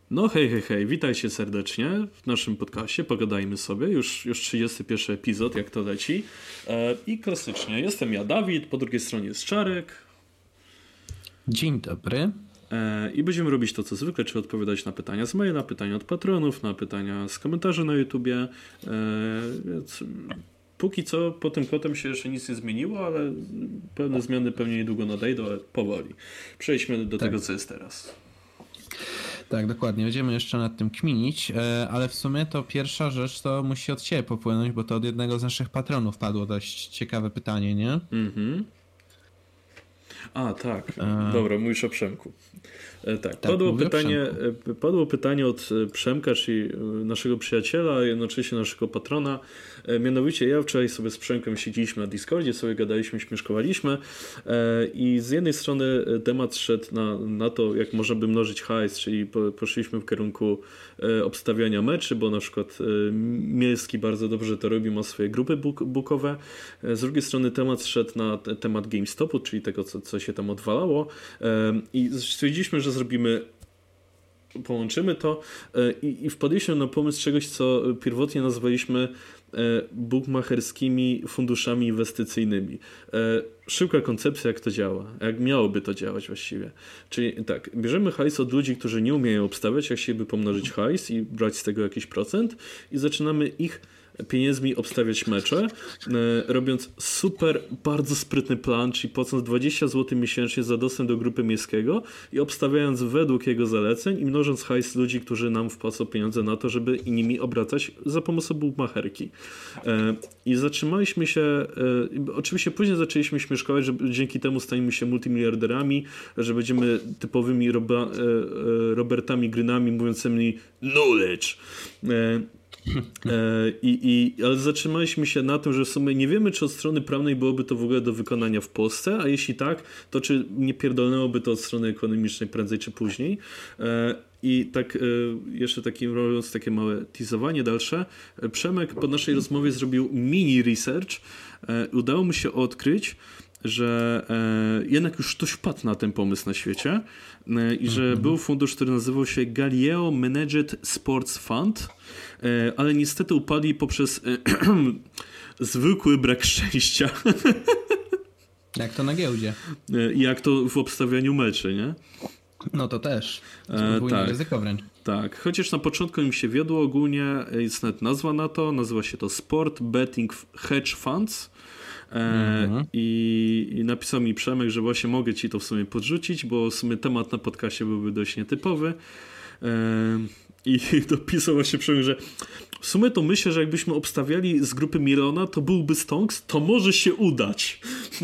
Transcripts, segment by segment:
No hej, hej, hej, witajcie serdecznie w naszym podcaście, pogadajmy sobie, już 31 epizod, jak to leci. I klasycznie, jestem ja, Dawid, po drugiej stronie jest Czarek. Dzień dobry. I będziemy robić to, co zwykle, czyli odpowiadać na pytania z maila, pytania od patronów, na pytania z komentarzy na YouTubie. Więc póki co po tym kotem się jeszcze nic nie zmieniło, ale pewne zmiany pewnie niedługo nadejdą, ale powoli. Przejdźmy do tego, co jest teraz. Tak, dokładnie. Będziemy jeszcze nad tym kminić, ale w sumie to pierwsza rzecz to musi od ciebie popłynąć, bo to od jednego z naszych patronów padło dość ciekawe pytanie, nie? Mhm. A, tak. Dobra, mówisz o Przemku. Tak, padło pytanie od Przemka, czyli naszego przyjaciela, a jednocześnie naszego patrona. Mianowicie ja wczoraj sobie z Przemkiem siedzieliśmy na Discordzie, sobie gadaliśmy, śmieszkowaliśmy i z jednej strony temat szedł na to, jak można by mnożyć hajs, czyli poszliśmy w kierunku obstawiania meczy, bo na przykład Mielski bardzo dobrze to robi, ma swoje grupy bookowe. Z drugiej strony temat szedł na temat GameStopu, czyli tego, co się tam odwalało i stwierdziliśmy, że połączymy to i wpadliśmy na pomysł czegoś, co pierwotnie nazwaliśmy bookmacherskimi funduszami inwestycyjnymi. Szybka koncepcja, jak to działa, jak miałoby to działać właściwie. Czyli tak, bierzemy hajs od ludzi, którzy nie umieją obstawiać, jak chcieliby pomnożyć hajs i brać z tego jakiś procent i zaczynamy ich pieniędzmi obstawiać mecze, robiąc super, bardzo sprytny plan, czyli płacąc 20 zł miesięcznie za dostęp do grupy Miejskiego i obstawiając według jego zaleceń i mnożąc hajs ludzi, którzy nam wpłacą pieniądze na to, żeby nimi obracać za pomocą bookmacherki. I zatrzymaliśmy się, oczywiście później zaczęliśmy śmieszkować, że dzięki temu staniemy się multimiliarderami, że będziemy typowymi Robertami Grynami mówiącymi knowledge. Ale zatrzymaliśmy się na tym, że w sumie nie wiemy, czy od strony prawnej byłoby to w ogóle do wykonania w Polsce, a jeśli tak, to czy nie pierdolnęłoby to od strony ekonomicznej prędzej czy później. I tak jeszcze robiąc takie małe teasowanie dalsze, Przemek po naszej rozmowie zrobił mini research. Udało mu się odkryć, że jednak już ktoś wpadł na ten pomysł na świecie i że był fundusz, który nazywał się Galileo Managed Sports Fund, ale niestety upadli poprzez zwykły brak szczęścia. Jak to na giełdzie. Jak to w obstawianiu meczy, nie? No to też. Tak. Ryzyko wręcz. Tak, chociaż na początku im się wiodło ogólnie, jest nawet nazwa na to, nazywa się to Sport Betting Hedge Funds. I napisał mi Przemek, że właśnie mogę ci to w sumie podrzucić, bo w sumie temat na podcastie byłby dość nietypowy. I dopisał właśnie Przemek, że w sumie to myślę, że jakbyśmy obstawiali z grupy Milona, to byłby Stonks, to może się udać.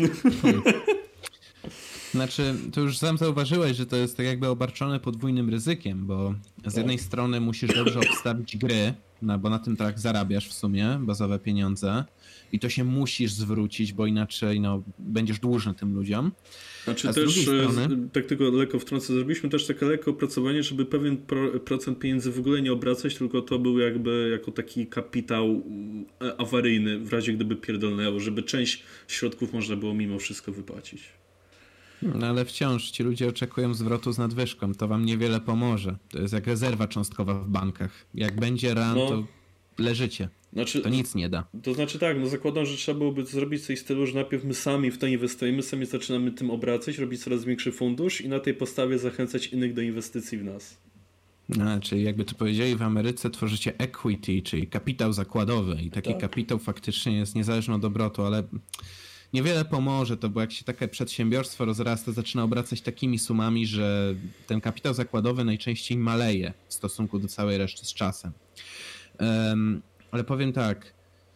Znaczy, to już sam zauważyłeś, że to jest tak jakby obarczone podwójnym ryzykiem, bo z jednej strony musisz dobrze obstawić gry, bo na tym tak zarabiasz w sumie bazowe pieniądze i to się musisz zwrócić, bo inaczej będziesz dłużny tym ludziom. Znaczy a też, strony... tak tylko lekko wtrącę, zrobiliśmy też takie lekkie opracowanie, żeby pewien procent pieniędzy w ogóle nie obracać, tylko to był jakby jako taki kapitał awaryjny w razie gdyby pierdolnęło, żeby część środków można było mimo wszystko wypłacić. No ale wciąż ci ludzie oczekują zwrotu z nadwyżką, to wam niewiele pomoże. To jest jak rezerwa cząstkowa w bankach. Jak będzie ran, to leżycie. To nic nie da. To znaczy tak, zakładam, że trzeba byłoby zrobić coś w stylu, że najpierw my sami w to inwestujemy, sami zaczynamy tym obracać, robić coraz większy fundusz i na tej podstawie zachęcać innych do inwestycji w nas. Czyli jakby to powiedzieli w Ameryce, tworzycie equity, czyli kapitał zakładowy i taki kapitał faktycznie jest niezależny od obrotu, ale niewiele pomoże to, bo jak się takie przedsiębiorstwo rozrasta, zaczyna obracać takimi sumami, że ten kapitał zakładowy najczęściej maleje w stosunku do całej reszty z czasem. Ale powiem tak,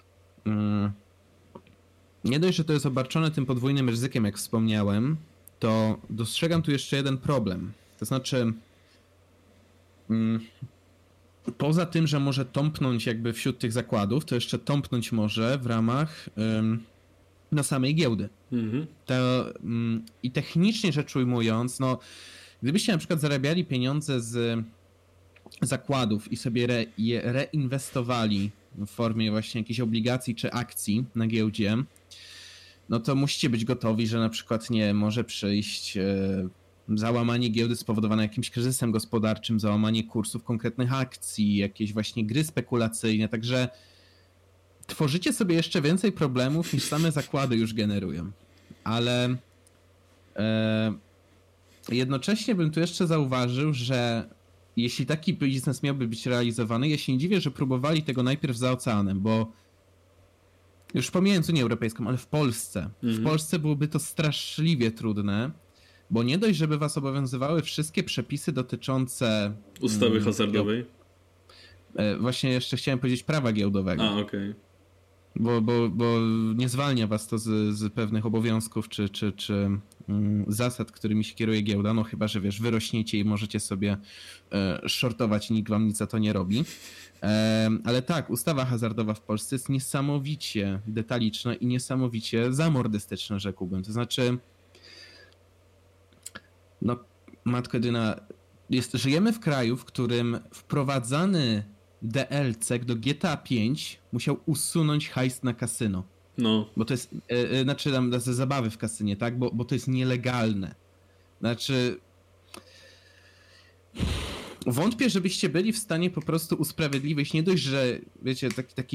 nie dość, że to jest obarczone tym podwójnym ryzykiem, jak wspomniałem, to dostrzegam tu jeszcze jeden problem. To znaczy, poza tym, że może tąpnąć jakby wśród tych zakładów, to jeszcze tąpnąć może w ramach na samej giełdy. I technicznie rzecz ujmując, gdybyście na przykład zarabiali pieniądze z zakładów i sobie je reinwestowali w formie właśnie jakichś obligacji czy akcji na giełdzie, no to musicie być gotowi, że na przykład może przyjść załamanie giełdy spowodowane jakimś kryzysem gospodarczym, załamanie kursów konkretnych akcji, jakieś właśnie gry spekulacyjne, także tworzycie sobie jeszcze więcej problemów niż same zakłady już generują. Ale jednocześnie bym tu jeszcze zauważył, że jeśli taki biznes miałby być realizowany, ja się nie dziwię, że próbowali tego najpierw za oceanem, bo już pomijając Unię Europejską, ale w Polsce. W Polsce byłoby to straszliwie trudne, bo nie dość, żeby was obowiązywały wszystkie przepisy dotyczące ustawy hazardowej. Właśnie jeszcze chciałem powiedzieć prawa giełdowego. A, okej. Bo nie zwalnia was to z pewnych obowiązków czy zasad, którymi się kieruje giełda, no chyba, że wiesz, wyrośniecie i możecie sobie shortować i nikt wam nic za to nie robi. Ale tak, ustawa hazardowa w Polsce jest niesamowicie detaliczna i niesamowicie zamordystyczna, rzekłbym. To znaczy, no matko jedyna, żyjemy w kraju, w którym wprowadzany DLC do GTA 5 musiał usunąć hajs na kasyno. No. Bo to jest, znaczy tam ze zabawy w kasynie, tak? Bo to jest nielegalne. Znaczy, wątpię, żebyście byli w stanie po prostu usprawiedliwić, nie dość, że wiecie,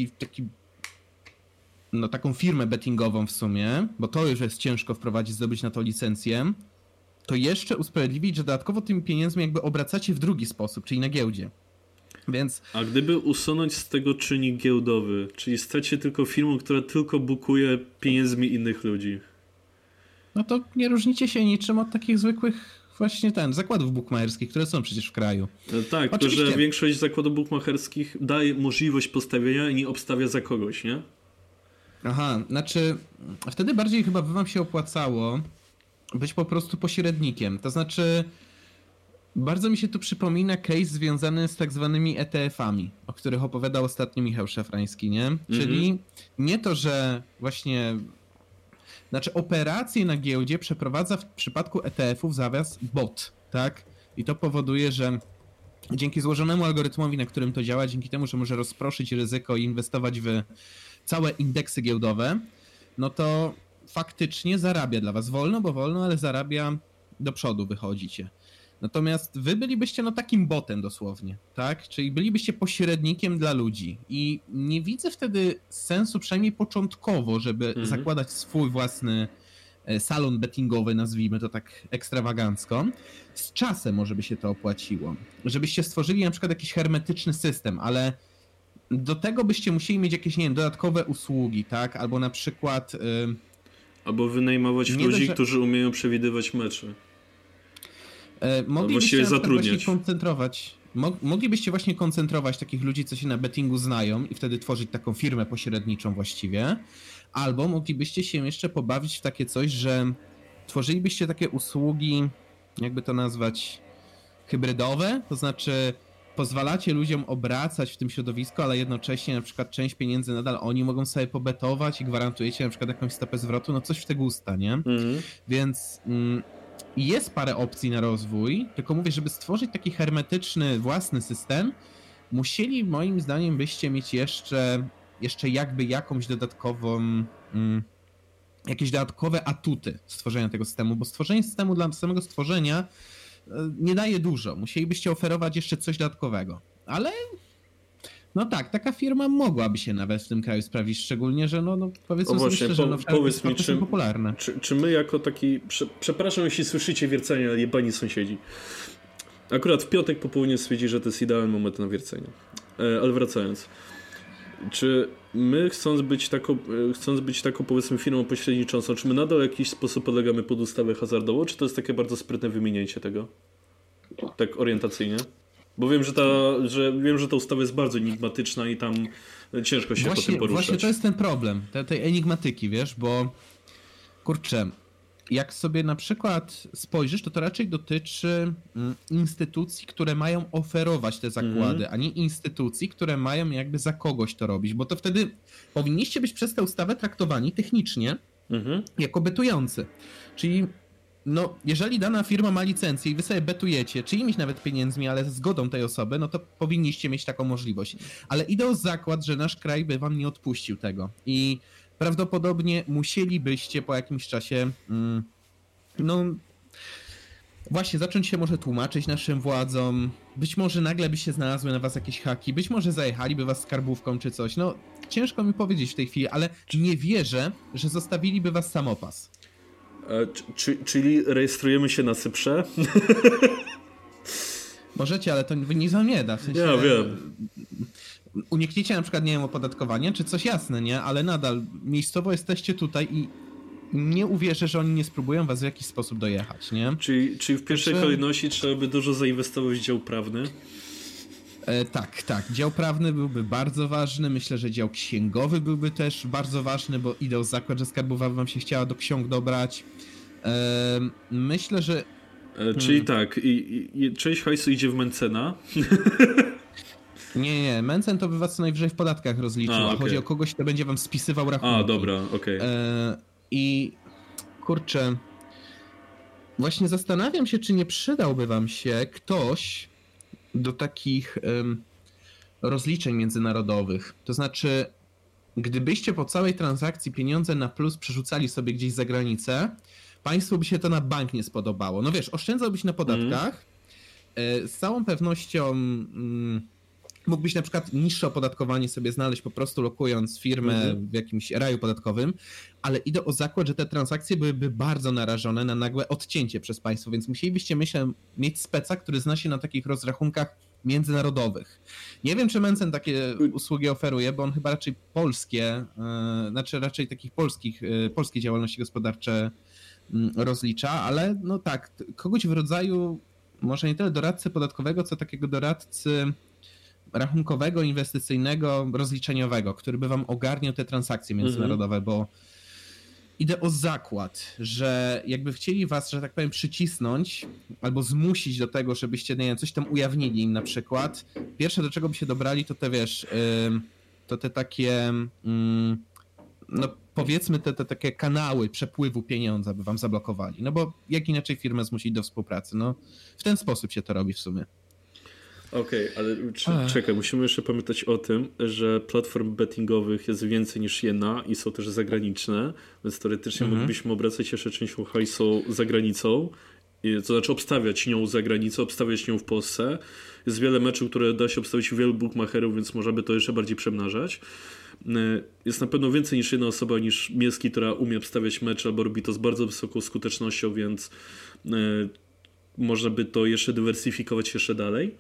no taką firmę bettingową w sumie, bo to już jest ciężko wprowadzić, zdobyć na to licencję, to jeszcze usprawiedliwić, że dodatkowo tymi pieniędzmi jakby obracacie w drugi sposób, czyli na giełdzie. Więc... A gdyby usunąć z tego czynnik giełdowy, czyli stać się tylko firmą, która tylko bukuje pieniędzmi innych ludzi. No to nie różnicie się niczym od takich zwykłych właśnie zakładów bukmacherskich, które są przecież w kraju. No tak, tylko że większość zakładów bukmacherskich daje możliwość postawienia i nie obstawia za kogoś, nie? Aha, znaczy wtedy bardziej chyba by wam się opłacało być po prostu pośrednikiem. To znaczy bardzo mi się tu przypomina case związany z tak zwanymi ETF-ami, o których opowiadał ostatnio Michał Szafrański, nie? Czyli nie to, że właśnie... Znaczy operacje na giełdzie przeprowadza w przypadku ETF-ów zamiast bot, tak? I to powoduje, że dzięki złożonemu algorytmowi, na którym to działa, dzięki temu, że może rozproszyć ryzyko i inwestować w całe indeksy giełdowe, no to faktycznie zarabia dla was wolno, bo wolno, ale zarabia do przodu, wychodzicie. Natomiast wy bylibyście no takim botem dosłownie, tak? Czyli bylibyście pośrednikiem dla ludzi i nie widzę wtedy sensu, przynajmniej początkowo, żeby zakładać swój własny salon bettingowy, nazwijmy to tak ekstrawagancko. Z czasem może by się to opłaciło. Żebyście stworzyli na przykład jakiś hermetyczny system, ale do tego byście musieli mieć jakieś, nie wiem, dodatkowe usługi, tak? Albo na przykład... Albo wynajmować ludzi, którzy umieją przewidywać mecze. Moglibyście zatrudniać. Moglibyście właśnie koncentrować takich ludzi, co się na bettingu znają i wtedy tworzyć taką firmę pośredniczą właściwie. Albo moglibyście się jeszcze pobawić w takie coś, że tworzylibyście takie usługi, jakby to nazwać, hybrydowe, to znaczy pozwalacie ludziom obracać w tym środowisku, ale jednocześnie na przykład część pieniędzy nadal oni mogą sobie pobetować i gwarantujecie na przykład jakąś stopę zwrotu, no coś w tego gusta, nie? Więc... Jest parę opcji na rozwój, tylko mówię, żeby stworzyć taki hermetyczny, własny system, musieli moim zdaniem byście mieć jeszcze jakby jakąś dodatkową, jakieś dodatkowe atuty stworzenia tego systemu, bo stworzenie systemu dla samego stworzenia nie daje dużo. Musielibyście oferować jeszcze coś dodatkowego, ale no tak, taka firma mogłaby się nawet w tym kraju sprawdzić, szczególnie, że no powiedzmy sobie szczerze, powiedz mi, są popularne. Czy my jako taki, przepraszam jeśli słyszycie wiercenie, ale jebani sąsiedzi. Akurat w piątek po południu stwierdzi, że to jest idealny moment na wiercenie. Ale wracając. Czy my chcąc być taką powiedzmy firmą pośredniczącą, czy my nadal w jakiś sposób podlegamy pod ustawę hazardową, czy to jest takie bardzo sprytne wyminięcie tego? Tak orientacyjnie? Bo wiem, że ta ustawa jest bardzo enigmatyczna i tam ciężko się po tym poruszać. Właśnie to jest ten problem, tej enigmatyki, wiesz, bo kurczę, jak sobie na przykład spojrzysz, to raczej dotyczy instytucji, które mają oferować te zakłady, a nie instytucji, które mają jakby za kogoś to robić, bo to wtedy powinniście być przez tę ustawę traktowani technicznie jako betujący. Czyli no, jeżeli dana firma ma licencję i wy sobie betujecie, czyimiś nawet pieniędzmi, ale ze zgodą tej osoby, no to powinniście mieć taką możliwość. Ale idę o zakład, że nasz kraj by wam nie odpuścił tego i prawdopodobnie musielibyście po jakimś czasie, no, właśnie zacząć się może tłumaczyć naszym władzom, być może nagle by się znalazły na was jakieś haki, być może zajechaliby was skarbówką czy coś, no ciężko mi powiedzieć w tej chwili, ale nie wierzę, że zostawiliby was samopas. Czyli rejestrujemy się na Cyprze? Możecie, ale to nic wam nie da, w sensie... Ja wiem. Uniknijcie na przykład, nie wiem, opodatkowania, czy coś jasne, nie? Ale nadal miejscowo jesteście tutaj i nie uwierzę, że oni nie spróbują was w jakiś sposób dojechać, nie? Czyli w pierwszej kolejności trzeba by dużo zainwestować w dział prawny? Tak. Dział prawny byłby bardzo ważny. Myślę, że dział księgowy byłby też bardzo ważny, bo idę o zakład, że skarbowa wam się chciała do ksiąg dobrać. Myślę, że... Czyli tak, i część hajsu idzie w Mencena. Nie, Mencen to by was co najwyżej w podatkach rozliczył, a chodzi o kogoś, kto będzie wam spisywał rachunki. A, dobra, okej. I kurczę, właśnie zastanawiam się, czy nie przydałby wam się ktoś do takich rozliczeń międzynarodowych. To znaczy, gdybyście po całej transakcji pieniądze na plus przerzucali sobie gdzieś za granicę, państwu by się to na bank nie spodobało. No wiesz, oszczędzałbyś na podatkach, z całą pewnością mógłbyś na przykład niższe opodatkowanie sobie znaleźć po prostu lokując firmę w jakimś raju podatkowym, ale idę o zakład, że te transakcje byłyby bardzo narażone na nagłe odcięcie przez państwo, więc musielibyście, myślę, mieć speca, który zna się na takich rozrachunkach międzynarodowych. Nie wiem, czy Mencen takie usługi oferuje, bo on chyba raczej polskie, znaczy raczej takich polskie działalności gospodarcze rozlicza, ale no tak, kogoś w rodzaju może nie tyle doradcy podatkowego, co takiego doradcy rachunkowego, inwestycyjnego, rozliczeniowego, który by wam ogarniał te transakcje międzynarodowe, bo idę o zakład, że jakby chcieli was, że tak powiem, przycisnąć albo zmusić do tego, żebyście, nie wiem, coś tam ujawnili im na przykład. Pierwsze, do czego by się dobrali, to te, wiesz, to te takie, no powiedzmy, te takie kanały przepływu pieniądza by wam zablokowali. No bo jak inaczej firmę zmusić do współpracy? No w ten sposób się to robi w sumie. Okej, ale czekaj, musimy jeszcze pamiętać o tym, że platform bettingowych jest więcej niż jedna i są też zagraniczne, więc teoretycznie moglibyśmy obracać jeszcze częścią hajsu za granicą, to znaczy obstawiać nią za granicą, obstawiać nią w Polsce. Jest wiele meczów, które da się obstawić u wielu bookmacherów, więc można by to jeszcze bardziej przemnażać. Jest na pewno więcej niż jedna osoba niż Mielski, która umie obstawiać mecze albo robi to z bardzo wysoką skutecznością, więc można by to jeszcze dywersyfikować jeszcze dalej.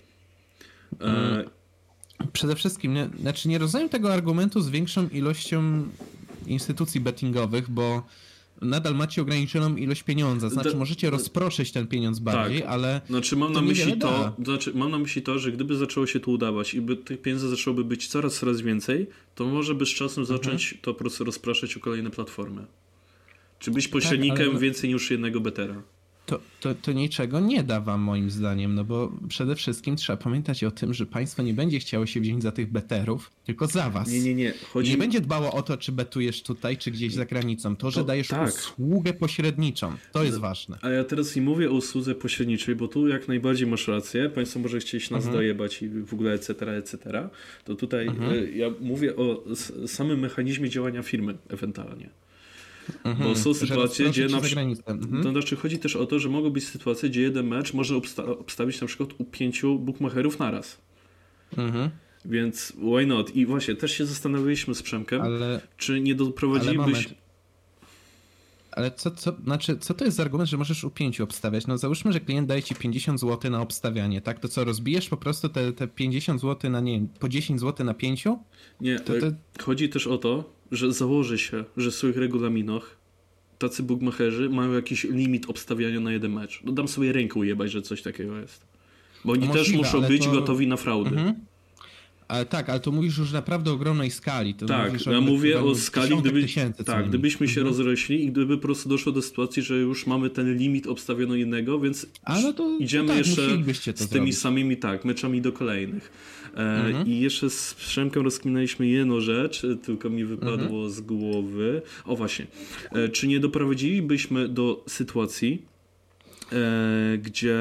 Przede wszystkim, nie rozumiem tego argumentu z większą ilością instytucji bettingowych, bo nadal macie ograniczoną ilość pieniądza, znaczy możecie rozproszyć ten pieniądz bardziej, ale znaczy mam na myśli to, że gdyby zaczęło się to udawać i by tych pieniędzy zaczęłoby być coraz więcej, to może by z czasem zacząć to po prostu rozpraszać o kolejne platformy. Czy być pośrednikiem więcej niż jednego betera? To niczego nie da wam moim zdaniem, no bo przede wszystkim trzeba pamiętać o tym, że państwo nie będzie chciało się wziąć za tych beterów, tylko za was. Nie. Nie będzie dbało o to, czy betujesz tutaj, czy gdzieś za granicą. To, że dajesz usługę pośredniczą, to jest ważne. A ja teraz nie mówię o usłudze pośredniczej, bo tu jak najbardziej masz rację, państwo może chcieć nas dojebać i w ogóle etc. To tutaj ja mówię o samym mechanizmie działania firmy ewentualnie. Bo są sytuacje, gdzie to znaczy chodzi też o to, że mogą być sytuacje, gdzie jeden mecz może obstawić na przykład u 5 bookmacherów naraz. Więc why not? I właśnie też się zastanawialiśmy z Przemkiem, czy nie doprowadzilibyś... Ale co to jest za argument, że możesz u 5 obstawiać? No załóżmy, że klient daje ci 50 zł na obstawianie, tak? To co, rozbijesz po prostu te 50 zł na, nie wiem, po 10 zł na 5? Nie, chodzi też o to, że założy się, że w swoich regulaminach tacy bookmacherzy mają jakiś limit obstawiania na jeden mecz. No dam sobie rękę ujebać, że coś takiego jest. Bo oni też muszą być gotowi na fraudy. Ale to mówisz już naprawdę o ogromnej skali. Ja mówię o skali, gdybyśmy się rozrośli i gdyby po prostu doszło do sytuacji, że już mamy ten limit obstawiono jednego, więc idziemy jeszcze z tymi samymi meczami do kolejnych. I jeszcze z Przemkiem rozkminaliśmy jedną rzecz, tylko mi wypadło z głowy. O właśnie, czy nie doprowadzilibyśmy do sytuacji, gdzie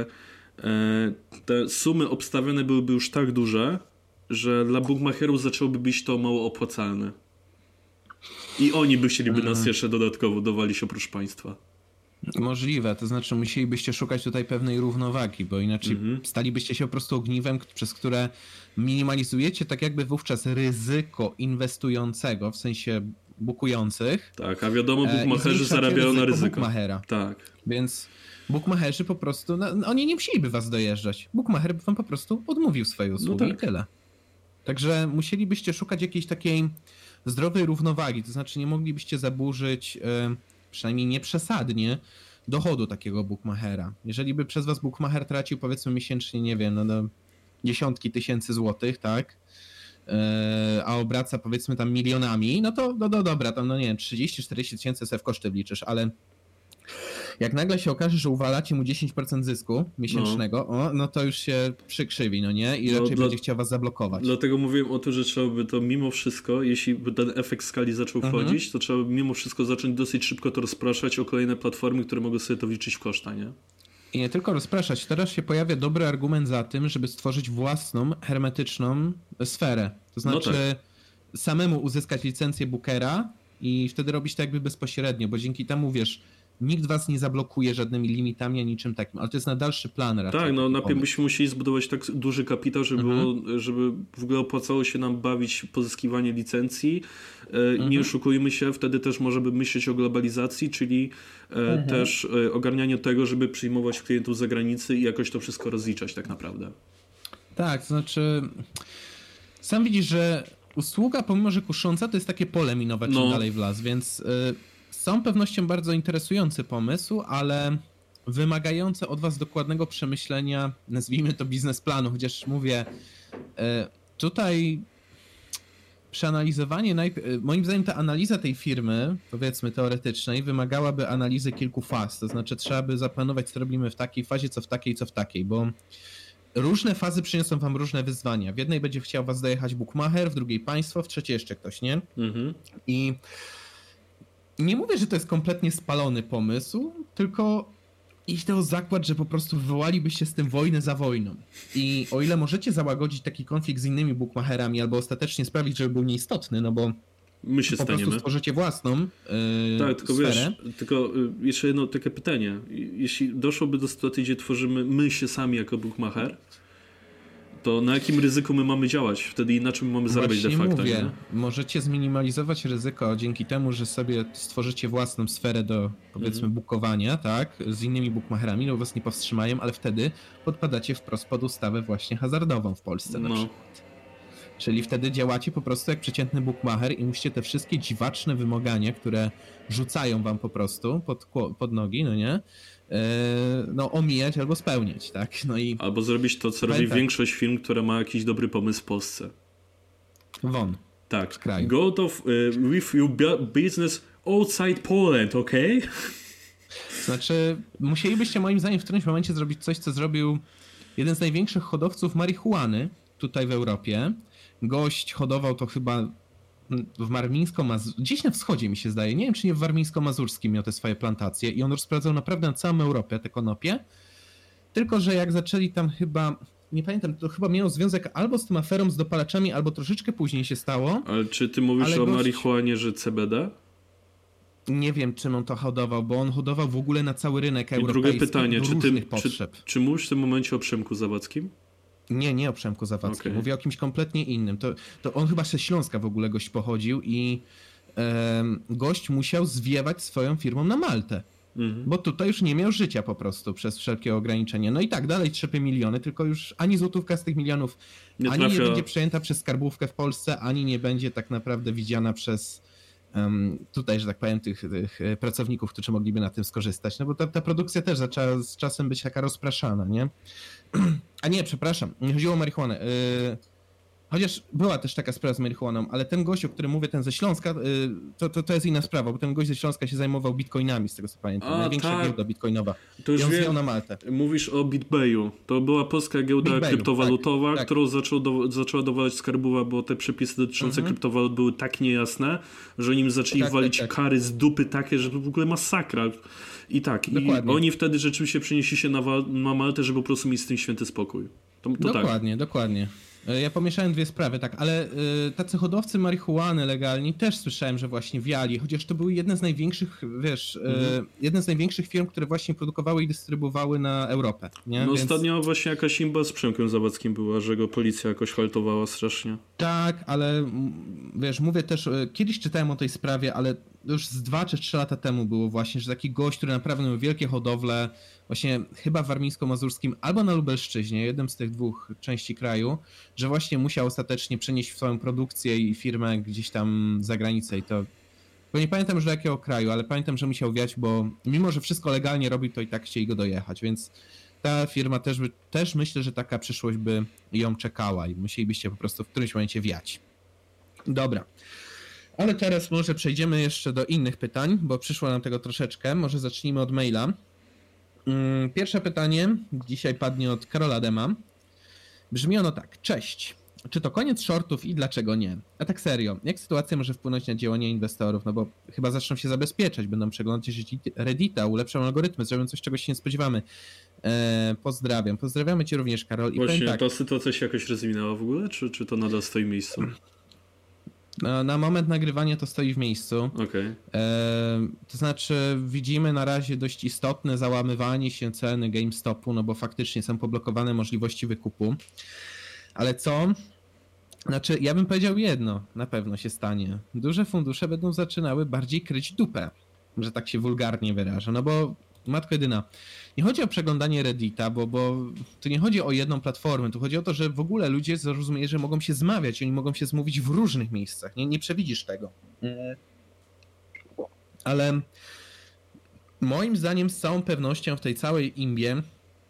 te sumy obstawione byłyby już tak duże, że dla bookmacherów zaczęłoby być to mało opłacalne. I oni by chcieliby nas jeszcze dodatkowo dowalić oprócz państwa. Możliwe, to znaczy musielibyście szukać tutaj pewnej równowagi, bo inaczej stalibyście się po prostu ogniwem, przez które minimalizujecie tak jakby wówczas ryzyko inwestującego, w sensie bukujących. Tak, a wiadomo, bookmacherzy zarabiają na ryzyko. Bookmachera. Tak. Więc bookmacherzy po prostu, oni nie musieliby was dojeżdżać. Bookmacher by wam po prostu odmówił swojej usługi i tyle. Także musielibyście szukać jakiejś takiej zdrowej równowagi, to znaczy nie moglibyście zaburzyć, przynajmniej nie przesadnie, dochodu takiego bookmachera. Jeżeli by przez was bookmacher tracił powiedzmy miesięcznie, nie wiem, dziesiątki tysięcy złotych, tak, a obraca powiedzmy tam milionami, no to dobra, tam nie wiem, 30-40 tysięcy sobie w koszty wliczysz, ale jak nagle się okaże, że uwalacie mu 10% zysku miesięcznego, no to już się przykrzywi, no nie? I raczej będzie chciał was zablokować. Dlatego mówiłem o tym, że trzeba by to mimo wszystko, jeśli by ten efekt skali zaczął wchodzić, to trzeba by mimo wszystko zacząć dosyć szybko to rozpraszać o kolejne platformy, które mogą sobie to wliczyć w koszta, nie? I nie tylko rozpraszać, teraz się pojawia dobry argument za tym, żeby stworzyć własną, hermetyczną sferę. To znaczy samemu uzyskać licencję bookera i wtedy robić to jakby bezpośrednio, bo dzięki temu, wiesz, nikt was nie zablokuje żadnymi limitami, ani niczym takim, ale to jest na dalszy plan raczej. Tak, najpierw byśmy musieli zbudować tak duży kapitał, żeby w ogóle opłacało się nam bawić pozyskiwanie licencji. Nie oszukujmy się, wtedy też możemy myśleć o globalizacji, czyli też ogarnianiu tego, żeby przyjmować klientów z zagranicy i jakoś to wszystko rozliczać tak naprawdę. Tak, to znaczy sam widzisz, że usługa, pomimo że kusząca, to jest takie pole minowe, czym dalej w las, więc z całą pewnością bardzo interesujący pomysł, ale wymagający od was dokładnego przemyślenia, nazwijmy to biznesplanu, chociaż mówię, tutaj przeanalizowanie, moim zdaniem ta analiza tej firmy, powiedzmy teoretycznej, wymagałaby analizy kilku faz, to znaczy trzeba by zaplanować, co robimy w takiej fazie, co w takiej, bo różne fazy przyniosą wam różne wyzwania. W jednej będzie chciał was dojechać bookmacher, w drugiej państwo, w trzeciej jeszcze ktoś, nie? I nie mówię, że to jest kompletnie spalony pomysł, tylko idę o zakład, że po prostu wywołalibyście z tym wojnę za wojną. I o ile możecie załagodzić taki konflikt z innymi bookmacherami albo ostatecznie sprawić, żeby był nieistotny, no bo my się po prostu stworzycie własną tak, tylko sferę. Wiesz, tylko jeszcze jedno takie pytanie. Jeśli doszłoby do sytuacji, gdzie tworzymy my się sami jako bookmacher, to na jakim ryzyku my mamy działać? Wtedy inaczej my mamy zarabiać de facto. Mówię, nie? możecie zminimalizować ryzyko dzięki temu, że sobie stworzycie własną sferę do, powiedzmy, bookowania, tak, z innymi bookmacherami, no was nie powstrzymają, ale wtedy podpadacie wprost pod ustawę właśnie hazardową w Polsce na przykład. Czyli wtedy działacie po prostu jak przeciętny bookmacher i musicie te wszystkie dziwaczne wymagania, które rzucają wam po prostu pod nogi, no nie? Omijać albo spełniać, tak? No i albo zrobić to, co robi większość firm, która ma jakiś dobry pomysł w Polsce. Won. Tak. Go to with your business outside Poland, okay? Znaczy, musielibyście moim zdaniem w którymś momencie zrobić coś, co zrobił jeden z największych hodowców marihuany tutaj w Europie. Gość hodował to chyba w gdzieś na wschodzie mi się zdaje, nie wiem czy nie w Warmińsko-Mazurskim miał te swoje plantacje i on rozprowadzał naprawdę na całą Europę te konopie, tylko że jak zaczęli tam chyba, nie pamiętam, to chyba miało związek albo z tym aferą z dopalaczami, albo troszeczkę później się stało. Ale czy ty mówisz o marihuanie, że CBD? Nie wiem czym on to hodował, bo on hodował w ogóle na cały rynek europejski. I drugie pytanie, czy mówisz w tym momencie o Przemku Zawadzkim? Nie o Przemku Zawadzkim. Okay. Mówię o kimś kompletnie innym. To on chyba ze Śląska w ogóle gość pochodził i gość musiał zwiewać swoją firmą na Maltę. Bo tutaj już nie miał życia po prostu przez wszelkie ograniczenia. No i tak dalej trzepie miliony, tylko już ani złotówka z tych milionów nie będzie przejęta przez skarbówkę w Polsce, ani nie będzie tak naprawdę widziana przez tutaj, że tak powiem, tych pracowników, którzy mogliby na tym skorzystać. No bo ta produkcja też zaczęła z czasem być taka rozpraszana, nie? A nie, przepraszam, nie chodziło o marihuanę. Chociaż była też taka sprawa z marihuaną, ale ten gość, o którym mówię, ten ze Śląska, to jest inna sprawa, bo ten gość ze Śląska się zajmował bitcoinami, z tego co pamiętam. Największa giełda bitcoinowa. To już wiem, na Maltę. Mówisz o BitBayu. To była polska giełda kryptowalutowa, tak. Którą zaczęła dowalać skarbowa, bo te przepisy dotyczące kryptowalut były tak niejasne, że nim zaczęli walić kary z dupy takie, że to w ogóle masakra. I oni wtedy rzeczywiście przenieśli się na Maltę, żeby po prostu mieć z tym święty spokój. Dokładnie. Ja pomieszałem dwie sprawy, tak, ale tacy hodowcy marihuany legalni też słyszałem, że właśnie wiali, chociaż to były jedne z największych, wiesz, jedne z największych firm, które właśnie produkowały i dystrybuowały na Europę, nie? No Więc... ostatnio właśnie jakaś imba z Przemkiem Zawadzkim była, że go policja jakoś haltowała strasznie. Tak, ale wiesz, mówię też, kiedyś czytałem o tej sprawie, ale już z 2 czy 3 lata temu było właśnie, że taki gość, który naprawdę miał wielkie hodowle, właśnie chyba w warmińsko-mazurskim albo na Lubelszczyźnie, jednym z tych dwóch części kraju, że właśnie musiał ostatecznie przenieść swoją produkcję i firmę gdzieś tam za granicę i to... Bo nie pamiętam już do jakiego kraju, ale pamiętam, że musiał wiać, bo mimo, że wszystko legalnie robił, to i tak chcieli go dojechać, więc ta firma też myślę, że taka przyszłość by ją czekała i musielibyście po prostu w którymś momencie wiać. Dobra. Ale teraz może przejdziemy jeszcze do innych pytań, bo przyszło nam tego troszeczkę. Może zacznijmy od maila. Pierwsze pytanie dzisiaj padnie od Karola Dema. Brzmi ono tak. Cześć. Czy to koniec shortów i dlaczego nie? A tak serio, jak sytuacja może wpłynąć na działania inwestorów? No bo chyba zaczną się zabezpieczać, będą przeglądać Reddita, ulepszą algorytmy, zrobią coś, czego się nie spodziewamy. Pozdrawiam. Pozdrawiamy cię również, Karol. I właśnie, tak, ta sytuacja się jakoś rozwinęła w ogóle, czy to nadal stoi w miejscu? na moment nagrywania to stoi w miejscu. Okej. To znaczy widzimy na razie dość istotne załamywanie się ceny GameStopu, no bo faktycznie są poblokowane możliwości wykupu. Ale co? Znaczy, ja bym powiedział jedno, na pewno się stanie. Duże fundusze będą zaczynały bardziej kryć dupę, że tak się wulgarnie wyrażę, no bo matko jedyna, nie chodzi o przeglądanie Reddita, bo tu nie chodzi o jedną platformę, tu chodzi o to, że w ogóle ludzie zrozumieją, że mogą się zmawiać, oni mogą się zmówić w różnych miejscach, nie przewidzisz tego. Ale moim zdaniem z całą pewnością w tej całej imbie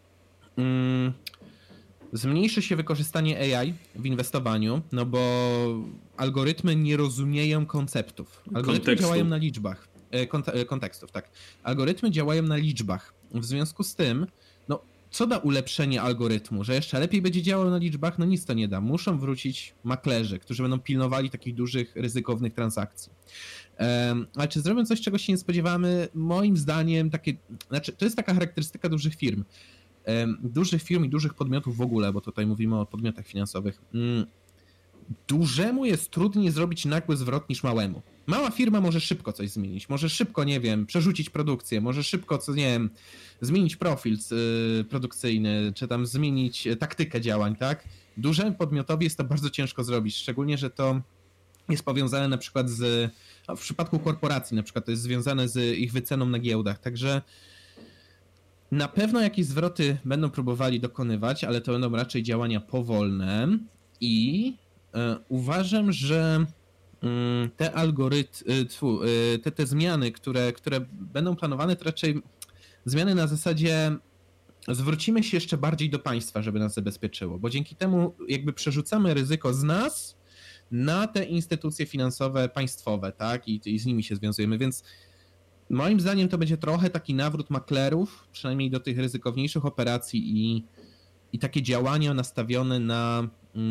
zmniejszy się wykorzystanie AI w inwestowaniu, no bo algorytmy nie rozumieją konceptów. Algorytmy działają na liczbach. Kontekstów, tak. Algorytmy działają na liczbach. W związku z tym, no, co da ulepszenie algorytmu? Że jeszcze lepiej będzie działał na liczbach? No nic to nie da. Muszą wrócić maklerzy, którzy będą pilnowali takich dużych, ryzykownych transakcji. Ale czy zrobią coś, czego się nie spodziewamy? Moim zdaniem to jest taka charakterystyka dużych firm. Dużych firm i dużych podmiotów w ogóle, bo tutaj mówimy o podmiotach finansowych. Dużemu jest trudniej zrobić nagły zwrot niż małemu. Mała firma może szybko coś zmienić, może szybko, nie wiem, przerzucić produkcję, może szybko, nie wiem, zmienić profil produkcyjny, czy tam zmienić taktykę działań, tak? Dużemu podmiotowi jest to bardzo ciężko zrobić, szczególnie, że to jest powiązane na przykład w przypadku korporacji na przykład to jest związane z ich wyceną na giełdach, także na pewno jakieś zwroty będą próbowali dokonywać, ale to będą raczej działania powolne i uważam, że te te zmiany, które będą planowane, to raczej zmiany na zasadzie zwrócimy się jeszcze bardziej do państwa, żeby nas zabezpieczyło, bo dzięki temu jakby przerzucamy ryzyko z nas na te instytucje finansowe państwowe, tak? I z nimi się związujemy, więc moim zdaniem to będzie trochę taki nawrót maklerów, przynajmniej do tych ryzykowniejszych operacji i takie działania nastawione na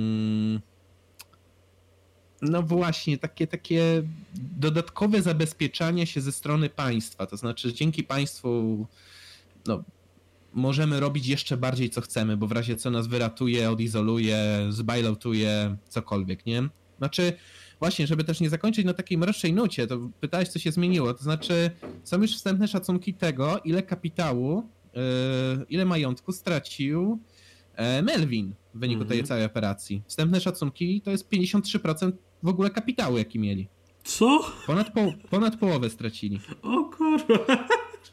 no właśnie, takie dodatkowe zabezpieczanie się ze strony państwa, to znaczy że dzięki państwu no, możemy robić jeszcze bardziej co chcemy, bo w razie co nas wyratuje, odizoluje, zbailoutuje, cokolwiek, nie? Znaczy właśnie, żeby też nie zakończyć na takiej mrocznej nucie, to pytałeś, co się zmieniło. To znaczy, są już wstępne szacunki tego, ile kapitału, ile majątku stracił Melvin w wyniku tej całej operacji. Wstępne szacunki to jest 53% w ogóle kapitału, jaki mieli. Co? Ponad połowę stracili. O kurwa.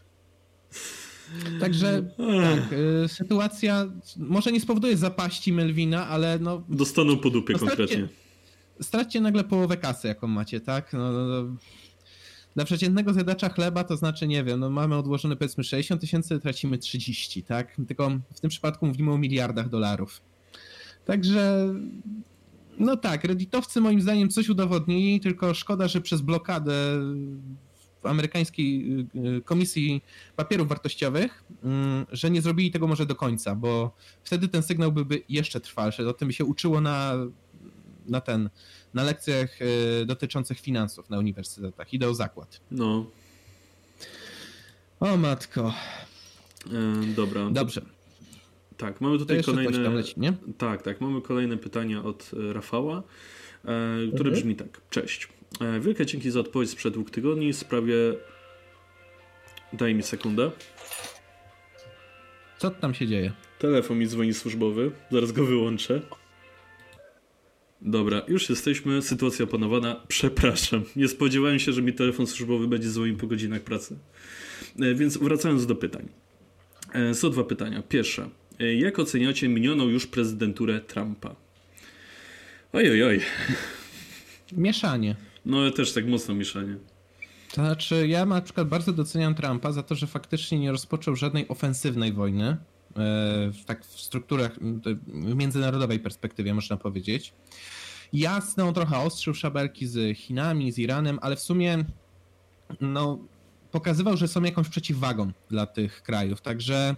Także tak, sytuacja może nie spowoduje zapaści Melvina, ale no... Dostaną po dupie konkretnie. Straćcie nagle połowę kasy, jaką macie, tak? No, dla przeciętnego zjadacza chleba to znaczy, nie wiem, no mamy odłożone powiedzmy 60 000, tracimy 30, tak? Tylko w tym przypadku mówimy o miliardach dolarów. Także, no tak, redditowcy moim zdaniem coś udowodnili, tylko szkoda, że przez blokadę w amerykańskiej Komisji Papierów Wartościowych, że nie zrobili tego może do końca, bo wtedy ten sygnał byłby jeszcze trwalszy. O tym by się uczyło na lekcjach dotyczących finansów na uniwersytetach. Idę o zakład. No. O matko. Dobra. Dobrze. Tak, mamy tutaj kolejne... leci, nie? Tak, mamy kolejne pytania od Rafała, które brzmi tak. Cześć. Wielkie dzięki za odpowiedź sprzed 2 tygodni w sprawie... Daj mi sekundę. Co tam się dzieje? Telefon mi dzwoni służbowy, zaraz go wyłączę. Dobra, już jesteśmy, sytuacja opanowana. Przepraszam, nie spodziewałem się, że mi telefon służbowy będzie dzwonił po godzinach pracy. Więc wracając do pytań. Są 2 pytania. Pierwsze. Jak oceniacie minioną już prezydenturę Trumpa? Oj. Mieszanie. No też tak mocno mieszanie. To znaczy, ja na przykład bardzo doceniam Trumpa za to, że faktycznie nie rozpoczął żadnej ofensywnej wojny, tak w strukturach, w międzynarodowej perspektywie można powiedzieć. Jasno, trochę ostrzył szabelki z Chinami, z Iranem, ale w sumie no, pokazywał, że są jakąś przeciwwagą dla tych krajów, także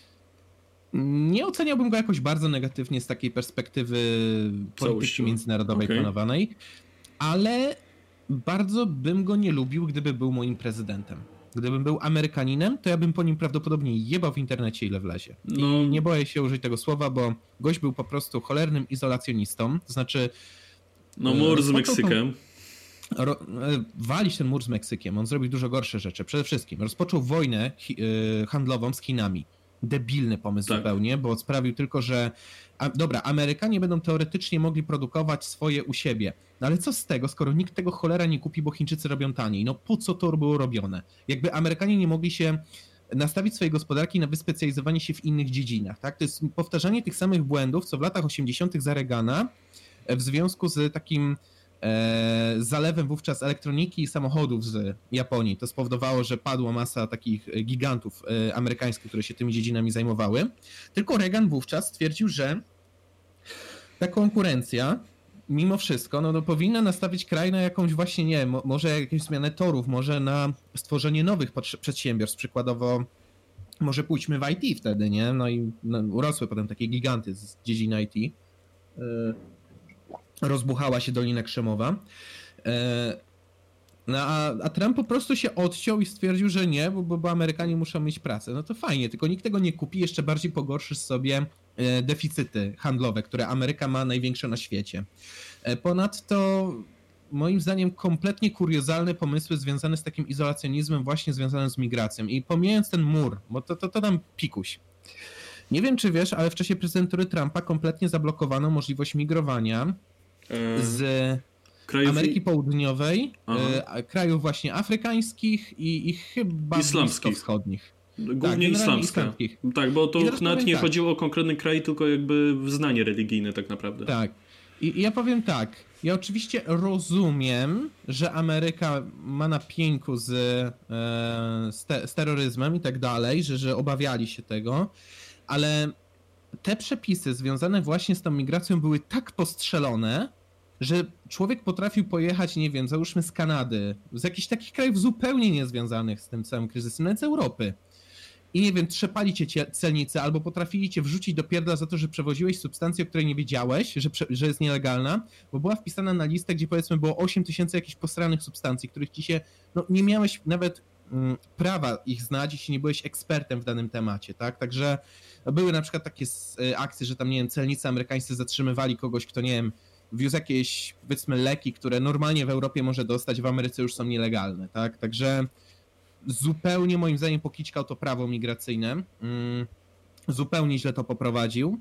nie oceniałbym go jakoś bardzo negatywnie z takiej perspektywy polityki międzynarodowej planowanej, ale bardzo bym go nie lubił, gdyby był moim prezydentem. Gdybym był Amerykaninem, to ja bym po nim prawdopodobnie jebał w internecie ile wlezie. I nie boję się użyć tego słowa, bo gość był po prostu cholernym izolacjonistą, to znaczy... No mur z Meksykiem. Walić ten mur z Meksykiem, on zrobił dużo gorsze rzeczy. Przede wszystkim rozpoczął wojnę handlową z Chinami. Debilny pomysł zupełnie, bo sprawił tylko, że Amerykanie będą teoretycznie mogli produkować swoje u siebie. No ale co z tego, skoro nikt tego cholera nie kupi, bo Chińczycy robią taniej? No po co to było robione? Jakby Amerykanie nie mogli się nastawić swojej gospodarki na wyspecjalizowanie się w innych dziedzinach, tak? To jest powtarzanie tych samych błędów, co w latach 80. za Reagana w związku z takim zalewem wówczas elektroniki i samochodów z Japonii. To spowodowało, że padła masa takich gigantów amerykańskich, które się tymi dziedzinami zajmowały. Tylko Reagan wówczas stwierdził, że ta konkurencja mimo wszystko no powinna nastawić kraj na jakąś właśnie, nie wiem, może jakąś zmianę torów, może na stworzenie nowych przedsiębiorstw. Przykładowo może pójdźmy w IT wtedy, nie? No i urosły potem takie giganty z dziedzin IT. Rozbuchała się Dolina Krzemowa. No a Trump po prostu się odciął i stwierdził, że nie, bo Amerykanie muszą mieć pracę. No to fajnie, tylko nikt tego nie kupi, jeszcze bardziej pogorszysz sobie deficyty handlowe, które Ameryka ma największe na świecie. Ponadto moim zdaniem kompletnie kuriozalne pomysły związane z takim izolacjonizmem właśnie związanym z migracją. I pomijając ten mur, bo to tam pikuś. Nie wiem, czy wiesz, ale w czasie prezydentury Trumpa kompletnie zablokowano możliwość migrowania z Ameryki Południowej, krajów właśnie afrykańskich i chyba bliskowschodnich. Głównie islamskich. Tak, bo to nawet nie chodziło o konkretny kraj, tylko jakby wyznanie religijne tak naprawdę. Tak. I ja powiem tak, ja oczywiście rozumiem, że Ameryka ma na pięku z terroryzmem i tak dalej, że obawiali się tego, ale te przepisy związane właśnie z tą migracją były tak postrzelone, że człowiek potrafił pojechać, nie wiem, załóżmy z Kanady, z jakichś takich krajów zupełnie niezwiązanych z tym całym kryzysem, nawet z Europy. I nie wiem, trzepali cię celnicy albo potrafili cię wrzucić do pierdla za to, że przewoziłeś substancję, o której nie wiedziałeś, że jest nielegalna, bo była wpisana na listę, gdzie powiedzmy było 8 000 jakichś posranych substancji, których ci się, no nie miałeś nawet prawa ich znać, jeśli nie byłeś ekspertem w danym temacie, tak? Także były na przykład takie akcje, że tam, nie wiem, celnicy amerykańscy zatrzymywali kogoś, kto, nie wiem, wiózł jakieś, powiedzmy, leki, które normalnie w Europie może dostać, w Ameryce już są nielegalne, tak? Także zupełnie moim zdaniem pokićkał to prawo migracyjne. Zupełnie źle to poprowadził.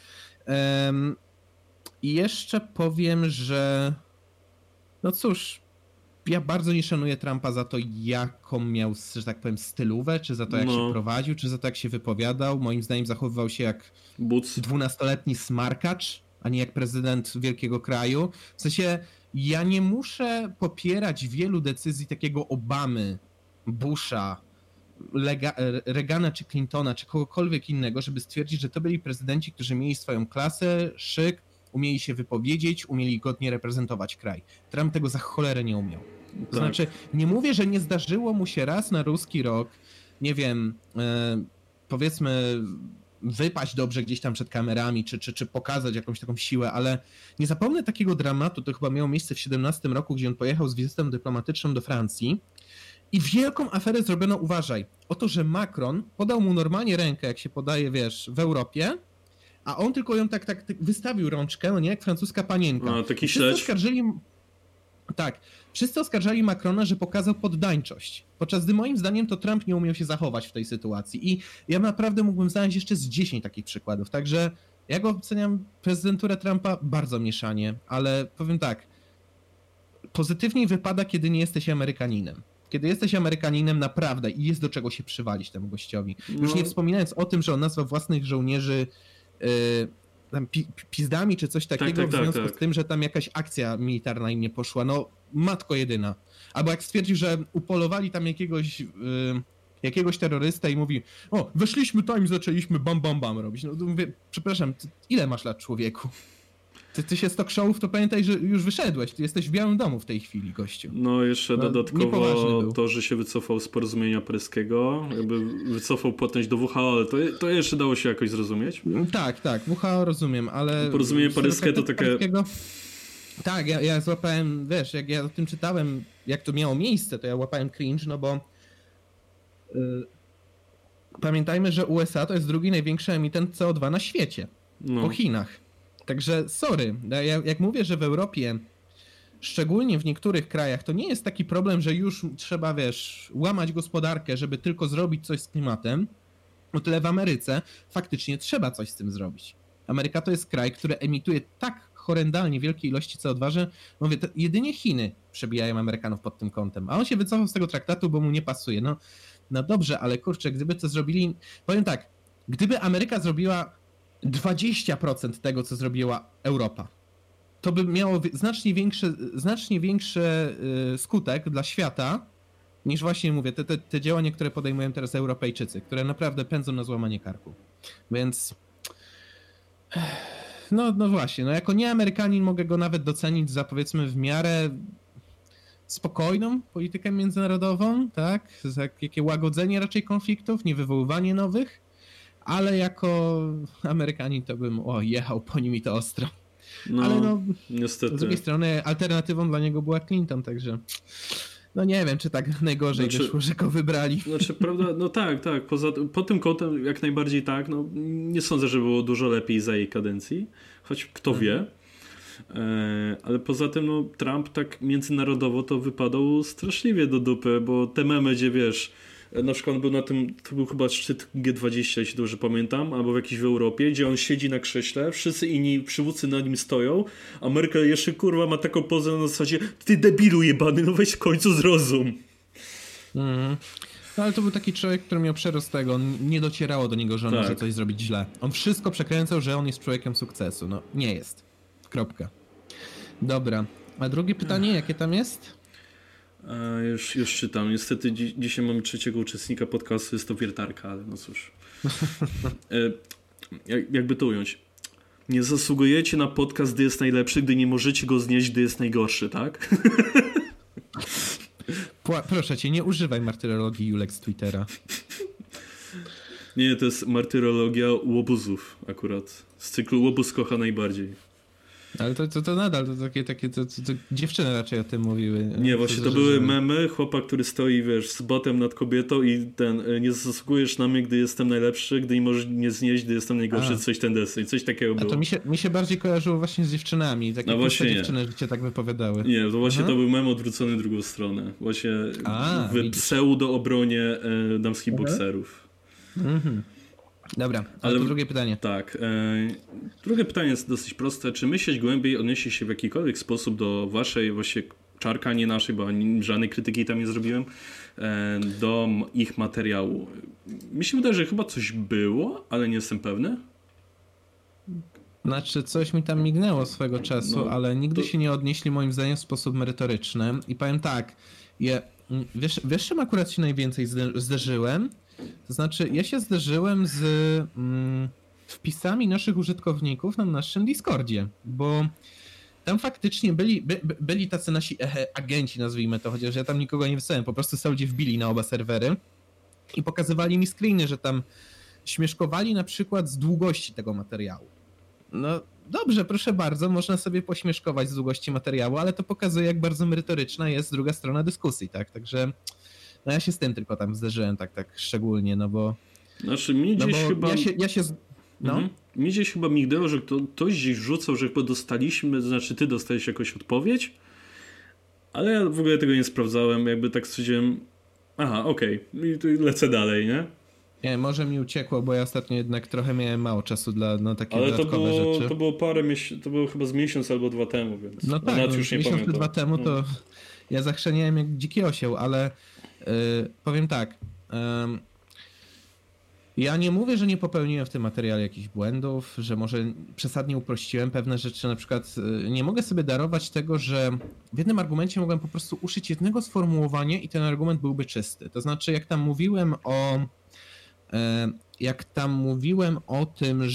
I jeszcze powiem, że no cóż, ja bardzo nie szanuję Trumpa za to, jaką miał, że tak powiem, stylówę, czy za to, jak się prowadził, czy za to, jak się wypowiadał. Moim zdaniem zachowywał się jak 12-letni smarkacz, a nie jak prezydent wielkiego kraju. W sensie, ja nie muszę popierać wielu decyzji takiego Obamy, Busha, Reagana czy Clintona, czy kogokolwiek innego, żeby stwierdzić, że to byli prezydenci, którzy mieli swoją klasę, szyk, umieli się wypowiedzieć, umieli godnie reprezentować kraj. Trump tego za cholerę nie umiał. To znaczy, nie mówię, że nie zdarzyło mu się raz na ruski rok, nie wiem, powiedzmy, wypaść dobrze gdzieś tam przed kamerami, czy pokazać jakąś taką siłę, ale nie zapomnę takiego dramatu, to chyba miało miejsce w 17 roku, gdzie on pojechał z wizytą dyplomatyczną do Francji i wielką aferę zrobiono, uważaj, o to, że Macron podał mu normalnie rękę, jak się podaje, wiesz, w Europie, a on tylko ją tak wystawił rączkę, no nie, jak francuska panienka. A, taki śledź. Wszyscy oskarżali Macrona, że pokazał poddańczość. Podczas gdy moim zdaniem to Trump nie umiał się zachować w tej sytuacji. I ja naprawdę mógłbym znaleźć jeszcze z 10 takich przykładów. Także ja go oceniam prezydenturę Trumpa bardzo mieszanie, ale powiem tak, pozytywniej wypada, kiedy nie jesteś Amerykaninem. Kiedy jesteś Amerykaninem naprawdę i jest do czego się przywalić temu gościowi. Już nie wspominając o tym, że on nazwał własnych żołnierzy tam pizdami czy coś takiego w związku z tym, że tam jakaś akcja militarna im nie poszła. No matko jedyna. Albo jak stwierdził, że upolowali tam jakiegoś terrorystę i mówi, o, weszliśmy tam i zaczęliśmy bam, bam, bam robić. No to mówię, przepraszam, ile masz lat, człowieku? Ty się z talk showów, to pamiętaj, że już wyszedłeś. Ty jesteś w Białym Domu w tej chwili, gościu. No jeszcze dodatkowo to, że się wycofał z porozumienia paryskiego, jakby wycofał płatność do WHO, ale to jeszcze dało się jakoś zrozumieć? Tak, WHO rozumiem, ale... Porozumienie paryskie to takie... Tak, ja złapałem, wiesz, jak ja o tym czytałem, jak to miało miejsce, to ja łapałem cringe, no bo pamiętajmy, że USA to jest drugi największy emitent CO2 na świecie, po Chinach. Także sorry, jak mówię, że w Europie, szczególnie w niektórych krajach, to nie jest taki problem, że już trzeba, wiesz, łamać gospodarkę, żeby tylko zrobić coś z klimatem, o tyle w Ameryce faktycznie trzeba coś z tym zrobić. Ameryka to jest kraj, który emituje tak horrendalnie wielkie ilości CO2, że mówię, to jedynie Chiny przebijają Amerykanów pod tym kątem, a on się wycofał z tego traktatu, bo mu nie pasuje. No dobrze, ale kurczę, gdyby to zrobili, powiem tak, gdyby Ameryka zrobiła 20% tego, co zrobiła Europa, to by miało znacznie większy skutek dla świata, niż właśnie mówię, te działania, które podejmują teraz Europejczycy, które naprawdę pędzą na złamanie karku. Więc no właśnie, no jako nie Amerykanin mogę go nawet docenić za, powiedzmy, w miarę spokojną politykę międzynarodową, tak? Za jakie łagodzenie raczej konfliktów, nie wywoływanie nowych, ale jako Amerykanin to bym jechał po nim i to ostro. No, ale niestety. Z drugiej strony alternatywą dla niego była Clinton, także no nie wiem, czy tak najgorzej wyszło, że go wybrali. Znaczy, prawda, no tak, pod tym kątem jak najbardziej tak, no nie sądzę, że było dużo lepiej za jej kadencji, choć kto wie. Ale poza tym, no Trump tak międzynarodowo to wypadał straszliwie do dupy, bo te memy, gdzie wiesz, na przykład był na tym, to był chyba szczyt G20, jeśli dobrze pamiętam, albo w jakiejś w Europie, gdzie on siedzi na krześle, wszyscy inni przywódcy na nim stoją, a Merkel jeszcze kurwa ma taką pozę na zasadzie, ty debilu jebany, no weź w końcu zrozum. No ale to był taki człowiek, który miał przerost tego, on nie docierało do niego, że on może coś zrobić źle. On wszystko przekręcał, że on jest człowiekiem sukcesu. No nie jest. Kropka. Dobra. A drugie pytanie, jakie tam jest? Już czytam. Niestety dzisiaj mamy trzeciego uczestnika podcastu, jest to wiertarka, ale no cóż. Jakby to ująć. Nie zasługujecie na podcast, gdy jest najlepszy, gdy nie możecie go znieść, gdy jest najgorszy, tak? Proszę cię, nie używaj martyrologii Julek z Twittera. Nie, to jest martyrologia łobuzów akurat. Z cyklu Łobuz kocha najbardziej. Ale to nadal, to takie to dziewczyny raczej o tym mówiły. Nie, właśnie to były memy, chłopak, który stoi, wiesz, z botem nad kobietą i nie zasługujesz na mnie, gdy jestem najlepszy, gdy nie możesz mnie znieść, gdy jestem najgorszy, coś ten desy, coś takiego było. A to mi się bardziej kojarzyło właśnie z dziewczynami, takie dziewczyny, że cię tak wypowiadały. Nie, to właśnie to był mem odwrócony drugą stronę, właśnie w pseudo-obronie damskich bokserów. Dobra, ale to drugie pytanie. Tak. Drugie pytanie jest dosyć proste. Czy myśleć głębiej odniesie się w jakikolwiek sposób do waszej właśnie czarka, nie naszej, bo żadnej krytyki tam nie zrobiłem, do ich materiału? Mi się wydaje, że chyba coś było, ale nie jestem pewny. Znaczy, coś mi tam mignęło swego czasu, ale nigdy się nie odnieśli moim zdaniem w sposób merytoryczny. I powiem tak, wiesz czym akurat się najwięcej zderzyłem? To znaczy, ja się zderzyłem z wpisami naszych użytkowników na naszym Discordzie, bo tam faktycznie byli tacy nasi agenci, nazwijmy to, chociaż ja tam nikogo nie wysłałem, po prostu sobie ludzie wbili na oba serwery i pokazywali mi screeny, że tam śmieszkowali na przykład z długości tego materiału. No dobrze, proszę bardzo, można sobie pośmieszkować z długości materiału, ale to pokazuje, jak bardzo merytoryczna jest druga strona dyskusji, tak? Także no ja się z tym tylko tam zderzyłem tak szczególnie, no bo... Znaczy mi gdzieś chyba... No. Mi gdzieś chyba mignęło, że ktoś gdzieś rzucał, że chyba dostaliśmy, to znaczy ty dostałeś jakąś odpowiedź, ale ja w ogóle tego nie sprawdzałem, jakby tak stwierdziłem, aha, okej, i tu lecę dalej, nie? Nie, może mi uciekło, bo ja ostatnio jednak trochę miałem mało czasu dla takie ale dodatkowe rzeczy. to było parę miesięcy, to było chyba z miesiąc albo 2 temu, więc No tak, nawet już nie miesiąc czy pamiętam. 2 temu to ja zachrzaniałem jak dziki osioł, ale powiem tak, ja nie mówię, że nie popełniłem w tym materiale jakichś błędów, że może przesadnie uprościłem pewne rzeczy, na przykład nie mogę sobie darować tego, że w jednym argumencie mogłem po prostu użyć jednego sformułowania i ten argument byłby czysty. To znaczy, jak tam mówiłem o tym,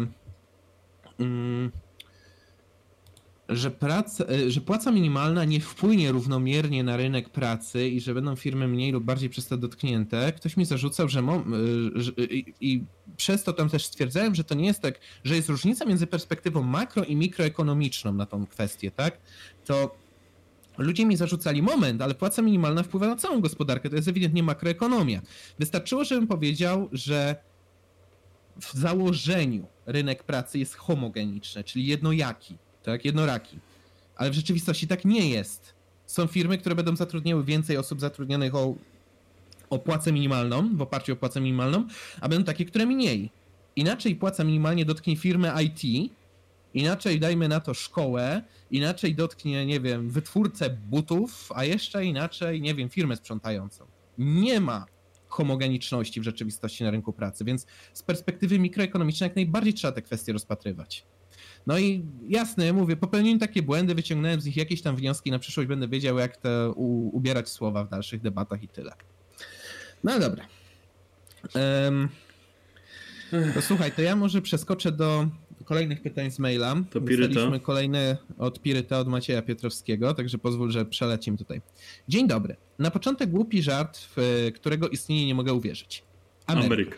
że płaca minimalna nie wpłynie równomiernie na rynek pracy i że będą firmy mniej lub bardziej przez to dotknięte, ktoś mi zarzucał, i przez to tam też stwierdzałem, że to nie jest tak, że jest różnica między perspektywą makro i mikroekonomiczną na tą kwestię, tak? To ludzie mi zarzucali, moment, ale płaca minimalna wpływa na całą gospodarkę, to jest ewidentnie makroekonomia. Wystarczyło, żebym powiedział, że w założeniu rynek pracy jest homogeniczny, czyli jednojaki. Tak, jednoraki. Ale w rzeczywistości tak nie jest. Są firmy, które będą zatrudniały więcej osób zatrudnionych o płacę minimalną, w oparciu o płacę minimalną, a będą takie, które mniej. Inaczej płaca minimalnie dotknie firmę IT, inaczej dajmy na to szkołę, inaczej dotknie, nie wiem, wytwórcę butów, a jeszcze inaczej, nie wiem, firmę sprzątającą. Nie ma homogeniczności w rzeczywistości na rynku pracy, więc z perspektywy mikroekonomicznej jak najbardziej trzeba te kwestie rozpatrywać. No i jasne, mówię, popełniłem takie błędy, wyciągnąłem z nich jakieś tam wnioski, na przyszłość będę wiedział, jak to ubierać słowa w dalszych debatach i tyle. No dobra. To słuchaj, to ja może przeskoczę do kolejnych pytań z maila. To Piryta. Dostaliśmy kolejne od Piryta, od Macieja Piotrowskiego, także pozwól, że przelecim tutaj. Dzień dobry. Na początek głupi żart, w którego istnienie nie mogę uwierzyć. Ameryka.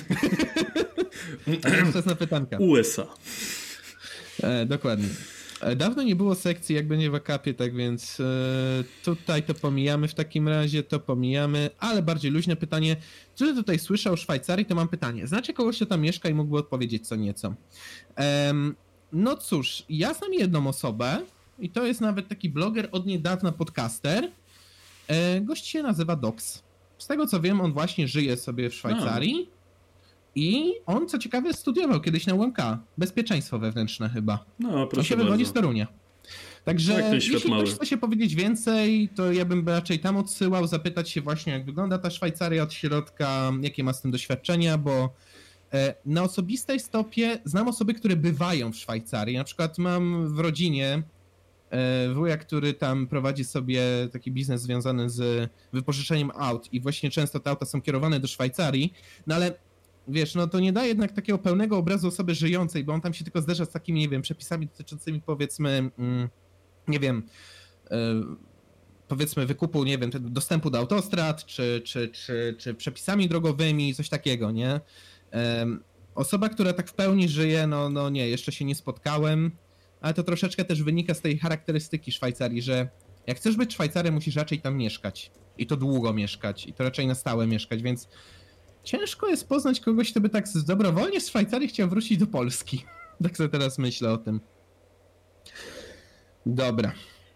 Wczesna pytanka. USA. Dokładnie. Dawno nie było sekcji, jak będzie w akapie, tak więc tutaj to pomijamy, w takim razie to pomijamy, ale bardziej luźne pytanie. Czy tutaj słyszę o Szwajcarii, to mam pytanie. Znacie kogoś, kto tam mieszka i mógłby odpowiedzieć co nieco? No cóż, ja znam jedną osobę i to jest nawet taki bloger, od niedawna podcaster. Gość się nazywa Dox. Z tego co wiem, on właśnie żyje sobie w Szwajcarii. I on, co ciekawe, studiował kiedyś na UMK. Bezpieczeństwo wewnętrzne chyba. No, proszę on się wywodzi z Torunia. Także jeśli ktoś chce się powiedzieć więcej, to ja bym raczej tam odsyłał, zapytać się właśnie, jak wygląda ta Szwajcaria od środka, jakie ma z tym doświadczenia, bo na osobistej stopie znam osoby, które bywają w Szwajcarii. Na przykład mam w rodzinie wuja, który tam prowadzi sobie taki biznes związany z wypożyczeniem aut i właśnie często te auta są kierowane do Szwajcarii, no ale wiesz, no to nie da jednak takiego pełnego obrazu osoby żyjącej, bo on tam się tylko zderza z takimi, nie wiem, przepisami dotyczącymi, powiedzmy, nie wiem, powiedzmy wykupu, nie wiem, dostępu do autostrad, czy przepisami drogowymi, coś takiego, nie? Osoba, która tak w pełni żyje, no nie, jeszcze się nie spotkałem, ale to troszeczkę też wynika z tej charakterystyki Szwajcarii, że jak chcesz być Szwajcarem, musisz raczej tam mieszkać. I to długo mieszkać, i to raczej na stałe mieszkać, więc ciężko jest poznać kogoś, kto by tak dobrowolnie z Szwajcarii chciał wrócić do Polski. Tak sobie teraz myślę o tym. Dobra.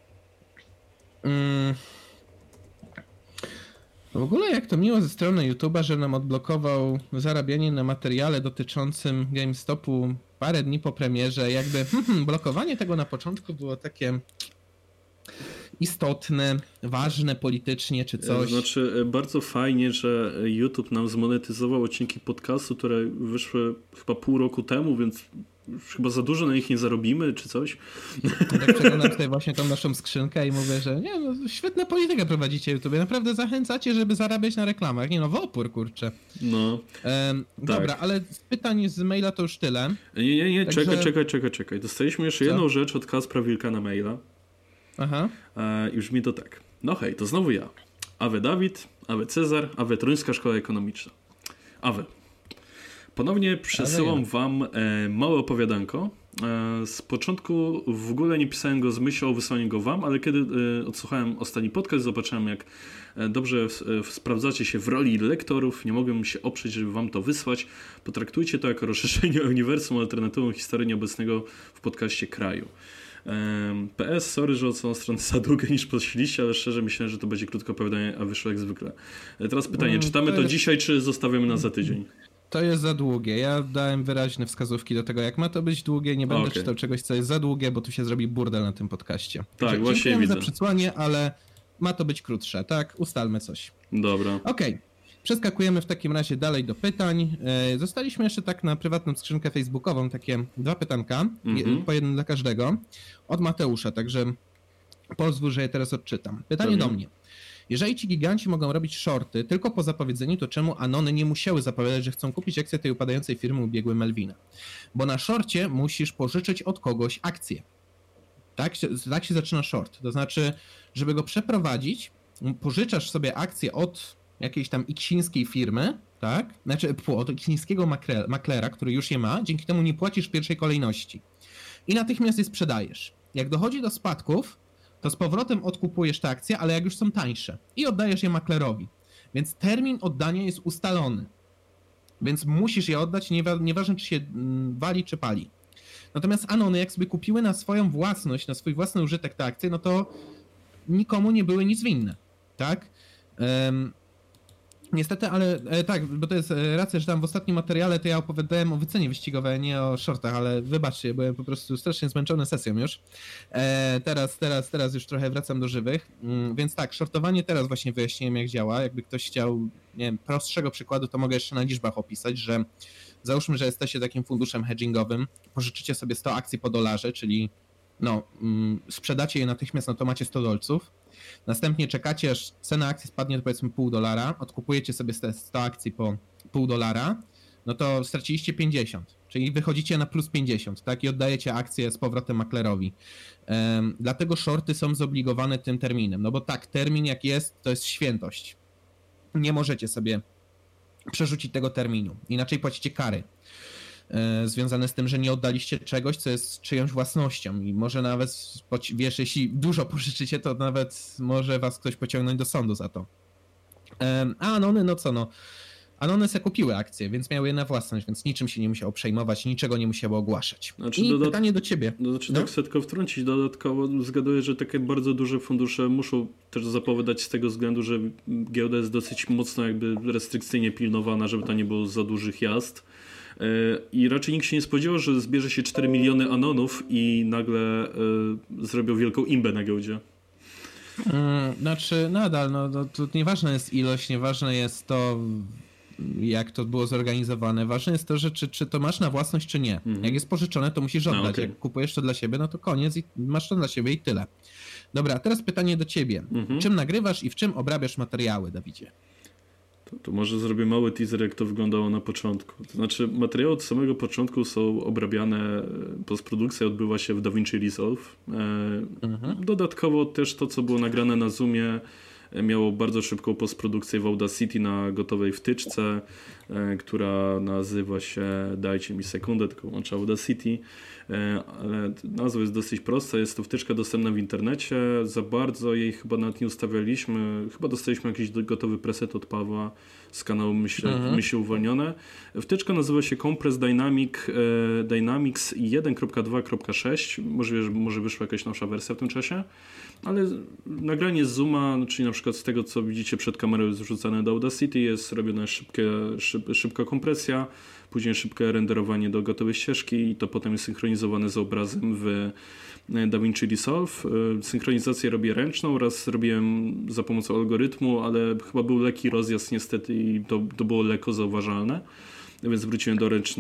W ogóle jak to miło ze strony YouTube'a, że nam odblokował zarabianie na materiale dotyczącym GameStopu parę dni po premierze. Jakby blokowanie tego na początku było takie istotne, ważne politycznie czy coś. Znaczy bardzo fajnie, że YouTube nam zmonetyzował odcinki podcastu, które wyszły chyba pół roku temu, więc chyba za dużo na nich nie zarobimy, czy coś. Tak przeglądam tutaj właśnie tą naszą skrzynkę i mówię, że nie, no, świetna polityka prowadzicie YouTube. Naprawdę zachęcacie, żeby zarabiać na reklamach. Nie no, w opór, kurczę. No. Dobra, tak. Ale z pytań z maila to już tyle. Nie, także... czekaj. Dostaliśmy jeszcze jedną rzecz od Kaspra Wilka na maila. Aha. I brzmi to tak. No hej, to znowu ja. Awe Dawid, Awe Cezar, Awe Toruńska Szkoła Ekonomiczna. Awe. Ponownie przesyłam wam małe opowiadanko Z początku w ogóle nie pisałem go z myślą o wysłaniu go wam, ale kiedy odsłuchałem ostatni podcast, zobaczyłem, jak dobrze sprawdzacie się w roli lektorów, nie mogłem się oprzeć, żeby wam to wysłać. Potraktujcie to jako rozszerzenie uniwersum, alternatywną historii nieobecnego w podcaście kraju. PS, sorry, że odsłonę stronę za długo niż prosiliście, ale szczerze myślałem, że to będzie krótkie opowiadanie, a wyszło jak zwykle. Teraz pytanie, czytamy to dzisiaj, czy zostawiamy na za tydzień? To jest za długie. Ja dałem wyraźne wskazówki do tego, jak ma to być długie. Nie będę czytał czegoś, co jest za długie, bo tu się zrobi burdel na tym podcaście. Tak, właśnie widzę. Za przesłanie, ale ma to być krótsze, tak? Ustalmy coś. Dobra. Okej. Przeskakujemy w takim razie dalej do pytań. Zostaliśmy jeszcze tak na prywatną skrzynkę facebookową, takie 2 pytanka, po jednym dla każdego, od Mateusza, także pozwól, że je teraz odczytam. Pytanie do mnie. Jeżeli ci giganci mogą robić shorty tylko po zapowiedzeniu, to czemu Anony nie musiały zapowiadać, że chcą kupić akcję tej upadającej firmy ubiegłej Melvina? Bo na shorcie musisz pożyczyć od kogoś akcję. Tak się zaczyna short. To znaczy, żeby go przeprowadzić, pożyczasz sobie akcję od jakiejś tam iksińskiej firmy, tak? Znaczy od iksińskiego maklera, który już je ma, dzięki temu nie płacisz w pierwszej kolejności. I natychmiast je sprzedajesz. Jak dochodzi do spadków, to z powrotem odkupujesz te akcje, ale jak już są tańsze i oddajesz je maklerowi. Więc termin oddania jest ustalony. Więc musisz je oddać, nieważne czy się wali czy pali. Natomiast Anony, jak sobie kupiły na swoją własność, na swój własny użytek te akcje, no to nikomu nie były nic winne, tak? Niestety, ale tak, bo to jest racja, że tam w ostatnim materiale to ja opowiadałem o wycenie wyścigowej, nie o shortach, ale wybaczcie, byłem po prostu strasznie zmęczony sesją już. Teraz już trochę wracam do żywych, więc tak, shortowanie teraz właśnie wyjaśniłem, jak działa. Jakby ktoś chciał, nie wiem, prostszego przykładu, to mogę jeszcze na liczbach opisać, że załóżmy, że jesteście takim funduszem hedgingowym, pożyczycie sobie 100 akcji po $1, czyli sprzedacie je natychmiast, no to macie $100. Następnie czekacie, aż cena akcji spadnie do powiedzmy $0,5, odkupujecie sobie 100 akcji po $0,5, no to straciliście 50, czyli wychodzicie na plus 50, tak? I oddajecie akcję z powrotem maklerowi. Dlatego shorty są zobligowane tym terminem, no bo tak, termin jak jest, to jest świętość. Nie możecie sobie przerzucić tego terminu, inaczej płacicie kary związane z tym, że nie oddaliście czegoś, co jest czyjąś własnością i może nawet, wiesz, jeśli dużo pożyczycie, to nawet może was ktoś pociągnąć do sądu za to. A Anony, no co no, Anony se kupiły akcje, więc miały je na własność, więc niczym się nie musiało przejmować, niczego nie musiało ogłaszać. Znaczy, i pytanie do ciebie. Tak chcę tylko wtrącić, dodatkowo zgaduję, że takie bardzo duże fundusze muszą też zapowiadać z tego względu, że giełda jest dosyć mocno jakby restrykcyjnie pilnowana, żeby tam nie było za dużych jazd. I raczej nikt się nie spodziewał, że zbierze się 4 miliony Anonów i nagle zrobią wielką imbę na giełdzie. Znaczy nadal, no to nieważna jest ilość, nieważne jest to, jak to było zorganizowane. Ważne jest to, że czy to masz na własność, czy nie. Jak jest pożyczone, to musisz oddać. Okay. Jak kupujesz to dla siebie, no to koniec i masz to dla siebie i tyle. Dobra, teraz pytanie do ciebie. Czym nagrywasz i w czym obrabiasz materiały, Dawidzie? To może zrobię mały teaser, jak to wyglądało na początku. To znaczy, materiały od samego początku są obrabiane, postprodukcja odbywa się w DaVinci Resolve. Dodatkowo też to, co było nagrane na Zoomie, miało bardzo szybką postprodukcję w Audacity na gotowej wtyczce, która nazywa się, dajcie mi sekundę, tylko łączę Audacity, ale nazwa jest dosyć prosta, jest to wtyczka dostępna w internecie, za bardzo jej chyba nawet nie ustawialiśmy, chyba dostaliśmy jakiś gotowy preset od Pawła z kanału Myśli Uwolnione. Wtyczka nazywa się Compress Dynamics 1.2.6, może wyszła jakaś nowsza wersja w tym czasie, ale nagranie z Zooma, czyli na przykład z tego, co widzicie przed kamerą, jest wrzucane do Audacity, jest robiona szybka kompresja, później szybkie renderowanie do gotowej ścieżki i to potem jest synchronizowane z obrazem w DaVinci Resolve. Synchronizację robię ręczną, raz robiłem za pomocą algorytmu, ale chyba był lekki rozjazd niestety i to było lekko zauważalne, więc wróciłem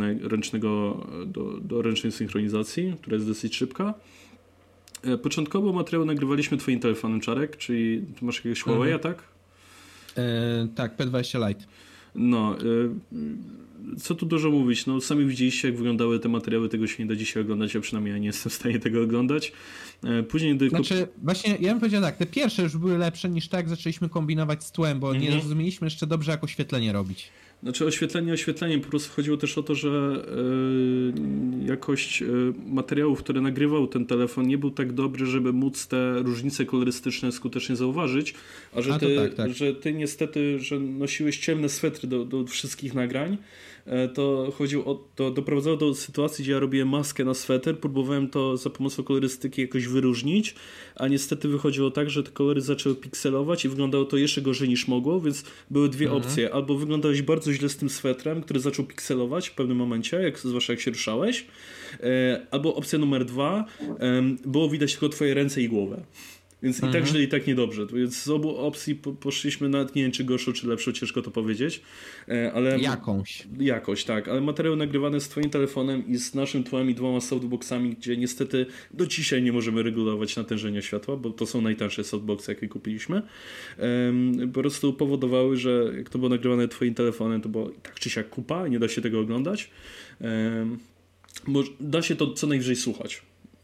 do ręcznej synchronizacji, która jest dosyć szybka. Początkowo materiał nagrywaliśmy twoim telefonem, Czarek, czyli ty masz jakiegoś Huawei'a, tak? Tak, P20 Lite. No, co tu dużo mówić, no sami widzieliście, jak wyglądały te materiały, tego się nie da dzisiaj oglądać, a przynajmniej ja nie jestem w stanie tego oglądać. Później Znaczy, właśnie ja bym powiedział tak, te pierwsze już były lepsze niż tak, zaczęliśmy kombinować z tłem, bo nie rozumieliśmy jeszcze dobrze, jak oświetlenie robić. Znaczy oświetleniem, po prostu chodziło też o to, że jakość materiałów, które nagrywał ten telefon nie był tak dobry, żeby móc te różnice kolorystyczne skutecznie zauważyć, że ty niestety, że nosiłeś ciemne swetry do wszystkich nagrań, to chodziło to doprowadzało do sytuacji, gdzie ja robiłem maskę na sweter, próbowałem to za pomocą kolorystyki jakoś wyróżnić, a niestety wychodziło tak, że te kolory zaczęły pikselować i wyglądało to jeszcze gorzej niż mogło, więc były dwie opcje. Albo wyglądałeś bardzo źle z tym swetrem, który zaczął pikselować w pewnym momencie, zwłaszcza jak się ruszałeś, albo opcja numer 2, było widać tylko twoje ręce i głowę. Więc i tak źle, i tak niedobrze. Więc z obu opcji poszliśmy nawet, nie wiem czy gorszą, czy lepszą, ciężko to powiedzieć. Ale Jakoś, tak. Ale materiały nagrywane z twoim telefonem i z naszym tłem i 2 softboxami, gdzie niestety do dzisiaj nie możemy regulować natężenia światła, bo to są najtańsze softboxy, jakie kupiliśmy. Po prostu powodowały, że jak to było nagrywane twoim telefonem, to było tak czy siak kupa, nie da się tego oglądać. Bo da się to co najwyżej słuchać.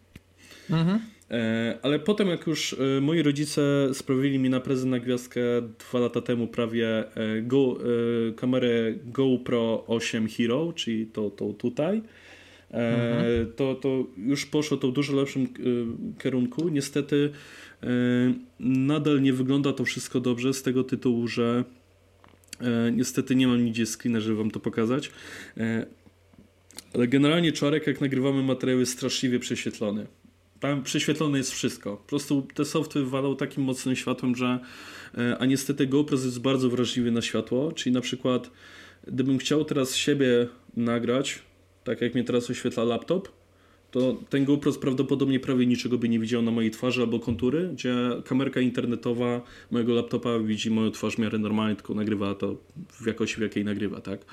Ale potem jak już moi rodzice sprawili mi na prezent na gwiazdkę 2 lata temu prawie kamerę GoPro 8 Hero, czyli to tutaj, to już poszło to w dużo lepszym kierunku. Niestety nadal nie wygląda to wszystko dobrze z tego tytułu, że niestety nie mam nigdzie screena, żeby wam to pokazać. Ale generalnie Czarek, jak nagrywamy materiał, jest straszliwie prześwietlony. Tam prześwietlone jest wszystko. Po prostu te softy walą takim mocnym światłem, że a niestety GoPro jest bardzo wrażliwy na światło, czyli na przykład gdybym chciał teraz siebie nagrać, tak jak mnie teraz oświetla laptop, to ten GoPro prawdopodobnie prawie niczego by nie widział na mojej twarzy albo kontury, gdzie kamerka internetowa mojego laptopa widzi moją twarz w miarę normalnie, tylko nagrywa to w jakości, w jakiej nagrywa, tak?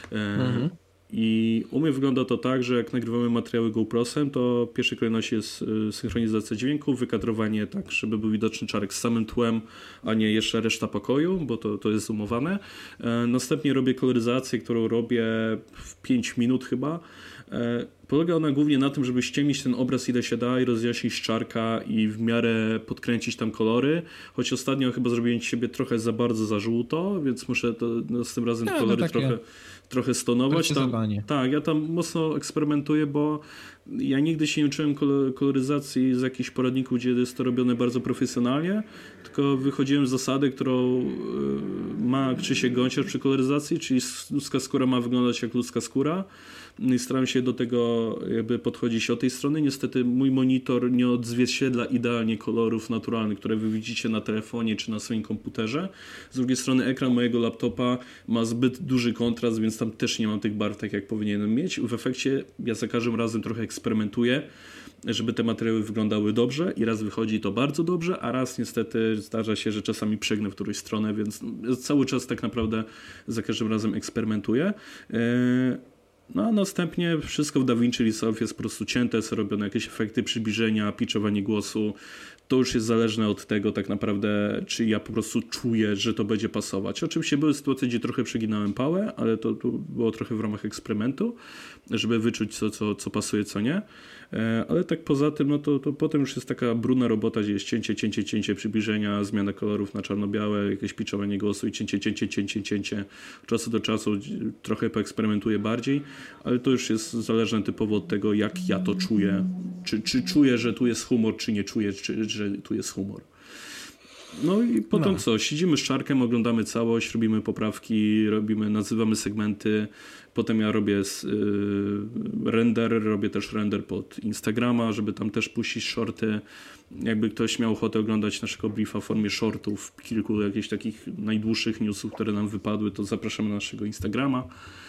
I u mnie wygląda to tak, że jak nagrywamy materiały GoProsem, to w pierwszej kolejności jest synchronizacja dźwięku, wykadrowanie tak, żeby był widoczny Czarek z samym tłem, a nie jeszcze reszta pokoju, bo to jest zoomowane. Następnie robię koloryzację, którą robię w 5 minut chyba. Polega ona głównie na tym, żeby ściemnić ten obraz ile się da i rozjaśnić Czarka i w miarę podkręcić tam kolory, choć ostatnio chyba zrobiłem ci siebie trochę za bardzo za żółto, więc muszę to z tym razem kolory trochę stonować. Tak, ja tam mocno eksperymentuję, bo ja nigdy się nie uczyłem koloryzacji z jakichś poradników, gdzie jest to robione bardzo profesjonalnie, tylko wychodziłem z zasady, którą ma Krzysiek Gąciarz przy koloryzacji, czyli ludzka skóra ma wyglądać jak ludzka skóra. I staram się do tego jakby podchodzić od tej strony. Niestety mój monitor nie odzwierciedla idealnie kolorów naturalnych, które wy widzicie na telefonie czy na swoim komputerze. Z drugiej strony ekran mojego laptopa ma zbyt duży kontrast, więc tam też nie mam tych barw tak jak powinienem mieć. W efekcie ja za każdym razem trochę eksperymentuję, żeby te materiały wyglądały dobrze i raz wychodzi to bardzo dobrze, a raz niestety zdarza się, że czasami przegnę w którąś stronę, więc cały czas tak naprawdę za każdym razem eksperymentuję. No a następnie wszystko w DaVinci Resolve jest po prostu cięte, są robione jakieś efekty przybliżenia, pitchowanie głosu. To już jest zależne od tego tak naprawdę, czy ja po prostu czuję, że to będzie pasować. Oczywiście były sytuacje, gdzie trochę przeginałem pałę, ale to było trochę w ramach eksperymentu, żeby wyczuć co pasuje, co nie. Ale tak poza tym, no to potem już jest taka brudna robota, gdzie jest cięcie przybliżenia, zmiana kolorów na czarno-białe, jakieś pitchowanie głosu i cięcie. Czasu do czasu trochę poeksperymentuję bardziej, ale to już jest zależne typowo od tego, jak ja to czuję. Czy czuję, że tu jest humor, czy nie czuję, że tu jest humor. No i potem co? Siedzimy z Czarkiem, oglądamy całość, robimy poprawki, nazywamy segmenty. Potem ja robię robię też render pod Instagrama, żeby tam też puścić shorty. Jakby ktoś miał ochotę oglądać naszego briefa w formie shortów, kilku jakichś takich najdłuższych newsów, które nam wypadły, to zapraszamy na naszego Instagrama.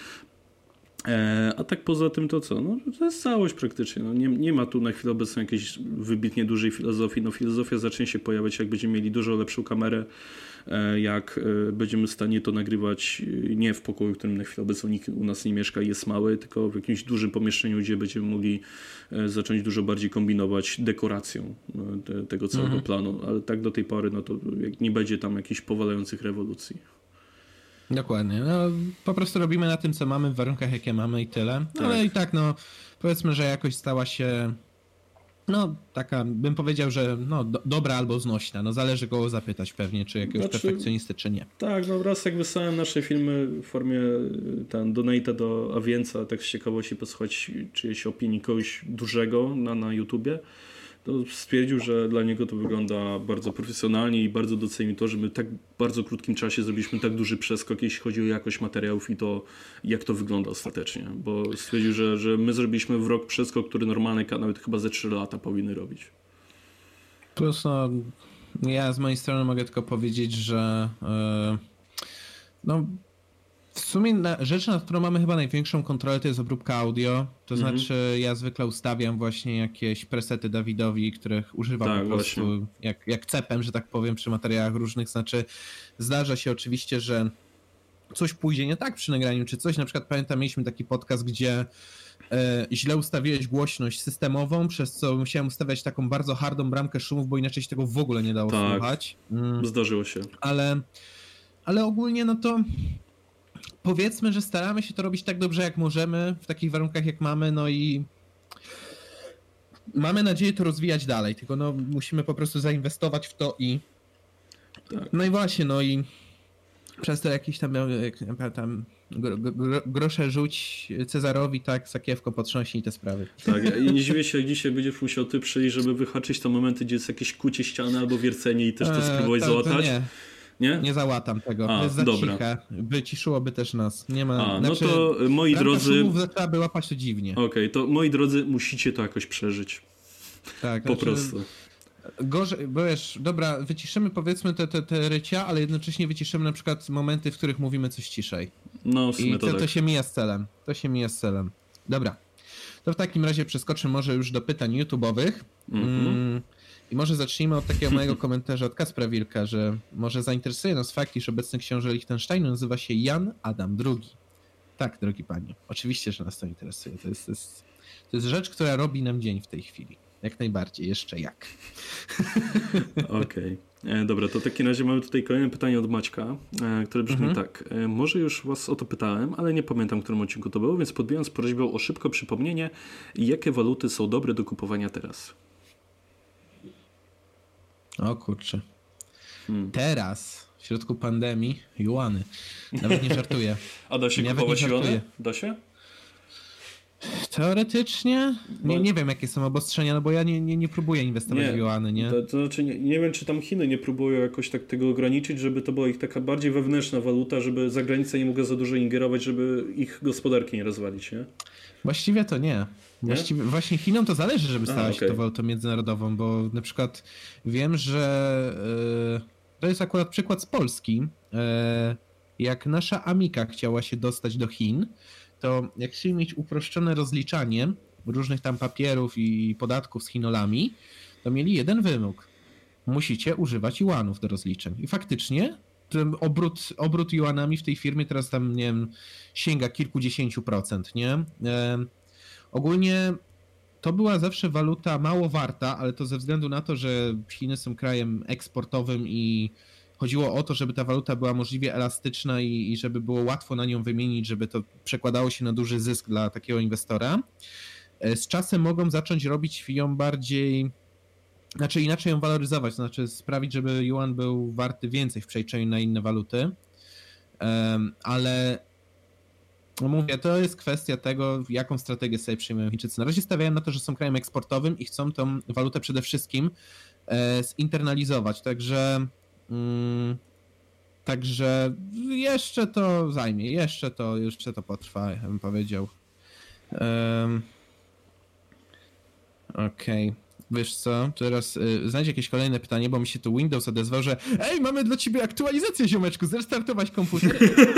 A tak poza tym to co? No, to jest całość praktycznie. No, nie ma tu na chwilę obecną jakiejś wybitnie dużej filozofii. No, filozofia zacznie się pojawiać, jak będziemy mieli dużo lepszą kamerę, jak będziemy w stanie to nagrywać nie w pokoju, w którym na chwilę obecną nikt u nas nie mieszka i jest mały, tylko w jakimś dużym pomieszczeniu, gdzie będziemy mogli zacząć dużo bardziej kombinować dekoracją tego całego planu. Ale tak do tej pory, no to nie będzie tam jakichś powalających rewolucji. Dokładnie. No, po prostu robimy na tym, co mamy, w warunkach, jakie mamy i tyle. Tak. Ale i tak, no, powiedzmy, że jakoś stała się No, taka, bym powiedział, że no, dobra albo znośna. No, zależy kogo zapytać pewnie, czy jakiegoś perfekcjonisty, czy nie. Tak, no raz jak wysłałem nasze filmy w formie donate'a do Awięca, tak z ciekawości posłuchać czyjejś opinii kogoś dużego na YouTubie, to stwierdził, że dla niego to wygląda bardzo profesjonalnie i bardzo docenił to, że my w tak bardzo krótkim czasie zrobiliśmy tak duży przeskok, jeśli chodzi o jakość materiałów i to, jak to wygląda ostatecznie. Bo stwierdził, że my zrobiliśmy w rok przeskok, który normalny kanał chyba ze 3 lata powinny robić. Plus, no, ja z mojej strony mogę tylko powiedzieć, że no, w sumie rzecz, nad którą mamy chyba największą kontrolę, to jest obróbka audio. To znaczy, ja zwykle ustawiam właśnie jakieś presety Dawidowi, których używam tak, po prostu jak cepem, że tak powiem, przy materiałach różnych. Znaczy, zdarza się oczywiście, że coś pójdzie nie tak przy nagraniu, czy coś. Na przykład pamiętam, mieliśmy taki podcast, gdzie źle ustawiłeś głośność systemową, przez co musiałem ustawiać taką bardzo hardą bramkę szumów, bo inaczej się tego w ogóle nie dało słuchać. Zdarzyło się. Ale ogólnie no to powiedzmy, że staramy się to robić tak dobrze jak możemy, w takich warunkach jak mamy, no i mamy nadzieję to rozwijać dalej, tylko no musimy po prostu zainwestować w to i tak. No i właśnie, no i przez to jakiś tam grosze rzuć Cezarowi, tak, sakiewko potrząśnij te sprawy. Tak, i nie dziwię się, jak dzisiaj będziesz musiał ty przyjść, żeby wyhaczyć te momenty, gdzie jest jakieś kucie ściany albo wiercenie i też to spróbować załatać. Nie załatam tego, to jest za ciche. Wyciszyłoby też nas. Nie ma. No to moi drodzy. Zaczęłaby łapać to dziwnie. Okej, to moi drodzy, musicie to jakoś przeżyć. Tak, po prostu. Gorzej, bo wiesz, dobra, wyciszymy powiedzmy te rycia, ale jednocześnie wyciszymy na przykład momenty, w których mówimy coś ciszej. No, w sumie to się mija z celem. To się mija z celem. Dobra. To w takim razie przeskoczę może już do pytań YouTube'owych. I może zacznijmy od takiego mojego komentarza od Kacpra Wilka, że może zainteresuje nas fakt, iż obecny książę Liechtensteinu nazywa się Jan Adam II. Tak, drogi panie, oczywiście, że nas to interesuje. To jest rzecz, która robi nam dzień w tej chwili. Jak najbardziej, jeszcze jak. Okej. Dobra, to w takim razie mamy tutaj kolejne pytanie od Maćka, które brzmi tak. Może już was o to pytałem, ale nie pamiętam, w którym odcinku to było, więc podbijam z prośbą o szybko przypomnienie, jakie waluty są dobre do kupowania teraz. O kurczę. Teraz, w środku pandemii, juany. Nawet nie żartuję. A da się kupować juany? Da się? Teoretycznie? Nie wiem, jakie są obostrzenia, no bo ja nie próbuję inwestować w juany, nie? To znaczy nie wiem, czy tam Chiny nie próbują jakoś tak tego ograniczyć, żeby to była ich taka bardziej wewnętrzna waluta, żeby zagranica nie mogła za dużo ingerować, żeby ich gospodarki nie rozwalić, nie? Właściwie to nie. Właśnie Chinom to zależy, żeby stała się to walutą międzynarodową, bo na przykład wiem, że to jest akurat przykład z Polski. Jak nasza Amica chciała się dostać do Chin, to jak chcieli mieć uproszczone rozliczanie różnych tam papierów i podatków z Chinolami, to mieli jeden wymóg. Musicie używać juanów do rozliczeń. I faktycznie ten obrót juanami w tej firmie teraz tam, nie wiem, sięga kilkudziesięciu procent, nie? Ogólnie to była zawsze waluta mało warta, ale to ze względu na to, że Chiny są krajem eksportowym i chodziło o to, żeby ta waluta była możliwie elastyczna i żeby było łatwo na nią wymienić, żeby to przekładało się na duży zysk dla takiego inwestora. Z czasem mogą zacząć robić ją bardziej, znaczy inaczej ją waloryzować, to znaczy sprawić, żeby yuan był warty więcej w przeliczeniu na inne waluty, ale no mówię, to jest kwestia tego, jaką strategię sobie przyjmują Chińczycy. Na razie stawiają na to, że są krajem eksportowym i chcą tą walutę przede wszystkim zinternalizować, także jeszcze to zajmie, jeszcze to potrwa, ja bym powiedział. Okej. Wiesz co, teraz znajdź jakieś kolejne pytanie, bo mi się tu Windows odezwał, że ej, mamy dla ciebie aktualizację, ziomeczku, zrestartować komputer.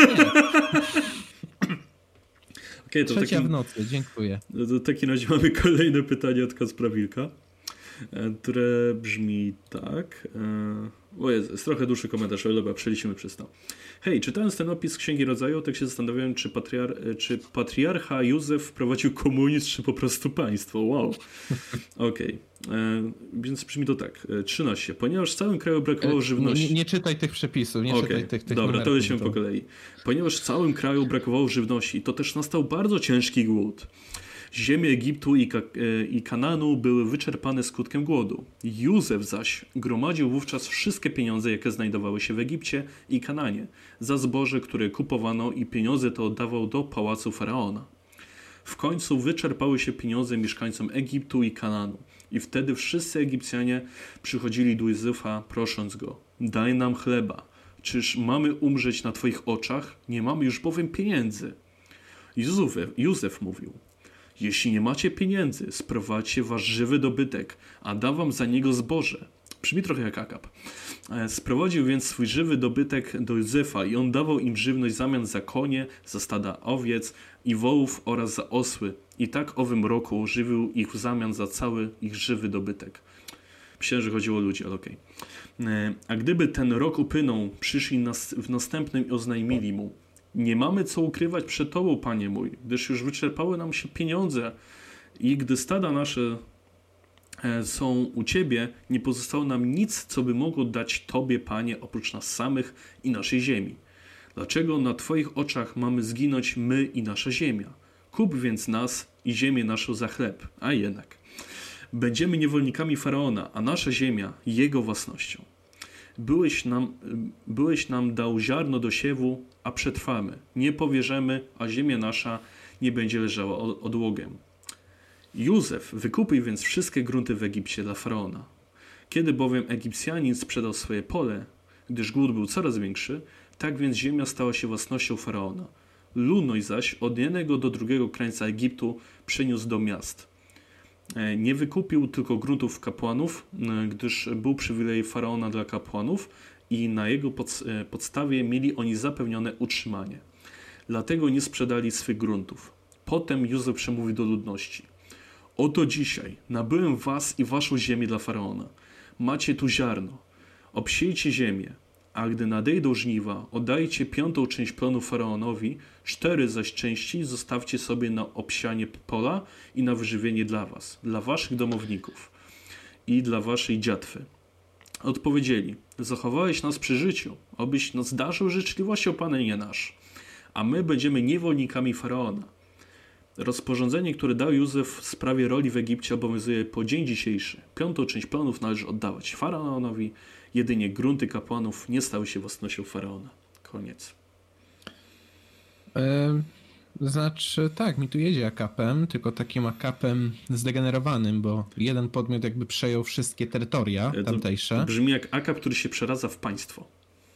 Okay, to Trzecia w nocy, dziękuję. To w takim razie mamy kolejne pytanie od Kacpra Wilka, które brzmi tak. Jest trochę dłuższy komentarz, ale dobra, przelecimy przez to. Hej, czytając ten opis Księgi Rodzaju, tak się zastanawiałem, czy patriarcha Józef wprowadził komunizm, czy po prostu państwo. Wow. Okej. Więc brzmi to tak. 13. Ponieważ w całym kraju brakowało żywności... Nie czytaj tych przepisów, czytaj tych dobra, numerów, to lecimy po kolei. Ponieważ w całym kraju brakowało żywności, to też nastał bardzo ciężki głód. Ziemie Egiptu i Kanaanu były wyczerpane skutkiem głodu. Józef zaś gromadził wówczas wszystkie pieniądze, jakie znajdowały się w Egipcie i Kananie, za zboże, które kupowano i pieniądze to oddawał do pałacu Faraona. W końcu wyczerpały się pieniądze mieszkańcom Egiptu i Kanaanu i wtedy wszyscy Egipcjanie przychodzili do Józefa, prosząc go: daj nam chleba, czyż mamy umrzeć na twoich oczach? Nie mamy już bowiem pieniędzy. Józef mówił: jeśli nie macie pieniędzy, sprowadźcie wasz żywy dobytek, a dam wam za niego zboże. Brzmi trochę jak Akab. Sprowadził więc swój żywy dobytek do Józefa i on dawał im żywność w zamian za konie, za stada owiec i wołów oraz za osły. I tak owym roku żywił ich w zamian za cały ich żywy dobytek. Myślałem, że chodziło o ludzi, ale okej. A gdyby ten rok upłynął, przyszli w następnym i oznajmili mu: nie mamy co ukrywać przed tobą, panie mój, gdyż już wyczerpały nam się pieniądze i gdy stada nasze są u ciebie, nie pozostało nam nic, co by mogło dać tobie, panie, oprócz nas samych i naszej ziemi. Dlaczego na twoich oczach mamy zginąć my i nasza ziemia? Kup więc nas i ziemię naszą za chleb, a jednak będziemy niewolnikami Faraona, a nasza ziemia jego własnością. Byłeś nam dał ziarno do siewu, a przetrwamy. Nie powierzemy, a ziemia nasza nie będzie leżała odłogiem. Józef wykupił więc wszystkie grunty w Egipcie dla Faraona. Kiedy bowiem Egipcjanin sprzedał swoje pole, gdyż głód był coraz większy, tak więc ziemia stała się własnością Faraona. Ludność zaś od jednego do drugiego krańca Egiptu przeniósł do miast. Nie wykupił tylko gruntów kapłanów, gdyż był przywilej Faraona dla kapłanów i na jego podstawie mieli oni zapewnione utrzymanie. Dlatego nie sprzedali swych gruntów. Potem Józef przemówił do ludności: oto dzisiaj nabyłem was i waszą ziemię dla Faraona. Macie tu ziarno. Obsiejcie ziemię, a gdy nadejdą żniwa, oddajcie 5. część plonu Faraonowi, 4 zaś części zostawcie sobie na obsianie pola i na wyżywienie dla was, dla waszych domowników i dla waszej dziatwy. Odpowiedzieli: zachowałeś nas przy życiu, obyś nas darzył życzliwością, Panie nasz, a my będziemy niewolnikami Faraona. Rozporządzenie, które dał Józef w sprawie roli w Egipcie, obowiązuje po dzień dzisiejszy. 5. część plonów należy oddawać Faraonowi, jedynie grunty kapłanów nie stały się własnością Faraona. Koniec. Znaczy, tak, mi tu jedzie akapem, tylko takim akapem zdegenerowanym, bo jeden podmiot jakby przejął wszystkie terytoria tamtejsze. To brzmi jak akap, który się przeradza w państwo.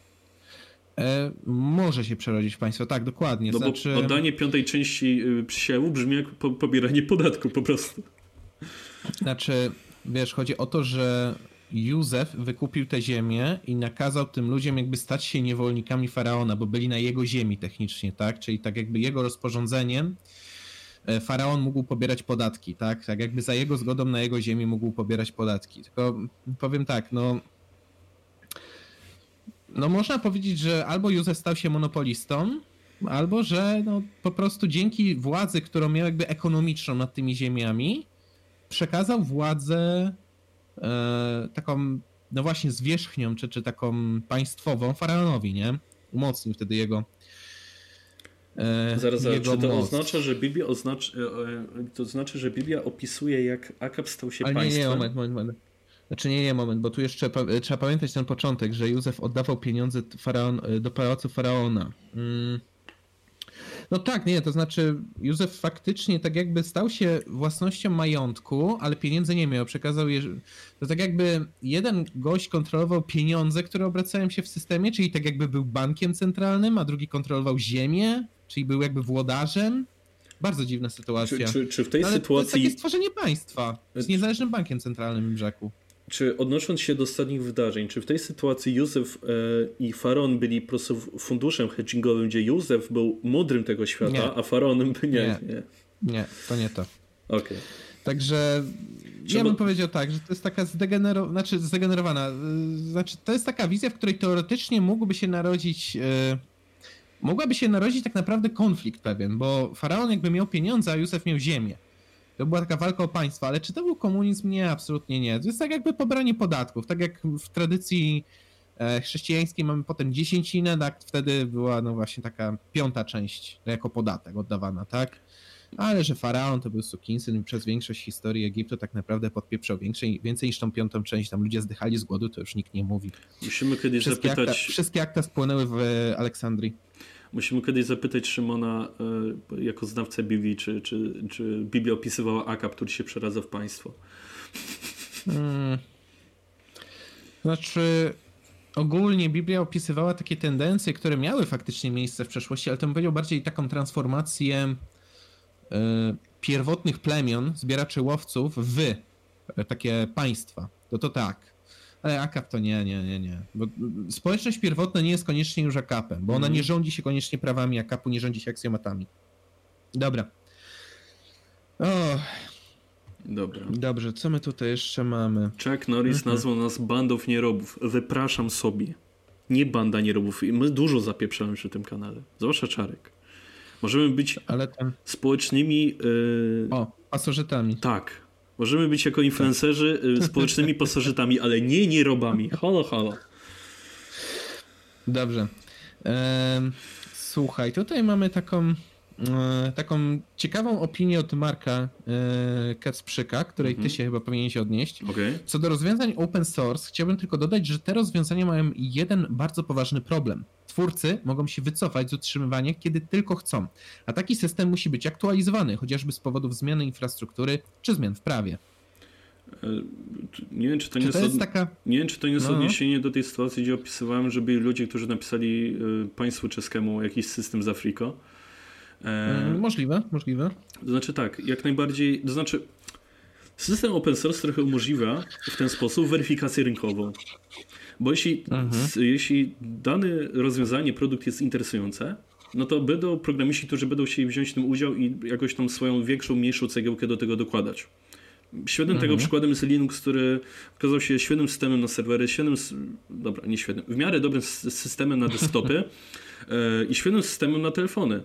Może się przerodzić w państwo, tak, dokładnie. No znaczy... bo oddanie 5. części siewu brzmi jak pobieranie podatku po prostu. Znaczy, wiesz, chodzi o to, że Józef wykupił tę ziemię i nakazał tym ludziom jakby stać się niewolnikami Faraona, bo byli na jego ziemi technicznie, tak? Czyli tak jakby jego rozporządzeniem Faraon mógł pobierać podatki, tak? Tak jakby za jego zgodą na jego ziemi mógł pobierać podatki. Tylko powiem tak, no można powiedzieć, że albo Józef stał się monopolistą, albo że no, po prostu dzięki władzy, którą miał jakby ekonomiczną nad tymi ziemiami, przekazał władzę taką, no właśnie zwierzchnią, czy taką państwową Faraonowi, nie? Umocnił wtedy jego Zaraz, jego czy to moc. oznacza, że Biblia to znaczy, że Biblia opisuje, jak Akab stał się państwem? Ale moment. Znaczy moment, bo tu jeszcze trzeba pamiętać ten początek, że Józef oddawał pieniądze do pałacu Faraona. No tak, to znaczy Józef faktycznie tak jakby stał się własnością majątku, ale pieniędzy nie miał, przekazał je, to tak jakby jeden gość kontrolował pieniądze, które obracają się w systemie, czyli tak jakby był bankiem centralnym, a drugi kontrolował ziemię, czyli był jakby włodarzem. Bardzo dziwna sytuacja. Czy w tej sytuacji... To jest takie stworzenie państwa z niezależnym bankiem centralnym, bym rzekł. Czy odnosząc się do ostatnich wydarzeń, czy w tej sytuacji Józef i Faraon byli po prostu funduszem hedgingowym, gdzie Józef był mądrym tego świata, a Faraonem by nie? Nie, to nie to. Okay. Także ja bym powiedział tak, że to jest taka zdegenerowana. Znaczy, to jest taka wizja, w której teoretycznie mogłaby się narodzić tak naprawdę konflikt pewien, bo Faraon jakby miał pieniądze, a Józef miał ziemię. To była taka walka o państwo, ale czy to był komunizm? Nie, absolutnie nie. To jest tak jakby pobranie podatków. Tak jak w tradycji chrześcijańskiej mamy potem dziesięcinę, tak wtedy była no właśnie taka 5. część jako podatek oddawana, tak? Ale że faraon to był sukinsyn i przez większość historii Egiptu tak naprawdę podpieprzał więcej niż tą piątą część. Tam ludzie zdychali z głodu, to już nikt nie mówi. Musimy kiedyś zapytać... Wszystkie akta spłonęły w Aleksandrii. Musimy kiedyś zapytać Szymona jako znawcę Biblii, czy Biblia opisywała Akab, który się przeradza w państwo. Znaczy, ogólnie Biblia opisywała takie tendencje, które miały faktycznie miejsce w przeszłości, ale to bym powiedział bardziej taką transformację pierwotnych plemion, zbieraczy łowców w takie państwa. To tak. Ale Akab to nie. Bo społeczność pierwotna nie jest koniecznie już Akapem, bo ona nie rządzi się koniecznie prawami Akapu, nie rządzi się aksjomatami. Dobra. Dobra. Dobrze, co my tutaj jeszcze mamy? Chuck Norris nazwał nas bandą nierobów. Wypraszam sobie. Nie banda nierobów. My dużo zapieprzamy przy tym kanale. Zwłaszcza Czarek. Możemy być społecznymi... pasożytami. Tak. Możemy być jako influencerzy społecznymi pasożytami, ale nie nierobami. Halo. Dobrze. Słuchaj, tutaj mamy taką ciekawą opinię od Marka Kacprzyka, której ty się chyba powinieneś odnieść. Okay. Co do rozwiązań open source, chciałbym tylko dodać, że te rozwiązania mają jeden bardzo poważny problem. Twórcy mogą się wycofać z utrzymywania, kiedy tylko chcą, a taki system musi być aktualizowany, chociażby z powodów zmiany infrastruktury czy zmian w prawie. Nie wiem, czy to nie jest odniesienie do tej sytuacji, gdzie opisywałem, że byli ludzie, którzy napisali państwu czeskemu jakiś system z Afriko. Możliwe. To znaczy tak, jak najbardziej, to znaczy system open source trochę umożliwia w ten sposób weryfikację rynkową. Bo jeśli dane rozwiązanie, produkt jest interesujące, no to będą programiści, którzy będą chcieli wziąć w tym udział i jakoś tam swoją większą, mniejszą cegiełkę do tego dokładać. Świetnym tego przykładem jest Linux, który okazał się świetnym systemem na serwery, w miarę dobrym systemem na desktopy i świetnym systemem na telefony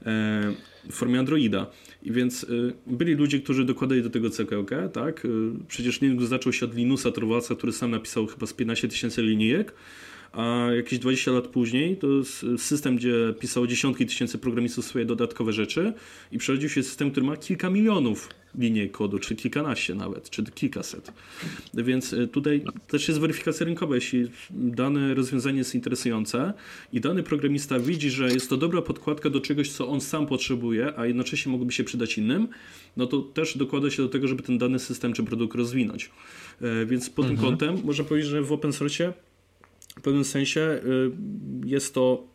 w formie Androida. I więc byli ludzie, którzy dokładali do tego cegiełkę, tak? Przecież Linux zaczął się od Linusa Torvaldsa, który sam napisał chyba z 15 000 linijek, a jakieś 20 lat później to jest system, gdzie pisało dziesiątki tysięcy programistów swoje dodatkowe rzeczy i przerodził się system, który ma kilka milionów linii kodu, czy kilkanaście nawet, czy kilkaset. Więc tutaj też jest weryfikacja rynkowa. Jeśli dane rozwiązanie jest interesujące i dany programista widzi, że jest to dobra podkładka do czegoś, co on sam potrzebuje, a jednocześnie mogłoby się przydać innym, no to też dokłada się do tego, żeby ten dany system czy produkt rozwinąć. Więc pod tym kątem można powiedzieć, że w open source w pewnym sensie jest to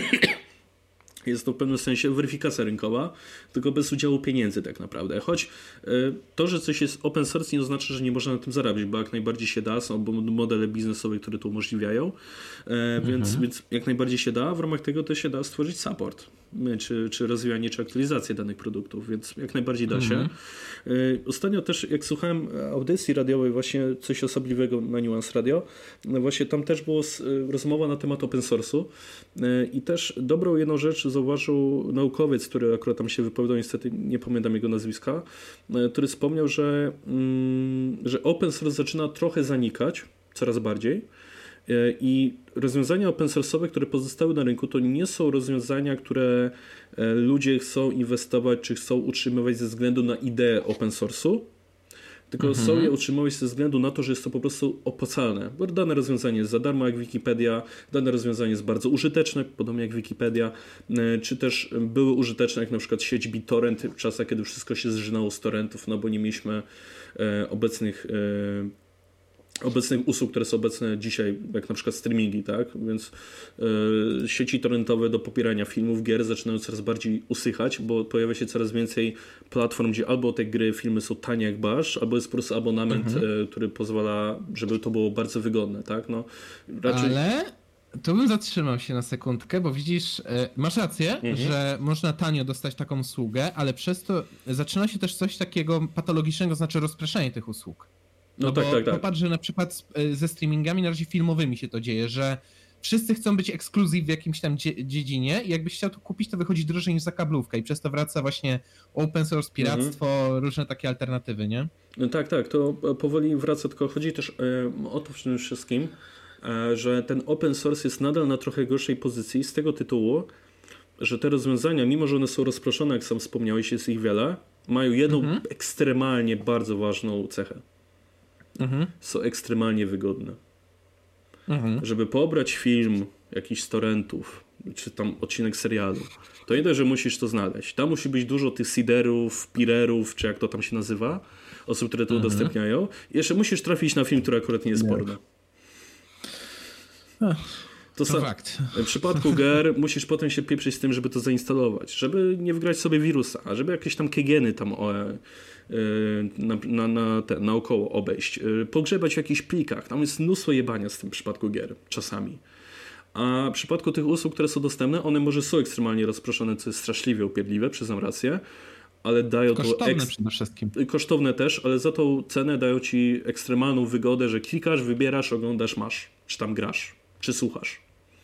w pewnym sensie weryfikacja rynkowa, tylko bez udziału pieniędzy tak naprawdę. Choć to, że coś jest open source nie oznacza, że nie można na tym zarabiać, bo jak najbardziej się da, są modele biznesowe, które to umożliwiają, więc jak najbardziej się da, w ramach tego też się da stworzyć support, czy rozwijanie, czy aktualizację danych produktów, więc jak najbardziej da się. Ostatnio też, jak słuchałem audycji radiowej, właśnie coś osobliwego na Nuance Radio, właśnie tam też była rozmowa na temat open source'u i też dobrą jedną rzecz zauważył naukowiec, który akurat tam się wypowiadał, niestety nie pamiętam jego nazwiska, który wspomniał, że open source zaczyna trochę zanikać, coraz bardziej, i rozwiązania open source'owe, które pozostały na rynku, to nie są rozwiązania, które ludzie chcą inwestować, czy chcą utrzymywać ze względu na ideę open source'u, tylko chcą je utrzymywać ze względu na to, że jest to po prostu opłacalne. Bo dane rozwiązanie jest za darmo jak Wikipedia, dane rozwiązanie jest bardzo użyteczne, podobnie jak Wikipedia, czy też były użyteczne jak na przykład sieć BitTorrent w czasach, kiedy wszystko się zżynało z torrentów, no bo nie mieliśmy obecnych usług, które są obecne dzisiaj, jak na przykład streamingi, tak? Więc sieci torrentowe do pobierania filmów, gier zaczynają coraz bardziej usychać, bo pojawia się coraz więcej platform, gdzie albo te gry, filmy są tanie jak barsz, albo jest po prostu abonament, który pozwala, żeby to było bardzo wygodne, tak? No, raczej... Ale tu bym zatrzymał się na sekundkę, bo widzisz, masz rację, że można tanio dostać taką usługę, ale przez to zaczyna się też coś takiego patologicznego, znaczy rozpraszanie tych usług. No tak. Popatrz, że na przykład ze streamingami na razie filmowymi się to dzieje, że wszyscy chcą być ekskluzyw w jakimś tam dziedzinie i jakbyś chciał to kupić, to wychodzi drożej niż za kablówkę i przez to wraca właśnie open source, piractwo, różne takie alternatywy, nie? No tak, to powoli wraca, tylko chodzi też o to w tym wszystkim, że ten open source jest nadal na trochę gorszej pozycji z tego tytułu, że te rozwiązania, mimo że one są rozproszone, jak sam wspomniałeś, jest ich wiele, mają jedną ekstremalnie bardzo ważną cechę. Są ekstremalnie wygodne. Żeby pobrać film jakiś z torrentów, czy tam odcinek serialu, to nie dość, że musisz to znaleźć. Tam musi być dużo tych seederów, pirerów, czy jak to tam się nazywa, osób, które to udostępniają. I jeszcze musisz trafić na film, który akurat nie jest porno. To fakt. W przypadku gier musisz potem się pieprzyć z tym, żeby to zainstalować, żeby nie wgrać sobie wirusa, a żeby jakieś tam kegieny tam naokoło obejść, pogrzebać w jakichś plikach. Tam jest mnóstwo jebania z tym w przypadku gier czasami. A w przypadku tych usług, które są dostępne, one może są ekstremalnie rozproszone, co jest straszliwie upierdliwe, przyznam rację, ale dają kosztowne przede wszystkim. Kosztowne też, ale za tą cenę dają ci ekstremalną wygodę, że klikasz, wybierasz, oglądasz, masz. Czy tam grasz, czy słuchasz.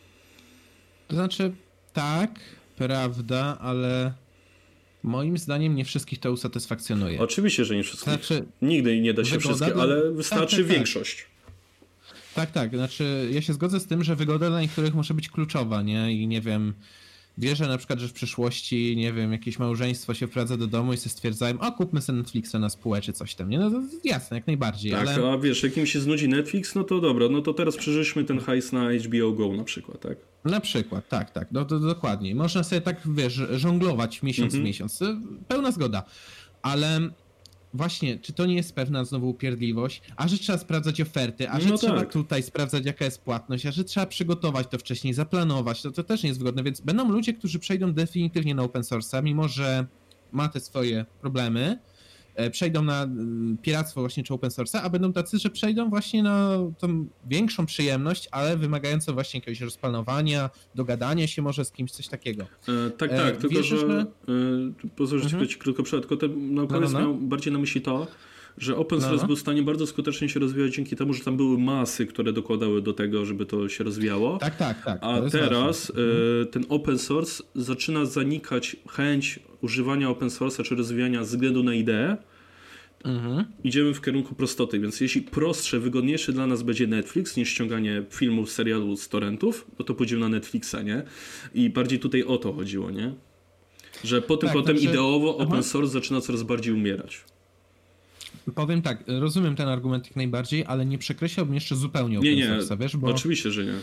To znaczy, tak, prawda, ale moim zdaniem nie wszystkich to usatysfakcjonuje. Oczywiście, że nie wszystkich. Znaczy, nigdy nie da się wszystkich, ale wystarczy większość. Tak. Znaczy, ja się zgodzę z tym, że wygoda dla niektórych może być kluczowa, nie? I nie wiem, wierzę na przykład, że w przyszłości, nie wiem, jakieś małżeństwo się wprowadza do domu i się stwierdzają, kupmy sobie Netflixa na spółę czy coś tam, nie? No to jasne, jak najbardziej, tak, ale... a wiesz, jak im się znudzi Netflix, no to dobra, no to teraz przeżyliśmy ten hajs na HBO Go na przykład, tak? Na przykład, tak, no to dokładnie. Można sobie tak, wiesz, żonglować miesiąc w miesiąc. Pełna zgoda. Ale właśnie, czy to nie jest pewna znowu upierdliwość? A że trzeba sprawdzać oferty, a że trzeba tutaj sprawdzać, jaka jest płatność, a że trzeba przygotować to wcześniej, zaplanować, to też nie jest wygodne. Więc będą ludzie, którzy przejdą definitywnie na open source'a, mimo że ma te swoje problemy, przejdą na piractwo właśnie czy open source'a, a będą tacy, że przejdą właśnie na tą większą przyjemność, ale wymagającą właśnie jakiegoś rozplanowania, dogadania się może z kimś, coś takiego. Tak, tylko że pozwól, że ci krótko przed, tylko ten naukowiec miał bardziej na myśli to, że open source był w stanie bardzo skutecznie się rozwijać dzięki temu, że tam były masy, które dokładały do tego, żeby to się rozwijało. Tak. A teraz ten open source zaczyna zanikać chęć używania open source'a czy rozwijania ze względu na ideę. Idziemy w kierunku prostoty, więc jeśli prostsze, wygodniejsze dla nas będzie Netflix niż ściąganie filmów, serialu z torrentów, no to pójdziemy na Netflixa, nie? I bardziej tutaj o to chodziło, nie? Że po tym potem ideowo open source zaczyna coraz bardziej umierać. Powiem tak, rozumiem ten argument jak najbardziej, ale nie przekreślałbym jeszcze zupełnie open source'a, wiesz? Bo oczywiście, że nie.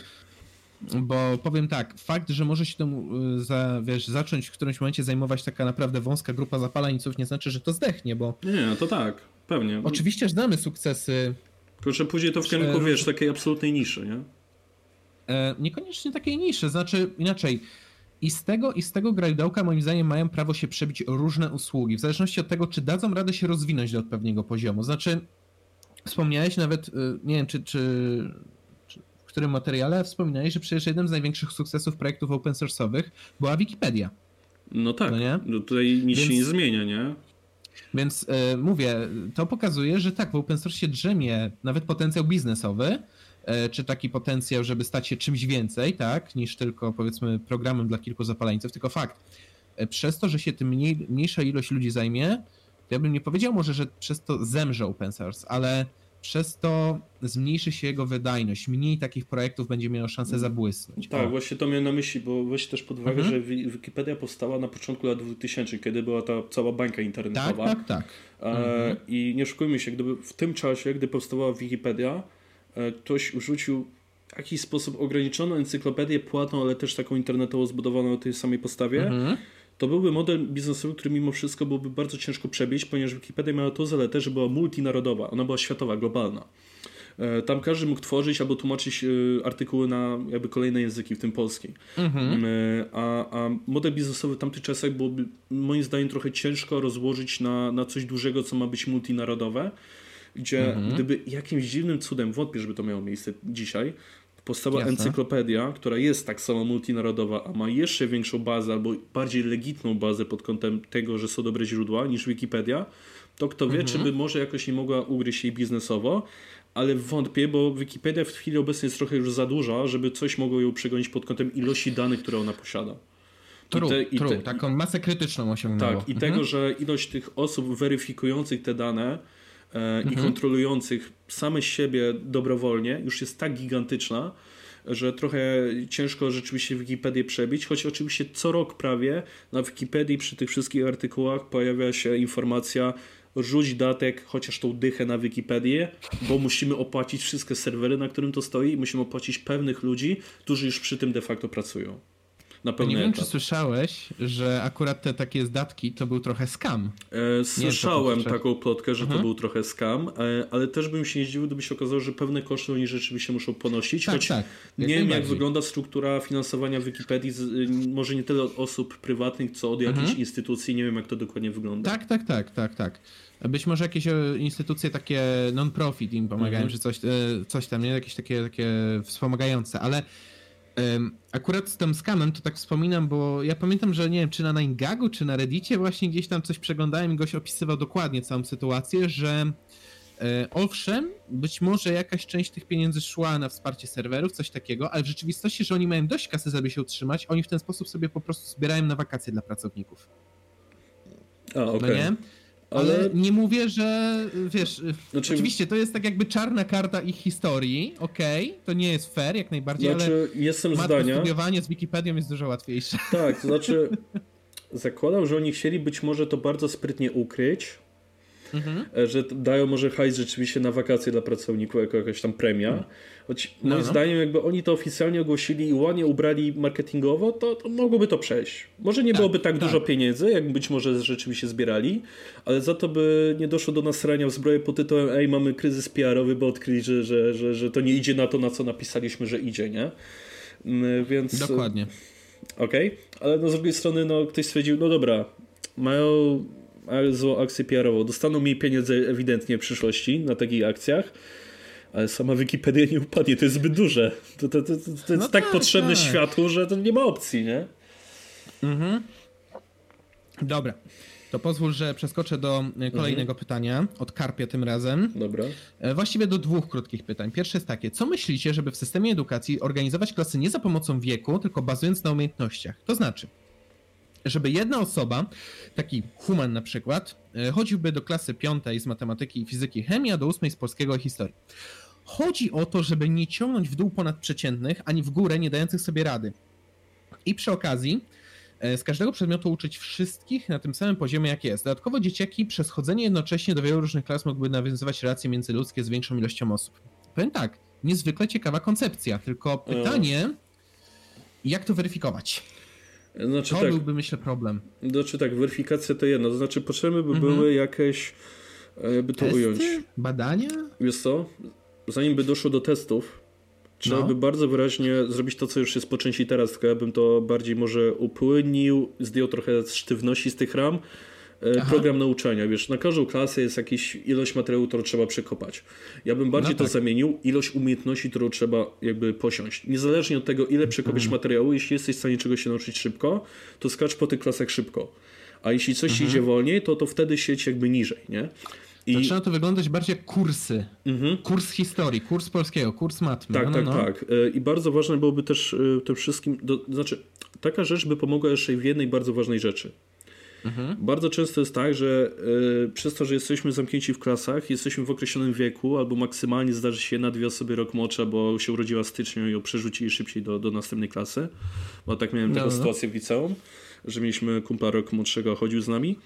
Bo powiem tak, fakt, że może się temu zacząć w którymś momencie zajmować taka naprawdę wąska grupa zapaleńców, nie znaczy, że to zdechnie, bo... Nie, to tak, pewnie. Oczywiście znamy sukcesy... Tylko, że później to w kierunku, wiesz, takiej absolutnej niszy, nie? Niekoniecznie takiej niszy, znaczy inaczej. I z tego grajdołka moim zdaniem mają prawo się przebić różne usługi, w zależności od tego, czy dadzą radę się rozwinąć do odpowiedniego poziomu. Znaczy, wspomniałeś nawet, nie wiem, czy w którym materiale wspominałeś, że przecież jednym z największych sukcesów projektów open source'owych była Wikipedia. No tak, no tutaj nic się nie zmienia, nie? Więc mówię, to pokazuje, że tak, w open source drzemie nawet potencjał biznesowy, czy taki potencjał, żeby stać się czymś więcej, tak, niż tylko powiedzmy programem dla kilku zapaleńców, tylko fakt, przez to, że się tym mniejsza ilość ludzi zajmie, to ja bym nie powiedział może, że przez to zemrze open source, ale przez to zmniejszy się jego wydajność, mniej takich projektów będzie miało szansę zabłysnąć. Tak, właśnie to miałem na myśli, bo weź też pod uwagę, że Wikipedia powstała na początku lat 2000, kiedy była ta cała bańka internetowa. Tak. I nie oszukujmy się, gdyby w tym czasie, gdy powstawała Wikipedia, ktoś urzucił w jakiś sposób ograniczoną encyklopedię płatną, ale też taką internetową zbudowaną na tej samej podstawie, to byłby model biznesowy, który mimo wszystko byłby bardzo ciężko przebić, ponieważ Wikipedia miała tą zaletę, że była multinarodowa, ona była światowa, globalna. Tam każdy mógł tworzyć albo tłumaczyć artykuły na jakby kolejne języki, w tym polski. A model biznesowy w tamtych czasach byłoby moim zdaniem trochę ciężko rozłożyć na coś dużego, co ma być multinarodowe, gdzie gdyby jakimś dziwnym cudem, wątpię, żeby to miało miejsce dzisiaj, powstała encyklopedia, która jest tak samo multinarodowa, a ma jeszcze większą bazę albo bardziej legitną bazę pod kątem tego, że są dobre źródła niż Wikipedia, to kto wie, czy by może jakoś nie mogła ugryźć jej biznesowo, ale wątpię, bo Wikipedia w chwili obecnej jest trochę już za duża, żeby coś mogło ją przegonić pod kątem ilości danych, które ona posiada. Taką masę krytyczną osiągnęło. Tak, i tego, że ilość tych osób weryfikujących te dane i kontrolujących same siebie dobrowolnie już jest tak gigantyczna, że trochę ciężko rzeczywiście Wikipedię przebić, choć oczywiście co rok prawie na Wikipedii przy tych wszystkich artykułach pojawia się informacja: rzuć datek, chociaż tą dychę na Wikipedię, bo musimy opłacić wszystkie serwery, na którym to stoi i musimy opłacić pewnych ludzi, którzy już przy tym de facto pracują. Na pełny nie wiem, etat. czy słyszałeś, że akurat te takie zdatki to był trochę scam. Słyszałem taką plotkę, że to był trochę scam, ale też bym się nie zdziwił, gdyby się okazało, że pewne koszty oni rzeczywiście muszą ponosić, choć nie wiem, jak wygląda struktura finansowania Wikipedii, może nie tyle od osób prywatnych, co od jakichś instytucji, nie wiem, jak to dokładnie wygląda. Tak. Być może jakieś instytucje takie non-profit im pomagają, czy coś tam, nie? Jakieś takie wspomagające, ale akurat z tym scamem to tak wspominam, bo ja pamiętam, że nie wiem, czy na 9gagu, czy na Reddicie właśnie gdzieś tam coś przeglądałem i goś opisywał dokładnie całą sytuację, że owszem, być może jakaś część tych pieniędzy szła na wsparcie serwerów, coś takiego, ale w rzeczywistości, że oni mają dość kasy, żeby się utrzymać, oni w ten sposób sobie po prostu zbierają na wakacje dla pracowników. Okay. No nie? Ale nie mówię, że wiesz, oczywiście to jest tak jakby czarna karta ich historii, to nie jest fair jak najbardziej, ale jestem zdania, studiowanie z Wikipedią jest dużo łatwiejsze. Tak, to znaczy zakładam, że oni chcieli być może to bardzo sprytnie ukryć, że dają może hajs rzeczywiście na wakacje dla pracowników jako jakaś tam premia. Choć moim zdaniem jakby oni to oficjalnie ogłosili i ładnie ubrali marketingowo, to mogłoby to przejść. Może nie byłoby tak dużo pieniędzy, jak być może rzeczywiście zbierali, ale za to by nie doszło do nasrania w zbroję pod tytułem mamy kryzys PR-owy, bo odkryli, że to nie idzie na to, na co napisaliśmy, że idzie, nie? Więc... Dokładnie. Okej, ale z drugiej strony ktoś stwierdził, dobra, mają złą akcję PR-ową, dostaną mniej pieniędzy ewidentnie w przyszłości na takich akcjach, ale sama Wikipedia nie upadnie, to jest zbyt duże. To jest tak potrzebne światu, że to nie ma opcji, nie? Dobra, to pozwól, że przeskoczę do kolejnego pytania, od Karpia tym razem. Dobra. Właściwie do 2 krótkich pytań. Pierwsze jest takie, co myślicie, żeby w systemie edukacji organizować klasy nie za pomocą wieku, tylko bazując na umiejętnościach? To znaczy, żeby jedna osoba, taki human na przykład, chodziłby do klasy 5 z matematyki i fizyki, chemii, a do 8 z polskiego i historii. Chodzi o to, żeby nie ciągnąć w dół ponadprzeciętnych, ani w górę nie dających sobie rady. I przy okazji z każdego przedmiotu uczyć wszystkich na tym samym poziomie, jak jest. Dodatkowo dzieciaki przez chodzenie jednocześnie do wielu różnych klas mogłyby nawiązywać relacje międzyludzkie z większą ilością osób. Powiem tak, niezwykle ciekawa koncepcja, tylko pytanie, jak to weryfikować? Znaczy, to byłby, myślę, problem. Znaczy tak, weryfikacja to jedno, to znaczy potrzeby by były jakieś, jakby to testy? ująć. Badania? Wiesz co, zanim by doszło do testów, trzeba by bardzo wyraźnie zrobić to, co już jest po części teraz, tylko ja bym to bardziej może upłynnił, zdjął trochę sztywności z tych ram. Program nauczania, wiesz, na każdą klasę jest jakaś ilość materiału, którą trzeba przekopać. Ja bym bardziej to zamienił, ilość umiejętności, którą trzeba jakby posiąść. Niezależnie od tego, ile przekopiesz materiału, jeśli jesteś w stanie czegoś się nauczyć szybko, to skacz po tych klasach szybko. A jeśli coś idzie wolniej, to wtedy siedź jakby niżej, nie? Zaczyna to wyglądać bardziej jak kursy. Kurs historii, kurs polskiego, kurs matmy. Tak. I bardzo ważne byłoby też tym wszystkim, znaczy taka rzecz by pomogła jeszcze w jednej bardzo ważnej rzeczy. Bardzo często jest tak, że przez to, że jesteśmy zamknięci w klasach, jesteśmy w określonym wieku, albo maksymalnie zdarzy się 1-2 osoby rok młodsze, bo się urodziła w styczniu i ją przerzucili szybciej do następnej klasy. Bo tak miałem taką sytuację w liceum, że mieliśmy kumpla rok młodszego, chodził z nami.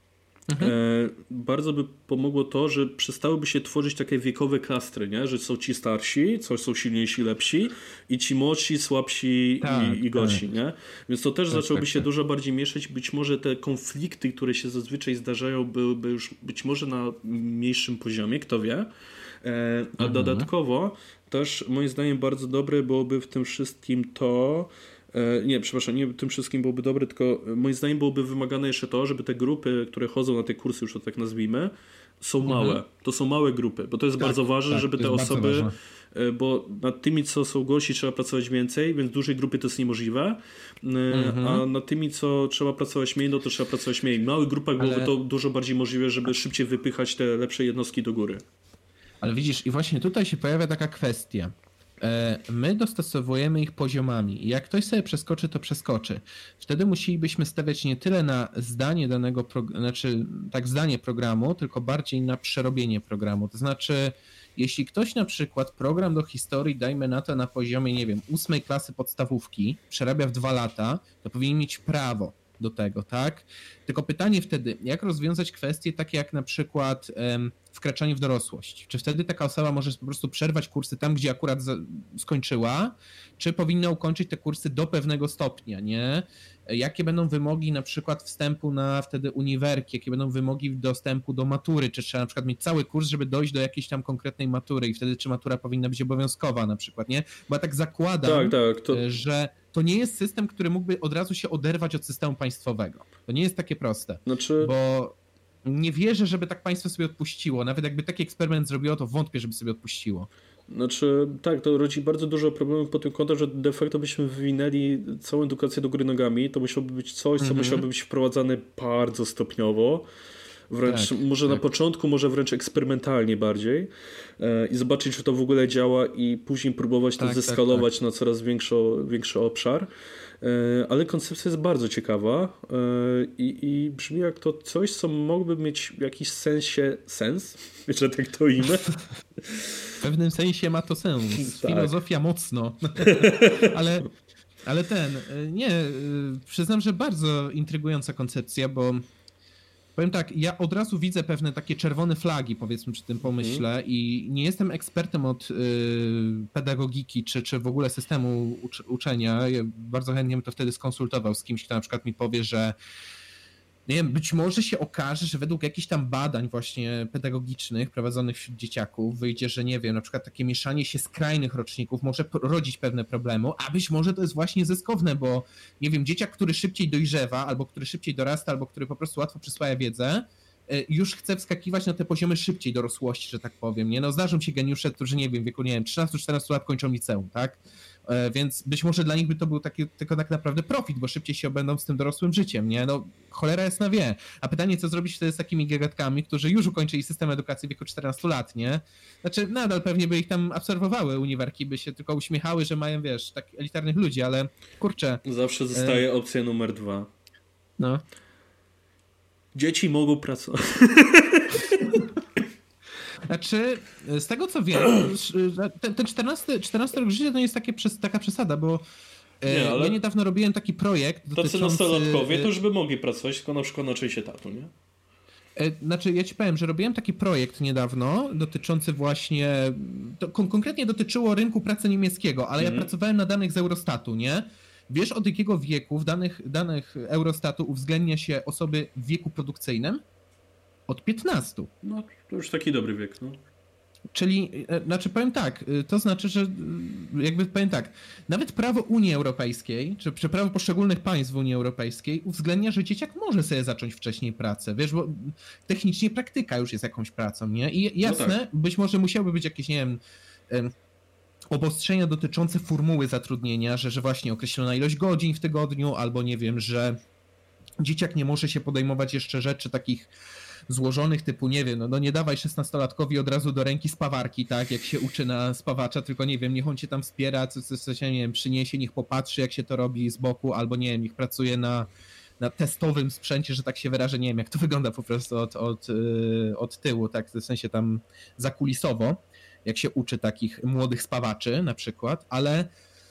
Bardzo by pomogło to, że przestałyby się tworzyć takie wiekowe klastry, nie? Że są ci starsi, są silniejsi, lepsi i ci młodsi, słabsi i gorsi. Nie? Więc to też zaczęłoby się dużo bardziej mieszać. Być może te konflikty, które się zazwyczaj zdarzają, byłyby już być może na mniejszym poziomie, kto wie. A dodatkowo też moim zdaniem bardzo dobre byłoby w tym wszystkim to, nie tym wszystkim byłoby dobre, tylko moim zdaniem byłoby wymagane jeszcze to, żeby te grupy, które chodzą na te kursy, już to tak nazwijmy, są małe. To są małe grupy, bo to jest bardzo ważne, żeby te osoby, bo nad tymi, co są gorsi, trzeba pracować więcej, więc w dużej grupie to jest niemożliwe, a nad tymi, co trzeba pracować mniej, to trzeba pracować mniej. W małych grupach byłoby to dużo bardziej możliwe, żeby szybciej wypychać te lepsze jednostki do góry. Ale widzisz, i właśnie tutaj się pojawia taka kwestia. My dostosowujemy ich poziomami i jak ktoś sobie przeskoczy, to przeskoczy. Wtedy musielibyśmy stawiać nie tyle na zdanie danego zdanie programu, tylko bardziej na przerobienie programu. To znaczy, jeśli ktoś na przykład program do historii, dajmy na to na poziomie, nie wiem, 8 klasy podstawówki, przerabia w 2 lata, to powinien mieć prawo do tego, tak? Tylko pytanie wtedy, jak rozwiązać kwestie takie jak na przykład wkraczanie w dorosłość? Czy wtedy taka osoba może po prostu przerwać kursy tam, gdzie akurat skończyła, czy powinna ukończyć te kursy do pewnego stopnia, nie? Jakie będą wymogi na przykład wstępu na wtedy uniwerki, jakie będą wymogi dostępu do matury, czy trzeba na przykład mieć cały kurs, żeby dojść do jakiejś tam konkretnej matury i wtedy czy matura powinna być obowiązkowa na przykład, nie? Bo ja tak zakładam, że to nie jest system, który mógłby od razu się oderwać od systemu państwowego. To nie jest takie proste, bo nie wierzę, żeby tak państwo sobie odpuściło. Nawet jakby taki eksperyment zrobiło, to wątpię, żeby sobie odpuściło. Tak, to rodzi bardzo dużo problemów pod tym kątem, że de facto byśmy wywinęli całą edukację do góry nogami. To musiałoby być coś, co musiałoby być wprowadzane bardzo stopniowo. Wręcz na początku, może wręcz eksperymentalnie bardziej i zobaczyć, czy to w ogóle działa i później próbować to zeskalować na coraz większy obszar. Ale koncepcja jest bardzo ciekawa i brzmi jak to coś, co mogłoby mieć w jakimś sensie sens, że tak to imię. W pewnym sensie ma to sens. Filozofia mocno. Ale przyznam, że bardzo intrygująca koncepcja, bo powiem tak, ja od razu widzę pewne takie czerwone flagi, powiedzmy, przy tym pomyśle i nie jestem ekspertem od pedagogiki czy w ogóle systemu uczenia. Ja bardzo chętnie bym to wtedy skonsultował z kimś, kto na przykład mi powie, że nie wiem, być może się okaże, że według jakichś tam badań właśnie pedagogicznych prowadzonych wśród dzieciaków wyjdzie, że nie wiem, na przykład takie mieszanie się skrajnych roczników może rodzić pewne problemy, a być może to jest właśnie zyskowne, bo nie wiem, dzieciak, który szybciej dojrzewa, albo który szybciej dorasta, albo który po prostu łatwo przyswaja wiedzę, już chce wskakiwać na te poziomy szybciej dorosłości, że tak powiem, nie? No zdarzą się geniusze, którzy nie wiem, w wieku, nie wiem, 13-14 lat kończą liceum, tak? Więc być może dla nich by to był taki tylko tak naprawdę profit, bo szybciej się obędą z tym dorosłym życiem, nie? No cholera jasna wie. A pytanie, co zrobić wtedy z takimi gagatkami, którzy już ukończyli system edukacji w wieku 14 lat, nie? Znaczy nadal pewnie by ich tam absorbowały uniwerki, by się tylko uśmiechały, że mają, wiesz, tak elitarnych ludzi, ale kurczę. Zawsze zostaje opcja numer 2. No. Dzieci mogą pracować. Znaczy, z tego co wiem, ten 14 rok życia to nie jest taka przesada, bo ja niedawno robiłem taki projekt dotyczący... Tacy nastolatkowie to już by mogli pracować, tylko na przykład na część etatu, nie? Znaczy, ja ci powiem, że robiłem taki projekt niedawno dotyczący właśnie... Konkretnie dotyczyło rynku pracy niemieckiego, ale ja pracowałem na danych z Eurostatu, nie? Wiesz, od jakiego wieku w danych Eurostatu uwzględnia się osoby w wieku produkcyjnym? Od 15. No, to już taki dobry wiek, no. Czyli, znaczy powiem tak, to znaczy, że jakby powiem tak, nawet prawo Unii Europejskiej, czy prawo poszczególnych państw w Unii Europejskiej uwzględnia, że dzieciak może sobie zacząć wcześniej pracę, wiesz, bo technicznie praktyka już jest jakąś pracą, nie? I jasne, no tak. Być może musiałyby być jakieś, nie wiem, obostrzenia dotyczące formuły zatrudnienia, że właśnie określona ilość godzin w tygodniu, albo nie wiem, że dzieciak nie może się podejmować jeszcze rzeczy takich złożonych typu, nie wiem, no nie dawaj 16-latkowi od razu do ręki spawarki, tak, jak się uczy na spawacza, tylko nie wiem, niech on cię tam wspiera, coś nie wiem, przyniesie, niech popatrzy, jak się to robi z boku, albo nie wiem, niech pracuje na testowym sprzęcie, że tak się wyrażę, nie wiem, jak to wygląda po prostu od tyłu, tak, w sensie tam zakulisowo, jak się uczy takich młodych spawaczy na przykład, ale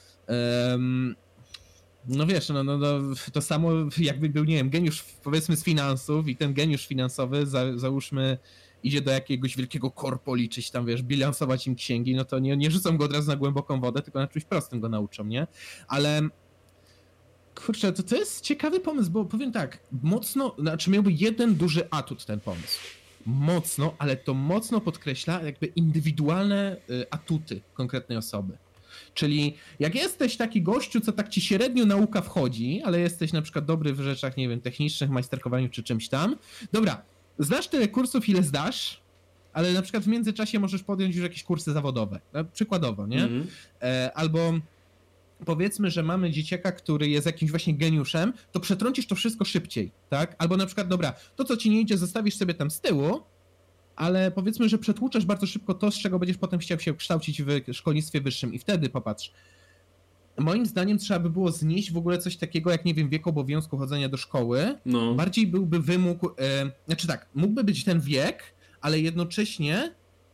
no wiesz, no, to samo jakby był, nie wiem, geniusz powiedzmy z finansów i ten geniusz finansowy, załóżmy, idzie do jakiegoś wielkiego korpo liczyć tam, wiesz, bilansować im księgi, no to nie rzucą go od razu na głęboką wodę, tylko na czymś prostym go nauczą, nie? Ale kurczę, to jest ciekawy pomysł, bo powiem tak, miałby jeden duży atut ten pomysł. Mocno, ale to mocno podkreśla jakby indywidualne atuty konkretnej osoby. Czyli jak jesteś taki gościu, co tak ci średnio nauka wchodzi, ale jesteś na przykład dobry w rzeczach, nie wiem, technicznych, majsterkowaniu czy czymś tam, dobra, zdasz tyle kursów, ile zdasz, ale na przykład w międzyczasie możesz podjąć już jakieś kursy zawodowe, przykładowo, nie? Albo powiedzmy, że mamy dzieciaka, który jest jakimś właśnie geniuszem, to przetrącisz to wszystko szybciej, tak? Albo na przykład, dobra, to co ci nie idzie, zostawisz sobie tam z tyłu, ale powiedzmy, że przetłuczasz bardzo szybko to, z czego będziesz potem chciał się kształcić w szkolnictwie wyższym i wtedy popatrz. Moim zdaniem trzeba by było znieść w ogóle coś takiego jak, nie wiem, wiek obowiązku chodzenia do szkoły. No. Bardziej byłby wymóg, znaczy tak, mógłby być ten wiek, ale jednocześnie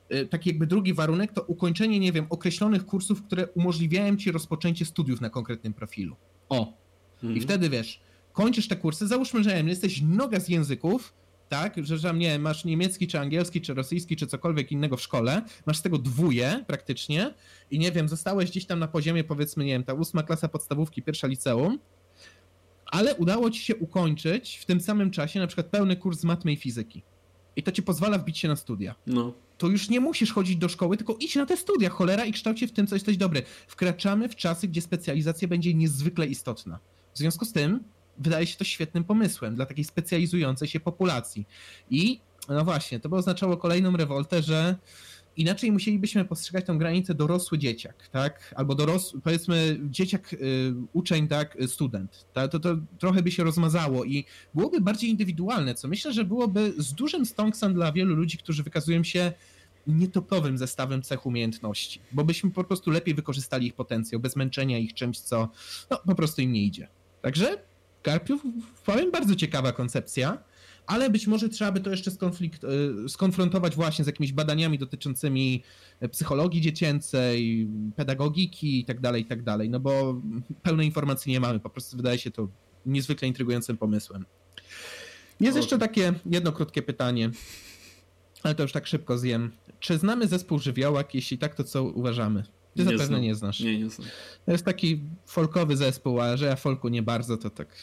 taki jakby drugi warunek to ukończenie, nie wiem, określonych kursów, które umożliwiają ci rozpoczęcie studiów na konkretnym profilu. I wtedy wiesz, kończysz te kursy, załóżmy, że jesteś noga z języków, tak, że tam nie masz niemiecki, czy angielski, czy rosyjski, czy cokolwiek innego w szkole, masz z tego 2 praktycznie i nie wiem, zostałeś gdzieś tam na poziomie, powiedzmy, nie wiem, ta 8 klasa podstawówki, 1 liceum, ale udało ci się ukończyć w tym samym czasie na przykład pełny kurs z matmy i fizyki. I to ci pozwala wbić się na studia. No. To już nie musisz chodzić do szkoły, tylko idź na te studia, cholera, i kształć się w tym, co jesteś dobry. Wkraczamy w czasy, gdzie specjalizacja będzie niezwykle istotna. W związku z tym wydaje się to świetnym pomysłem dla takiej specjalizującej się populacji. I no właśnie, to by oznaczało kolejną rewoltę, że inaczej musielibyśmy postrzegać tą granicę dorosły dzieciak, tak? Albo dorosły, powiedzmy, dzieciak, uczeń, tak, student. To trochę by się rozmazało i byłoby bardziej indywidualne, co myślę, że byłoby z dużym stonksem dla wielu ludzi, którzy wykazują się nietopowym zestawem cech umiejętności, bo byśmy po prostu lepiej wykorzystali ich potencjał, bez męczenia ich czymś, co no, po prostu im nie idzie. Także Karpiów, powiem, bardzo ciekawa koncepcja, ale być może trzeba by to jeszcze skonfrontować właśnie z jakimiś badaniami dotyczącymi psychologii dziecięcej, pedagogiki i tak dalej, no bo pełnej informacji nie mamy, po prostu wydaje się to niezwykle intrygującym pomysłem. Jest jeszcze takie jedno krótkie pytanie, ale to już tak szybko zjem. Czy znamy zespół Żywiołak? Jeśli tak, to co uważamy? Ty Nie zapewne znam. nie znasz. Nie znam. To jest taki folkowy zespół, a że ja folku nie bardzo, to tak...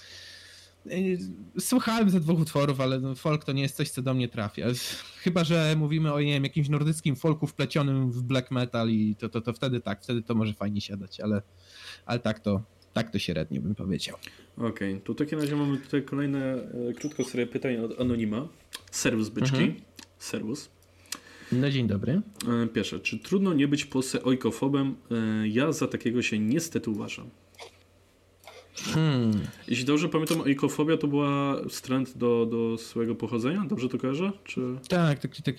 Słuchałem ze 2 utworów, ale folk to nie jest coś, co do mnie trafia. Chyba że mówimy o, nie wiem, jakimś nordyckim folku wplecionym w black metal i to wtedy to może fajnie siadać, ale tak to średnio bym powiedział. Okej, to w takim razie mamy tutaj kolejne krótką serię pytań od Anonima. Serwus byczki. Serwus. No dzień dobry. Pierwsze, czy trudno nie być w Polsce ojkofobem? Ja za takiego się niestety uważam. Jeśli dobrze pamiętam, ojkofobia to była wstręt do swojego pochodzenia? Dobrze to kojarzę? Czy... Tak,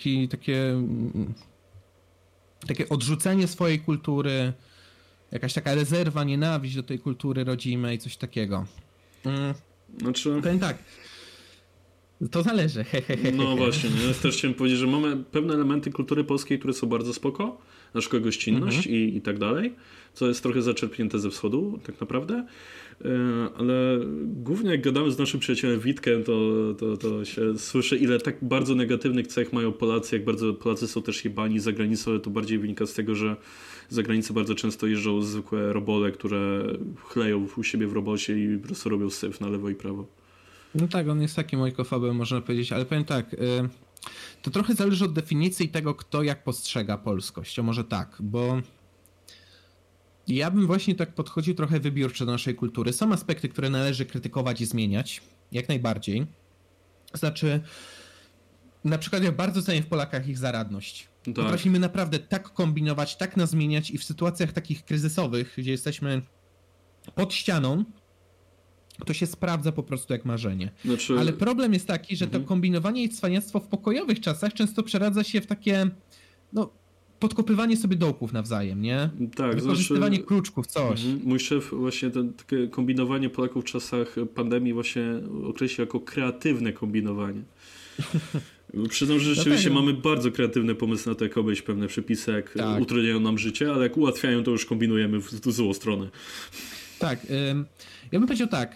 takie odrzucenie swojej kultury, jakaś taka rezerwa, nienawiść do tej kultury rodzimej, coś takiego. Znaczy... Powiem tak, to zależy. No właśnie, ja też chciałem powiedzieć, że mamy pewne elementy kultury polskiej, które są bardzo spoko, na przykład gościnność i tak dalej, co jest trochę zaczerpnięte ze wschodu tak naprawdę, ale głównie jak gadamy z naszym przyjacielem Witkiem, to się słyszy, ile tak bardzo negatywnych cech mają Polacy, jak bardzo Polacy są też jebani za granicą, ale to bardziej wynika z tego, że za granicę bardzo często jeżdżą zwykłe robole, które chleją u siebie w robocie i po prostu robią syf na lewo i prawo. No tak, on jest takim ojkofobem, można powiedzieć, ale powiem tak, to trochę zależy od definicji tego, kto jak postrzega polskość, a może tak, bo ja bym właśnie tak podchodził trochę wybiórczo do naszej kultury. Są aspekty, które należy krytykować i zmieniać, jak najbardziej. Znaczy, na przykład ja bardzo cenię w Polakach ich zaradność. Tak. Potrafimy naprawdę tak kombinować, tak nas zmieniać i w sytuacjach takich kryzysowych, gdzie jesteśmy pod ścianą, to się sprawdza po prostu jak marzenie. Znaczy... Ale problem jest taki, że to kombinowanie i cwaniactwo w pokojowych czasach często przeradza się w takie, no, podkopywanie sobie dołków nawzajem, nie? Tak, wykorzystywanie kruczków, coś. Mój szef właśnie takie kombinowanie Polaków w czasach pandemii właśnie określił jako kreatywne kombinowanie. Przyznam, że rzeczywiście mamy bardzo kreatywne pomysły na to, jak obejść pewne przepisy, jak utrudniają nam życie, ale jak ułatwiają, to już kombinujemy w złą stronę. Tak, ja bym powiedział tak.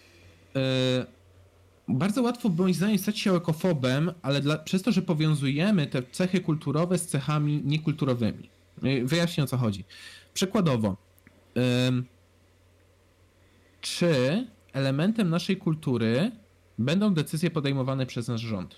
Bardzo łatwo moim zdaniem stać się ekofobem, ale przez to, że powiązujemy te cechy kulturowe z cechami niekulturowymi. Wyjaśnię, o co chodzi. Przykładowo, czy elementem naszej kultury będą decyzje podejmowane przez nasz rząd?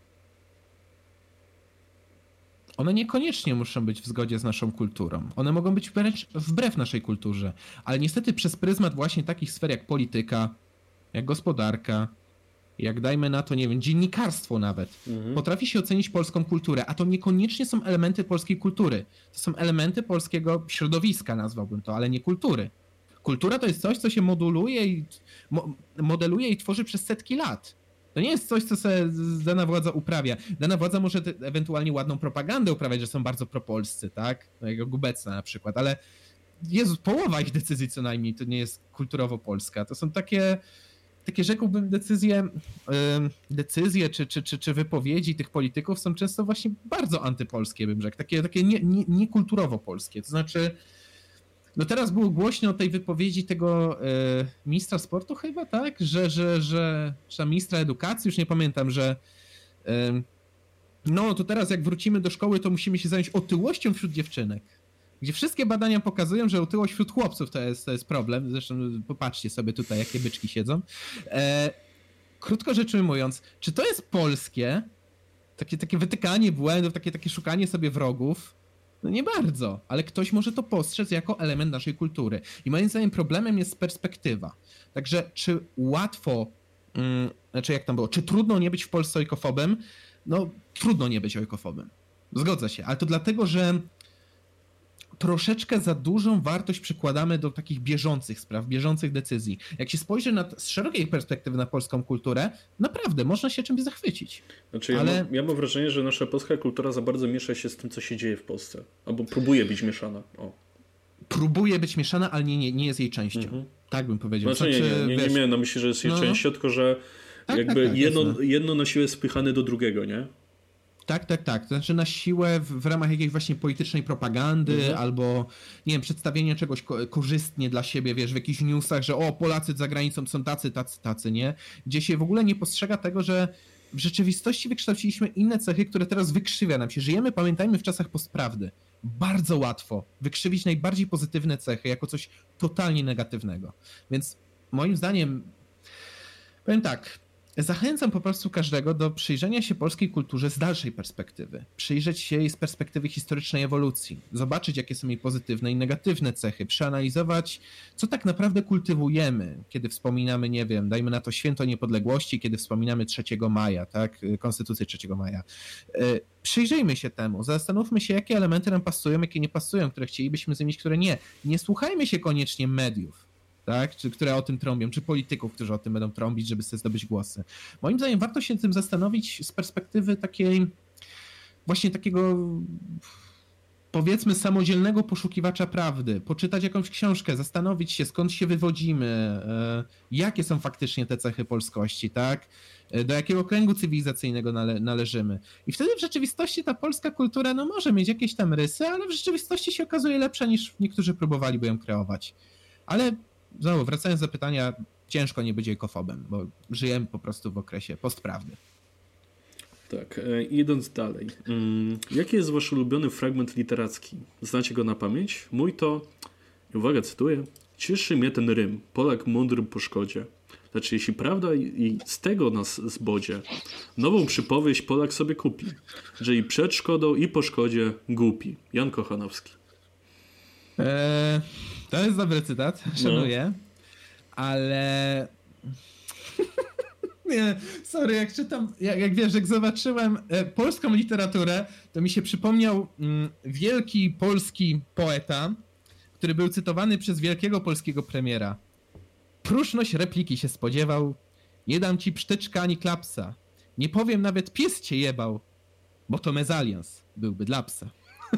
One niekoniecznie muszą być w zgodzie z naszą kulturą. One mogą być wręcz wbrew naszej kulturze. Ale niestety przez pryzmat właśnie takich sfer jak polityka, jak gospodarka, jak dajmy na to, nie wiem, dziennikarstwo nawet, potrafi się ocenić polską kulturę, a to niekoniecznie są elementy polskiej kultury. To są elementy polskiego środowiska, nazwałbym to, ale nie kultury. Kultura to jest coś, co się modeluje i tworzy przez setki lat. To nie jest coś, co sobie dana władza uprawia. Dana władza może ewentualnie ładną propagandę uprawiać, że są bardzo propolscy, tak? Jak Gubecna na przykład, ale połowa ich decyzji co najmniej to nie jest kulturowo polska. To są takie takie rzekłbym decyzje czy wypowiedzi tych polityków są często właśnie bardzo antypolskie, bym rzekł, takie niekulturowo polskie, to znaczy no teraz było głośno o tej wypowiedzi tego ministra sportu chyba, tak, czy tam ministra edukacji, już nie pamiętam, że no to teraz jak wrócimy do szkoły, to musimy się zająć otyłością wśród dziewczynek. Gdzie wszystkie badania pokazują, że otyłość wśród chłopców to jest problem. Zresztą popatrzcie sobie tutaj, jakie byczki siedzą. Krótko rzecz ujmując, czy to jest polskie? Takie wytykanie błędów, takie szukanie sobie wrogów? No nie bardzo, ale ktoś może to postrzec jako element naszej kultury. I moim zdaniem problemem jest perspektywa. Także czy łatwo, znaczy jak tam było, czy trudno nie być w Polsce ojkofobem? No trudno nie być ojkofobem. Zgodzę się, ale to dlatego, że troszeczkę za dużą wartość przykładamy do takich bieżących spraw, bieżących decyzji. Jak się spojrzy z szerokiej perspektywy na polską kulturę, naprawdę można się czymś zachwycić. Znaczy, ja mam wrażenie, że nasza polska kultura za bardzo miesza się z tym, co się dzieje w Polsce. Albo próbuje być mieszana. Próbuje być mieszana, ale nie jest jej częścią. Tak bym powiedział. Znaczy, nie miałem na myśli, że jest jej częścią, tylko że jakby jedno na siłę spychane do drugiego, nie? Tak. To znaczy na siłę w ramach jakiejś właśnie politycznej propagandy albo, nie wiem, przedstawienia czegoś korzystnie dla siebie, wiesz, w jakichś newsach, że Polacy za granicą są tacy, nie? Gdzie się w ogóle nie postrzega tego, że w rzeczywistości wykształciliśmy inne cechy, które teraz wykrzywia nam się. Żyjemy, pamiętajmy, w czasach postprawdy. Bardzo łatwo wykrzywić najbardziej pozytywne cechy jako coś totalnie negatywnego. Więc moim zdaniem, powiem tak, zachęcam po prostu każdego do przyjrzenia się polskiej kulturze z dalszej perspektywy. Przyjrzeć się jej z perspektywy historycznej ewolucji. Zobaczyć, jakie są jej pozytywne i negatywne cechy. Przeanalizować, co tak naprawdę kultywujemy, kiedy wspominamy, nie wiem, dajmy na to Święto Niepodległości, kiedy wspominamy 3 maja, tak? Konstytucję 3 maja. Przyjrzyjmy się temu. Zastanówmy się, jakie elementy nam pasują, jakie nie pasują, które chcielibyśmy zmienić, które nie. Nie słuchajmy się koniecznie mediów, tak? Które o tym trąbią, czy polityków, którzy o tym będą trąbić, żeby sobie zdobyć głosy. Moim zdaniem warto się tym zastanowić z perspektywy takiej, właśnie takiego, powiedzmy, samodzielnego poszukiwacza prawdy, poczytać jakąś książkę, zastanowić się, skąd się wywodzimy, jakie są faktycznie te cechy polskości, tak? Do jakiego kręgu cywilizacyjnego należymy. I wtedy w rzeczywistości ta polska kultura no może mieć jakieś tam rysy, ale w rzeczywistości się okazuje lepsza, niż niektórzy próbowaliby ją kreować. Ale znowu, wracając do pytania, ciężko nie być ojkofobem, bo żyjemy po prostu w okresie postprawdy. Tak, idąc dalej. Jaki jest wasz ulubiony fragment literacki? Znacie go na pamięć? Mój to, uwaga, cytuję: cieszy mnie ten rym, Polak mądry po szkodzie. Znaczy, jeśli prawda i z tego nas zbodzie, nową przypowieść Polak sobie kupi, że i przed szkodą i po szkodzie głupi. Jan Kochanowski. To jest dobry cytat, szanuję, ale nie, sorry, jak czytam, jak wiesz, jak zobaczyłem polską literaturę, to mi się przypomniał wielki polski poeta, który był cytowany przez wielkiego polskiego premiera. Próżność repliki się spodziewał, nie dam ci psztyczka ani klapsa, nie powiem nawet pies cię jebał, bo to mezalians byłby dla psa.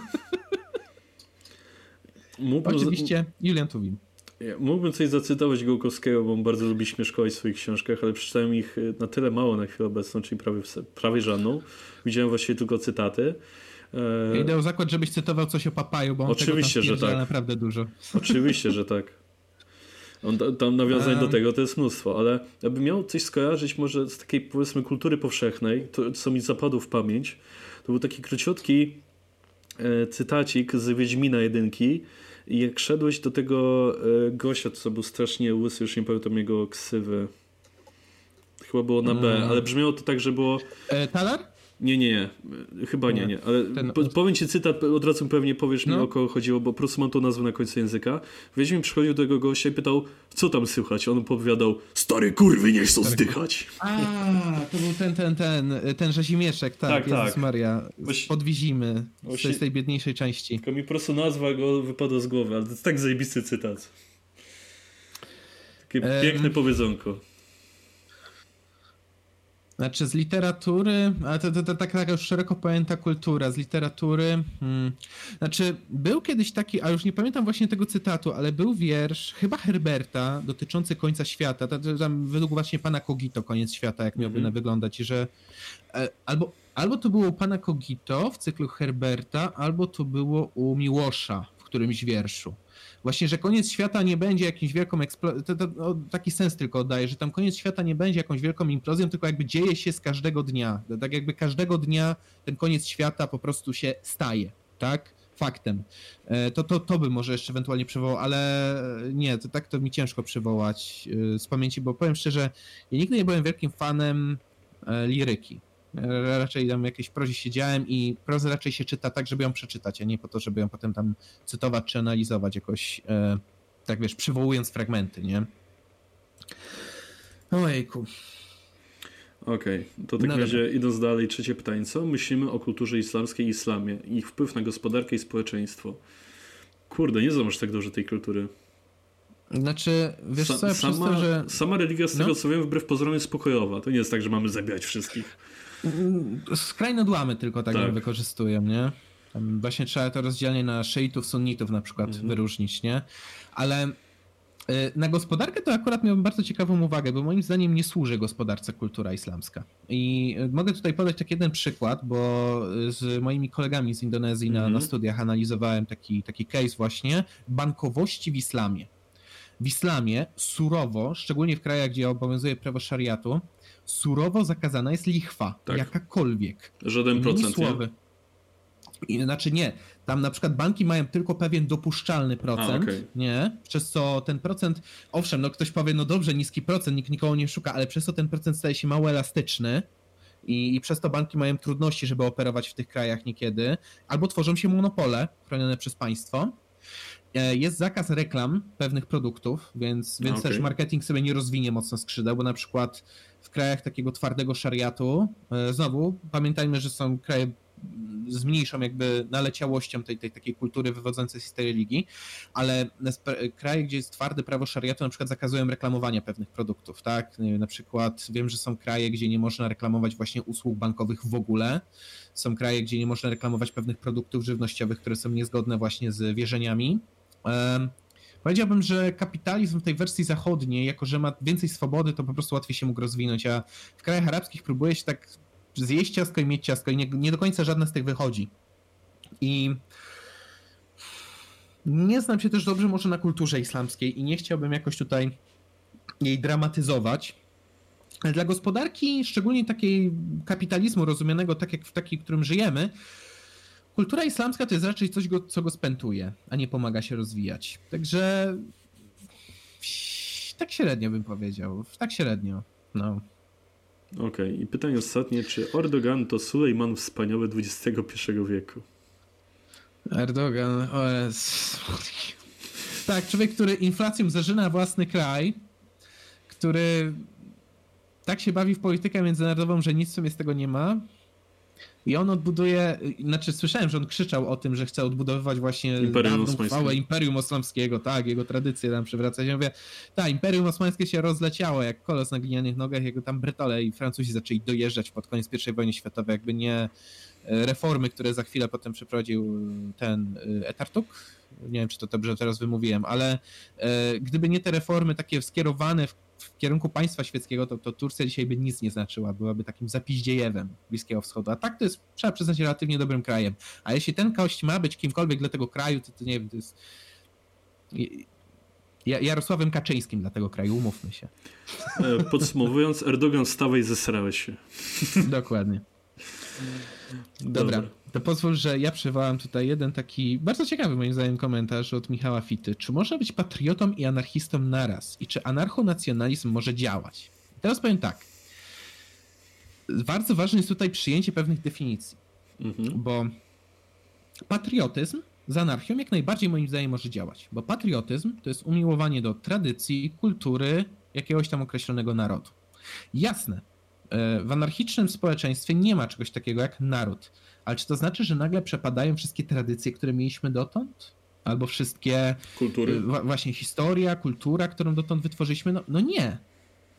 Oczywiście Julian Tuwim. Mógłbym coś zacytować Gołkowskiego, bo on bardzo lubi śmieszkować w swoich książkach, ale przeczytałem ich na tyle mało na chwilę obecną, czyli prawie żadną. Widziałem właściwie tylko cytaty. Ja idę o zakład, żebyś cytował coś o Papaju, bo on oczywiście, tego tam że tak. Naprawdę dużo. Oczywiście, że tak. Tam nawiązań do tego to jest mnóstwo, ale jakbym miał coś skojarzyć może z takiej, powiedzmy, kultury powszechnej, to co mi zapadło w pamięć, to był taki króciutki cytacik z Wiedźmina 1. I jak szedłeś do tego gościa, co był strasznie łysy, już nie pamiętam jego ksywy. Chyba było na B, ale brzmiało to tak, że było... Talar? Nie. Chyba nie. Ale powiem ci cytat, od razu pewnie powiesz mi, o kogo chodziło, bo po prostu mam tą nazwę na końcu języka. Wiedźmin przychodził do tego gościa i pytał, co tam słychać? On opowiadał, stare kurwy nie chcą zdychać. To był ten rzezimieszek, tak. Jezus Maria. Podwizimy z tej biedniejszej części. Tylko mi po prostu nazwa go wypadła z głowy, ale to jest tak zajebisty cytat. Takie piękne powiedzonko. Znaczy z literatury, ale to taka już szeroko pojęta kultura, z literatury, znaczy był kiedyś taki, a już nie pamiętam właśnie tego cytatu, ale był wiersz, chyba Herberta, dotyczący końca świata, tam według właśnie pana Kogito koniec świata, jak miałby wyglądać, że albo to było u pana Kogito w cyklu Herberta, albo to było u Miłosza w którymś wierszu. Właśnie, że koniec świata nie będzie jakimś wielką eksplozją, taki sens tylko oddaje, że tam koniec świata nie będzie jakąś wielką implozją, tylko jakby dzieje się z każdego dnia. Tak jakby każdego dnia ten koniec świata po prostu się staje, tak? Faktem. To by może jeszcze ewentualnie przywołał, ale nie, to mi ciężko przywołać z pamięci, bo powiem szczerze, ja nigdy nie byłem wielkim fanem liryki. Raczej tam w jakiejś prozie siedziałem i prozę raczej się czyta tak, żeby ją przeczytać, a nie po to, żeby ją potem tam cytować czy analizować jakoś, tak wiesz, przywołując fragmenty, nie? Ojejku. Okej, to w takim razie idąc dalej, trzecie pytanie. Co myślimy o kulturze islamskiej i islamie? Ich wpływ na gospodarkę i społeczeństwo? Kurde, nie znam aż tak dobrze tej kultury. Znaczy, wiesz co, przez to, że... Sama religia, z tego co wiem, wbrew pozorom jest pokojowa. To nie jest tak, że mamy zabijać wszystkich. Skrajne odłamy tylko tak ją wykorzystują, nie? Tam właśnie trzeba to rozdzielnie na szyitów, sunnitów na przykład wyróżnić, nie? Ale na gospodarkę to akurat miałbym bardzo ciekawą uwagę, bo moim zdaniem nie służy gospodarce kultura islamska. I mogę tutaj podać tak jeden przykład, bo z moimi kolegami z Indonezji na studiach analizowałem taki case właśnie bankowości w islamie. W islamie surowo, szczególnie w krajach, gdzie obowiązuje prawo szariatu, surowo zakazana jest lichwa, jakakolwiek. Żaden procent, nie? Znaczy nie, tam na przykład banki mają tylko pewien dopuszczalny procent, nie? Przez co ten procent, owszem, no ktoś powie, no dobrze, niski procent, nikt nikogo nie szuka, ale przez to ten procent staje się mało elastyczny i przez to banki mają trudności, żeby operować w tych krajach niekiedy, albo tworzą się monopole chronione przez państwo. Jest zakaz reklam pewnych produktów, więc też marketing sobie nie rozwinie mocno skrzydeł, bo na przykład w krajach takiego twardego szariatu, znowu pamiętajmy, że są kraje z mniejszą jakby naleciałością tej takiej kultury wywodzącej się z tej religii, ale kraje, gdzie jest twarde prawo szariatu, na przykład zakazują reklamowania pewnych produktów, tak? Na przykład wiem, że są kraje, gdzie nie można reklamować właśnie usług bankowych w ogóle, są kraje, gdzie nie można reklamować pewnych produktów żywnościowych, które są niezgodne właśnie z wierzeniami. Powiedziałbym, że kapitalizm w tej wersji zachodniej, jako że ma więcej swobody, to po prostu łatwiej się mógł rozwinąć, a w krajach arabskich próbuje się tak zjeść ciastko i mieć ciastko i nie do końca żadne z tych wychodzi. I nie znam się też dobrze może na kulturze islamskiej i nie chciałbym jakoś tutaj jej dramatyzować. Ale dla gospodarki, szczególnie takiej kapitalizmu rozumianego tak jak w takiej, w którym żyjemy, kultura islamska to jest raczej coś, co go spętuje, a nie pomaga się rozwijać. Także tak średnio bym powiedział. Tak średnio. No. Okej. I pytanie ostatnie. Czy Erdogan to Sulejman Wspaniały XXI wieku? Erdogan... Tak, człowiek, który inflacją zażyna własny kraj, który tak się bawi w politykę międzynarodową, że nic w sumie z tego nie ma. I on odbuduje, znaczy słyszałem, że on krzyczał o tym, że chce odbudowywać właśnie dawną chwałę Imperium Osmańskiego, tak, jego tradycje tam przywracać. Ja mówię, tak, Imperium Osmańskie się rozleciało jak kolos na glinianych nogach, jego tam Brytole i Francuzi zaczęli dojeżdżać pod koniec I wojny światowej, jakby nie reformy, które za chwilę potem przeprowadził ten Etartuk. Nie wiem, czy to dobrze teraz wymówiłem, ale gdyby nie te reformy takie skierowane w kierunku państwa świeckiego, to Turcja dzisiaj by nic nie znaczyła. Byłaby takim zapiździejewem Bliskiego Wschodu. A tak to jest, trzeba przyznać, relatywnie dobrym krajem. A jeśli ten gość ma być kimkolwiek dla tego kraju, to nie wiem, to jest Jarosławem Kaczyńskim dla tego kraju, umówmy się. Podsumowując, Erdogan, wstawaj, zesrałeś się. Dokładnie. Dobra, to pozwól, że ja przywołam tutaj jeden taki bardzo ciekawy moim zdaniem komentarz od Michała Fity. Czy można być patriotą i anarchistą naraz? I czy anarchonacjonalizm może działać? Teraz powiem tak. Bardzo ważne jest tutaj przyjęcie pewnych definicji, bo patriotyzm z anarchią jak najbardziej moim zdaniem może działać, bo patriotyzm to jest umiłowanie do tradycji, kultury jakiegoś tam określonego narodu. Jasne, w anarchicznym społeczeństwie nie ma czegoś takiego jak naród, ale czy to znaczy, że nagle przepadają wszystkie tradycje, które mieliśmy dotąd? Albo wszystkie kultury? Właśnie historia, kultura, którą dotąd wytworzyliśmy? No nie.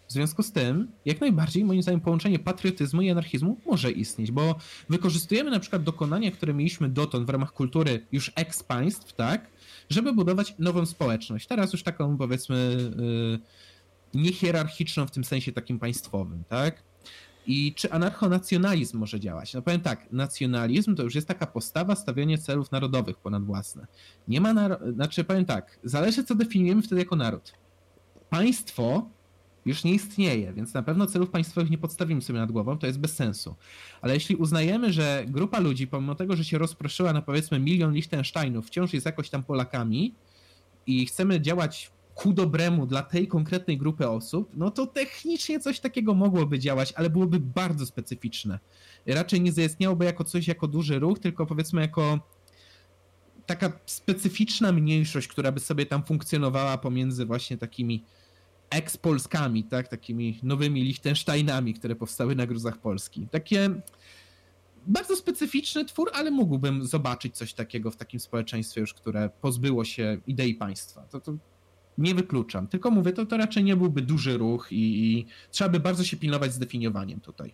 W związku z tym, jak najbardziej, moim zdaniem, połączenie patriotyzmu i anarchizmu może istnieć, bo wykorzystujemy na przykład dokonania, które mieliśmy dotąd w ramach kultury już ex-państw, tak, żeby budować nową społeczność. Teraz już taką, powiedzmy, niehierarchiczną w tym sensie takim państwowym, tak? I czy anarchonacjonalizm może działać? No powiem tak, nacjonalizm to już jest taka postawa stawiania celów narodowych ponad własne. Nie ma, znaczy powiem tak, zależy co definiujemy wtedy jako naród. Państwo już nie istnieje, więc na pewno celów państwowych nie podstawimy sobie nad głową, to jest bez sensu. Ale jeśli uznajemy, że grupa ludzi, pomimo tego, że się rozproszyła na powiedzmy 1 milion Liechtensteinów, wciąż jest jakoś tam Polakami i chcemy działać ku dobremu dla tej konkretnej grupy osób, no to technicznie coś takiego mogłoby działać, ale byłoby bardzo specyficzne. Raczej nie zaistniałoby jako coś, jako duży ruch, tylko powiedzmy jako taka specyficzna mniejszość, która by sobie tam funkcjonowała pomiędzy właśnie takimi ex-Polskami, tak, takimi nowymi Liechtensteinami, które powstały na gruzach Polski. Takie bardzo specyficzny twór, ale mógłbym zobaczyć coś takiego w takim społeczeństwie już, które pozbyło się idei państwa. To nie wykluczam, tylko mówię, to raczej nie byłby duży ruch i trzeba by bardzo się pilnować z definiowaniem tutaj.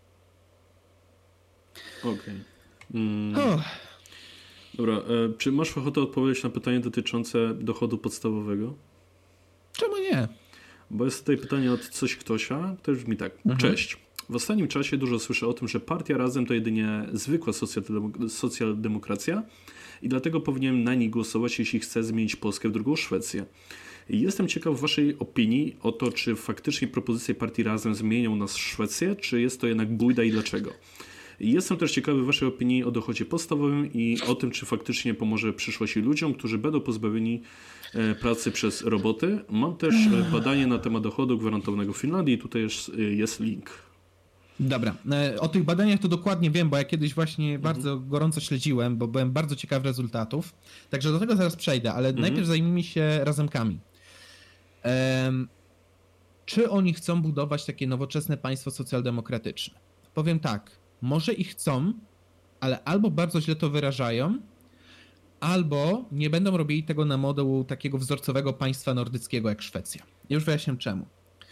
Okej. Dobra, czy masz ochotę odpowiedzieć na pytanie dotyczące dochodu podstawowego? Czemu nie? Bo jest tutaj pytanie od coś ktośa, to już brzmi tak. Cześć. W ostatnim czasie dużo słyszę o tym, że partia Razem to jedynie zwykła socjaldemokracja i dlatego powinienem na nich głosować, jeśli chcę zmienić Polskę w drugą Szwecję. I jestem ciekaw waszej opinii o to, czy faktycznie propozycje partii Razem zmienią nas w Szwecję, czy jest to jednak bójda i dlaczego. I jestem też ciekawy waszej opinii o dochodzie podstawowym i o tym, czy faktycznie pomoże przyszłości ludziom, którzy będą pozbawieni pracy przez roboty. Mam też badanie na temat dochodu gwarantowanego w Finlandii i tutaj jest link. Dobra, o tych badaniach to dokładnie wiem, bo ja kiedyś właśnie bardzo gorąco śledziłem, bo byłem bardzo ciekaw rezultatów. Także do tego zaraz przejdę, ale najpierw zajmijmy się Razemkami. Czy oni chcą budować takie nowoczesne państwo socjaldemokratyczne? Powiem tak, może i chcą, ale albo bardzo źle to wyrażają, albo nie będą robili tego na modelu takiego wzorcowego państwa nordyckiego jak Szwecja. Już wyjaśniam czemu.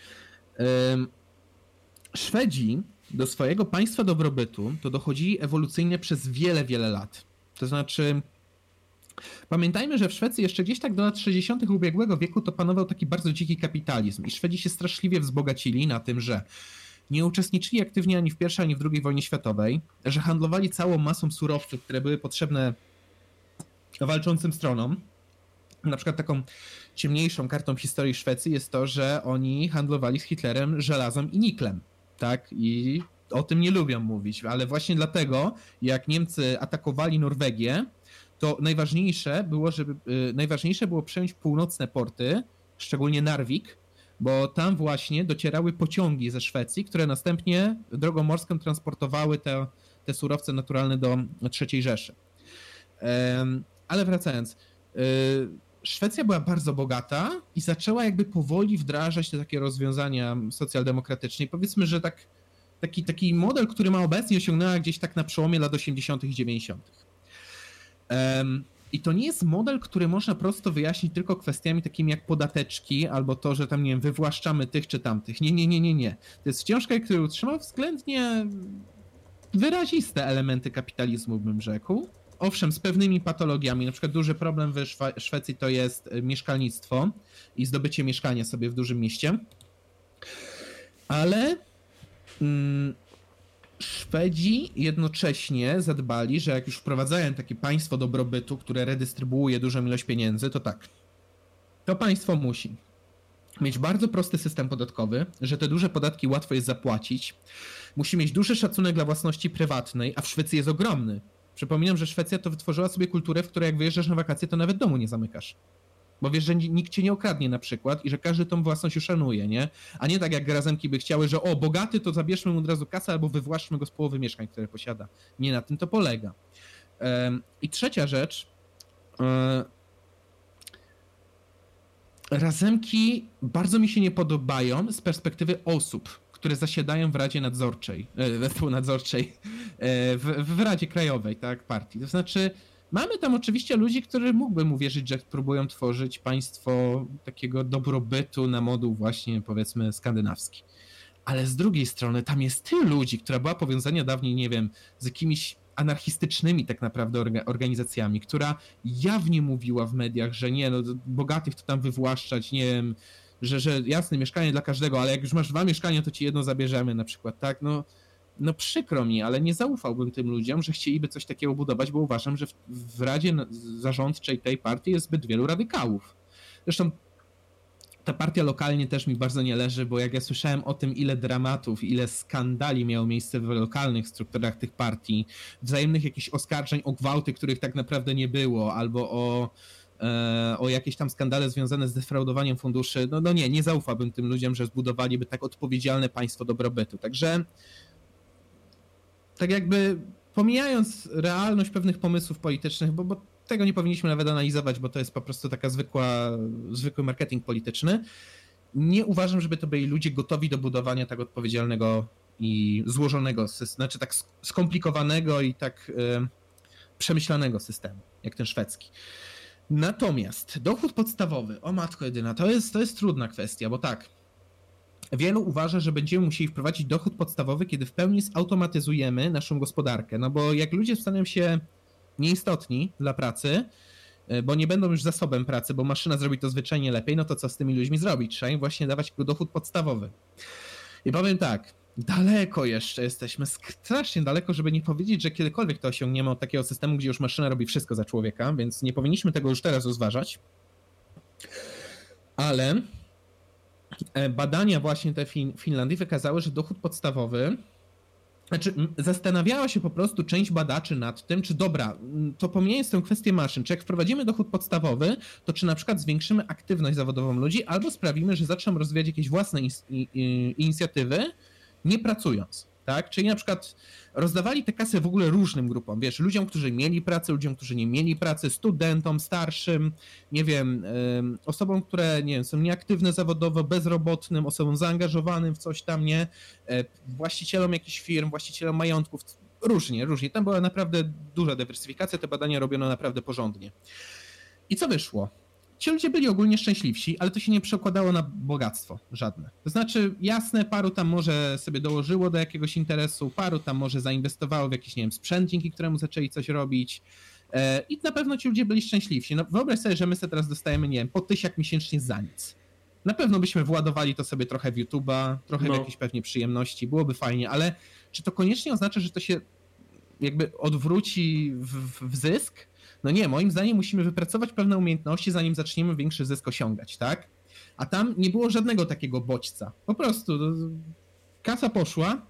Szwedzi do swojego państwa dobrobytu to dochodzili ewolucyjnie przez wiele, wiele lat. To znaczy, pamiętajmy, że w Szwecji jeszcze gdzieś tak do lat 60. ubiegłego wieku to panował taki bardzo dziki kapitalizm i Szwedzi się straszliwie wzbogacili na tym, że nie uczestniczyli aktywnie ani w I, ani w II wojnie światowej, że handlowali całą masą surowców, które były potrzebne walczącym stronom. Na przykład taką ciemniejszą kartą historii Szwecji jest to, że oni handlowali z Hitlerem żelazem i niklem. Tak? I o tym nie lubią mówić, ale właśnie dlatego, jak Niemcy atakowali Norwegię, to najważniejsze było przejąć północne porty, szczególnie Narvik, bo tam właśnie docierały pociągi ze Szwecji, które następnie drogą morską transportowały te surowce naturalne do III Rzeszy. Ale wracając, Szwecja była bardzo bogata i zaczęła jakby powoli wdrażać te takie rozwiązania socjaldemokratyczne. I powiedzmy, że taki model, który ma obecnie, osiągnęła gdzieś tak na przełomie lat 80. i 90. I to nie jest model, który można prosto wyjaśnić tylko kwestiami takimi jak podateczki albo to, że tam, nie wiem, wywłaszczamy tych czy tamtych. Nie. To jest wciąż kraj, który utrzymał względnie wyraziste elementy kapitalizmu, bym rzekł. Owszem, z pewnymi patologiami. Na przykład duży problem w Szwecji to jest mieszkalnictwo i zdobycie mieszkania sobie w dużym mieście. Ale Szwedzi jednocześnie zadbali, że jak już wprowadzają takie państwo dobrobytu, które redystrybuuje dużą ilość pieniędzy, to tak. To państwo musi mieć bardzo prosty system podatkowy, że te duże podatki łatwo jest zapłacić. Musi mieć duży szacunek dla własności prywatnej, a w Szwecji jest ogromny. Przypominam, że Szwecja to wytworzyła sobie kulturę, w której jak wyjeżdżasz na wakacje, to nawet domu nie zamykasz. Bo wiesz, że nikt cię nie okradnie na przykład i że każdy tą własność uszanuje, nie? A nie tak jak Razemki by chciały, że o, bogaty, to zabierzmy mu od razu kasę albo wywłaszczmy go z połowy mieszkań, które posiada. Nie na tym to polega. I trzecia rzecz. Razemki bardzo mi się nie podobają z perspektywy osób, które zasiadają w Radzie Nadzorczej, w Radzie Krajowej, tak, partii. To znaczy, Mamy tam oczywiście ludzi, którzy mógłbym uwierzyć, że próbują tworzyć państwo takiego dobrobytu na model właśnie, powiedzmy, skandynawski. Ale z drugiej strony tam jest tylu ludzi, która była powiązana dawniej, nie wiem, z jakimiś anarchistycznymi tak naprawdę organizacjami, która jawnie mówiła w mediach, że nie, no bogatych to tam wywłaszczać, nie wiem, że jasne, mieszkanie dla każdego, ale jak już masz 2 mieszkania, to ci jedno zabierzemy na przykład, tak? No przykro mi, ale nie zaufałbym tym ludziom, że chcieliby coś takiego budować, bo uważam, że w Radzie Zarządczej tej partii jest zbyt wielu radykałów. Zresztą ta partia lokalnie też mi bardzo nie leży, bo jak ja słyszałem o tym, ile dramatów, ile skandali miało miejsce w lokalnych strukturach tych partii, wzajemnych jakichś oskarżeń o gwałty, których tak naprawdę nie było, albo o jakieś tam skandale związane z defraudowaniem funduszy, no nie zaufałbym tym ludziom, że zbudowaliby tak odpowiedzialne państwo dobrobytu. Także tak jakby pomijając realność pewnych pomysłów politycznych, bo tego nie powinniśmy nawet analizować, bo to jest po prostu taka zwykły marketing polityczny, nie uważam, żeby to byli ludzie gotowi do budowania tak odpowiedzialnego i złożonego, znaczy tak skomplikowanego i tak przemyślanego systemu, jak ten szwedzki. Natomiast dochód podstawowy, o matko jedyna, to jest trudna kwestia, bo tak, wielu uważa, że będziemy musieli wprowadzić dochód podstawowy, kiedy w pełni zautomatyzujemy naszą gospodarkę, no bo jak ludzie staną się nieistotni dla pracy, bo nie będą już zasobem pracy, bo maszyna zrobi to zwyczajnie lepiej, no to co z tymi ludźmi zrobić? Trzeba im właśnie dawać dochód podstawowy. I powiem tak, daleko jeszcze jesteśmy, strasznie daleko, żeby nie powiedzieć, że kiedykolwiek to osiągniemy od takiego systemu, gdzie już maszyna robi wszystko za człowieka, więc nie powinniśmy tego już teraz rozważać. Ale badania właśnie te Finlandii wykazały, że dochód podstawowy, znaczy zastanawiała się po prostu część badaczy nad tym, czy dobra, to pomijając tę kwestię maszyn, czy jak wprowadzimy dochód podstawowy, to czy na przykład zwiększymy aktywność zawodową ludzi, albo sprawimy, że zaczną rozwijać jakieś własne inicjatywy, nie pracując, tak? Czyli na przykład rozdawali te kasy w ogóle różnym grupom, wiesz, ludziom, którzy mieli pracę, ludziom, którzy nie mieli pracy, studentom, starszym, nie wiem, osobom, które, nie wiem, są nieaktywne zawodowo, bezrobotnym, osobom zaangażowanym w coś tam, nie, właścicielom jakichś firm, właścicielom majątków, różnie. Tam była naprawdę duża dywersyfikacja, te badania robiono naprawdę porządnie. I co wyszło? Ci ludzie byli ogólnie szczęśliwsi, ale to się nie przekładało na bogactwo żadne. To znaczy, jasne, paru tam może sobie dołożyło do jakiegoś interesu, paru tam może zainwestowało w jakiś, nie wiem, sprzęt, dzięki któremu zaczęli coś robić i na pewno ci ludzie byli szczęśliwsi. No wyobraź sobie, że my sobie teraz dostajemy, nie wiem, po 1000 miesięcznie za nic. Na pewno byśmy władowali to sobie trochę w YouTube'a, trochę w jakieś pewnie przyjemności, byłoby fajnie, ale czy to koniecznie oznacza, że to się jakby odwróci w zysk? No nie, moim zdaniem musimy wypracować pewne umiejętności, zanim zaczniemy większy zysk osiągać, tak? A tam nie było żadnego takiego bodźca. Po prostu kasa poszła,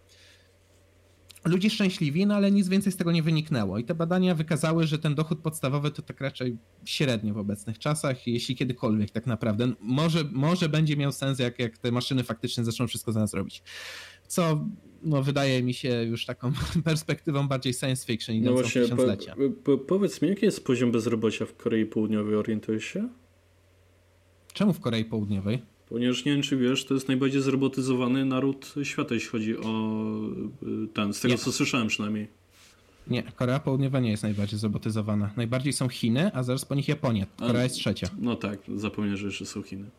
ludzie szczęśliwi, no ale nic więcej z tego nie wyniknęło. I te badania wykazały, że ten dochód podstawowy to tak raczej średnio w obecnych czasach, jeśli kiedykolwiek tak naprawdę. Może będzie miał sens, jak te maszyny faktycznie zaczną wszystko za nas robić. Co no, wydaje mi się już taką perspektywą bardziej science fiction idącą w tysiąclecia. Powiedz mi, jaki jest poziom bezrobocia w Korei Południowej, orientujesz się? Czemu w Korei Południowej? Ponieważ nie wiem, czy wiesz, to jest najbardziej zrobotyzowany naród świata, jeśli chodzi o z tego co słyszałem przynajmniej. Nie, Korea Południowa nie jest najbardziej zrobotyzowana. Najbardziej są Chiny, a zaraz po nich Japonia. Korea jest trzecia. No tak, zapomniałem, że jeszcze są Chiny.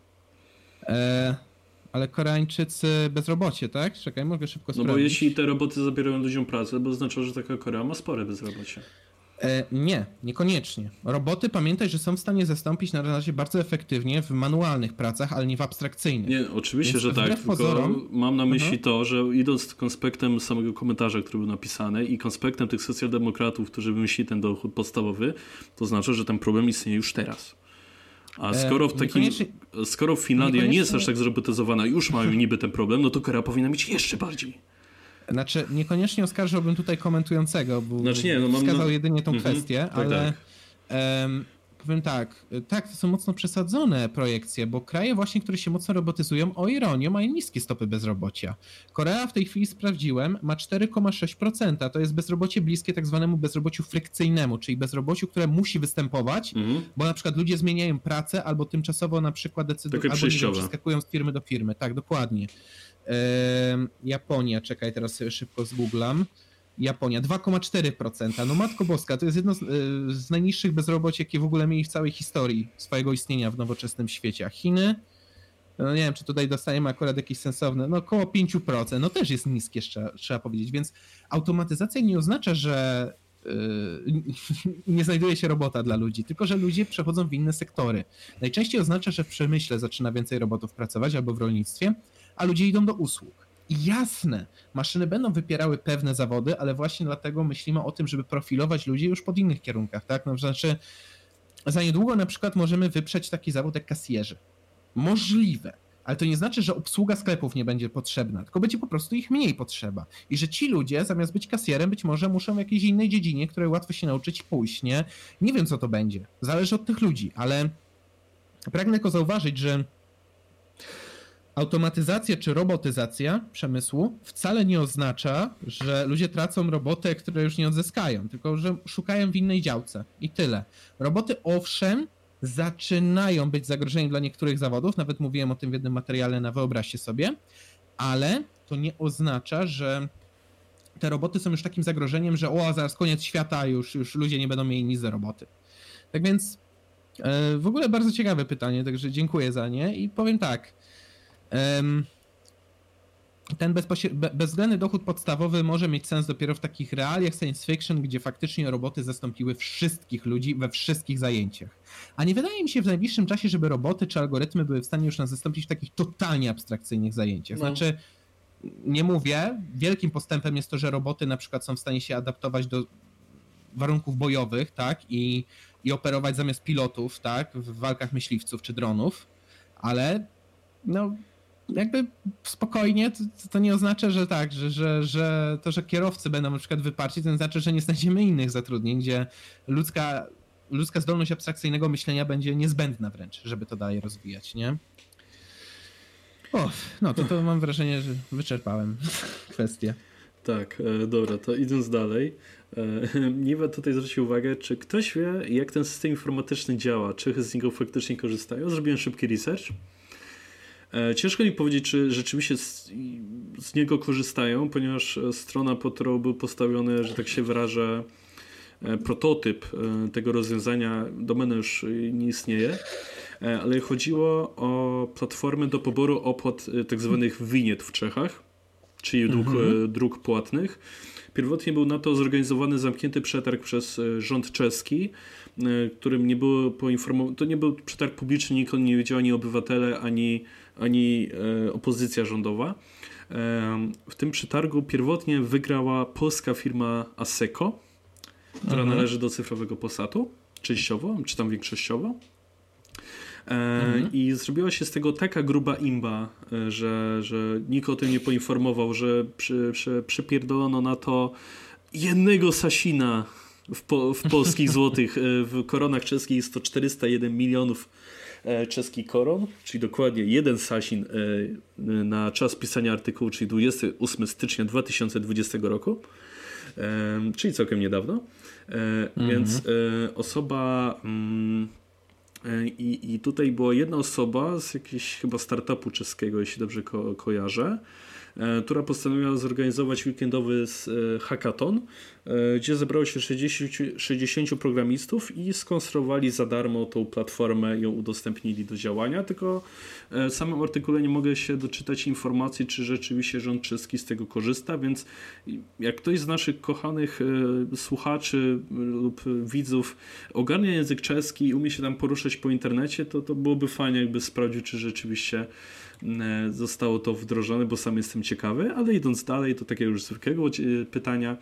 Ale Koreańczycy bezrobocie, tak? Czekaj, mogę szybko sprawdzić. No bo jeśli te roboty zabierają ludziom pracę, bo oznacza, że taka Korea ma spore bezrobocie. Nie, niekoniecznie. Roboty, pamiętaj, że są w stanie zastąpić na razie bardzo efektywnie w manualnych pracach, ale nie w abstrakcyjnych. Nie, oczywiście, Więc że tak, tylko pozorom, mam na myśli to, że idąc konspektem samego komentarza, który był napisany i konspektem tych socjaldemokratów, którzy wymyślili ten dochód podstawowy, to znaczy, że ten problem istnieje już teraz. A skoro Finlandia nie jest aż tak zrobotyzowana, już mają niby ten problem, no to Korea powinna mieć jeszcze bardziej. Znaczy, niekoniecznie oskarżałbym tutaj komentującego, bo wskazał jedynie tą kwestię, ale powiem tak, to są mocno przesadzone projekcje, bo kraje właśnie, które się mocno robotyzują, o ironię, mają niskie stopy bezrobocia. Korea w tej chwili sprawdziłem, ma 4,6%, to jest bezrobocie bliskie tak zwanemu bezrobociu frykcyjnemu, czyli bezrobociu, które musi występować, bo na przykład ludzie zmieniają pracę albo tymczasowo na przykład decydują, albo nie przeskakują z firmy do firmy. Tak, dokładnie. Japonia, czekaj, teraz sobie szybko zgooglam. Japonia 2,4%. No matko boska, to jest jedno z najniższych bezroboci, jakie w ogóle mieli w całej historii swojego istnienia w nowoczesnym świecie. A Chiny, no nie wiem, czy tutaj dostajemy akurat jakieś sensowne, no około 5%, no też jest niskie, trzeba powiedzieć, więc automatyzacja nie oznacza, że nie znajduje się robota dla ludzi, tylko że ludzie przechodzą w inne sektory. Najczęściej oznacza, że w przemyśle zaczyna więcej robotów pracować albo w rolnictwie, a ludzie idą do usług. I jasne, maszyny będą wypierały pewne zawody, ale właśnie dlatego myślimy o tym, żeby profilować ludzi już pod innych kierunkach, tak? No, znaczy, za niedługo na przykład możemy wyprzeć taki zawód jak kasjerzy. Możliwe, ale to nie znaczy, że obsługa sklepów nie będzie potrzebna, tylko będzie po prostu ich mniej potrzeba. I że ci ludzie zamiast być kasjerem być może muszą w jakiejś innej dziedzinie, której łatwo się nauczyć, pójść, nie? Nie wiem co to będzie, zależy od tych ludzi, ale pragnę tylko zauważyć, że automatyzacja czy robotyzacja przemysłu wcale nie oznacza, że ludzie tracą robotę, które już nie odzyskają, tylko że szukają w innej działce i tyle. Roboty owszem zaczynają być zagrożeniem dla niektórych zawodów, nawet mówiłem o tym w jednym materiale na Wyobraźcie sobie, ale to nie oznacza, że te roboty są już takim zagrożeniem, że zaraz koniec świata, już ludzie nie będą mieli nic do roboty. Tak więc w ogóle bardzo ciekawe pytanie, także dziękuję za nie i powiem tak, ten bezwzględny dochód podstawowy może mieć sens dopiero w takich realiach science fiction, gdzie faktycznie roboty zastąpiły wszystkich ludzi we wszystkich zajęciach. A nie wydaje mi się w najbliższym czasie, żeby roboty czy algorytmy były w stanie już nas zastąpić w takich totalnie abstrakcyjnych zajęciach. Znaczy, nie mówię, wielkim postępem jest to, że roboty na przykład są w stanie się adaptować do warunków bojowych, tak, i operować zamiast pilotów, tak, w walkach myśliwców czy dronów, ale no jakby spokojnie, to nie oznacza, że tak, że to, że kierowcy będą na przykład wyparci, to nie znaczy, że nie znajdziemy innych zatrudnień, gdzie ludzka zdolność abstrakcyjnego myślenia będzie niezbędna wręcz, żeby to dalej rozwijać, nie? No to mam wrażenie, że wyczerpałem kwestię. Tak, dobra, to idąc dalej, Niwe tutaj zwrócił uwagę, czy ktoś wie, jak ten system informatyczny działa, czy z niego faktycznie korzystają. Zrobiłem szybki research. Ciężko mi powiedzieć, czy rzeczywiście z niego korzystają, ponieważ strona, pod którą był postawiony, że tak się wyrażę, prototyp tego rozwiązania, domena już nie istnieje, ale chodziło o platformę do poboru opłat tak zwanych winiet w Czechach, czyli dróg płatnych. Pierwotnie był na to zorganizowany zamknięty przetarg przez rząd czeski, którym nie było poinformowane, to nie był przetarg publiczny, nikt nie wiedział, ani obywatele, ani opozycja rządowa. W tym przetargu pierwotnie wygrała polska firma Asseco, która należy do cyfrowego Polsatu, częściowo, czy tam większościowo. I zrobiła się z tego taka gruba imba, że nikt o tym nie poinformował, że przypierdolono na to jednego Sasina w polskich złotych. W koronach czeskich jest to 401 milionów czeskich koron, czyli dokładnie jeden Sasin na czas pisania artykułu, czyli 28 stycznia 2020 roku, czyli całkiem niedawno. Więc osoba... I tutaj była jedna osoba z jakiegoś chyba startupu czeskiego, jeśli dobrze kojarzę, która postanowiła zorganizować weekendowy hackathon, gdzie zebrało się 60 programistów i skonstruowali za darmo tą platformę i ją udostępnili do działania, tylko w samym artykule nie mogę się doczytać informacji, czy rzeczywiście rząd czeski z tego korzysta, więc jak ktoś z naszych kochanych słuchaczy lub widzów ogarnia język czeski i umie się tam poruszać po internecie, to byłoby fajnie, jakby sprawdził, czy rzeczywiście zostało to wdrożone, bo sam jestem ciekawy, ale idąc dalej, to takiego już zwykłego pytania.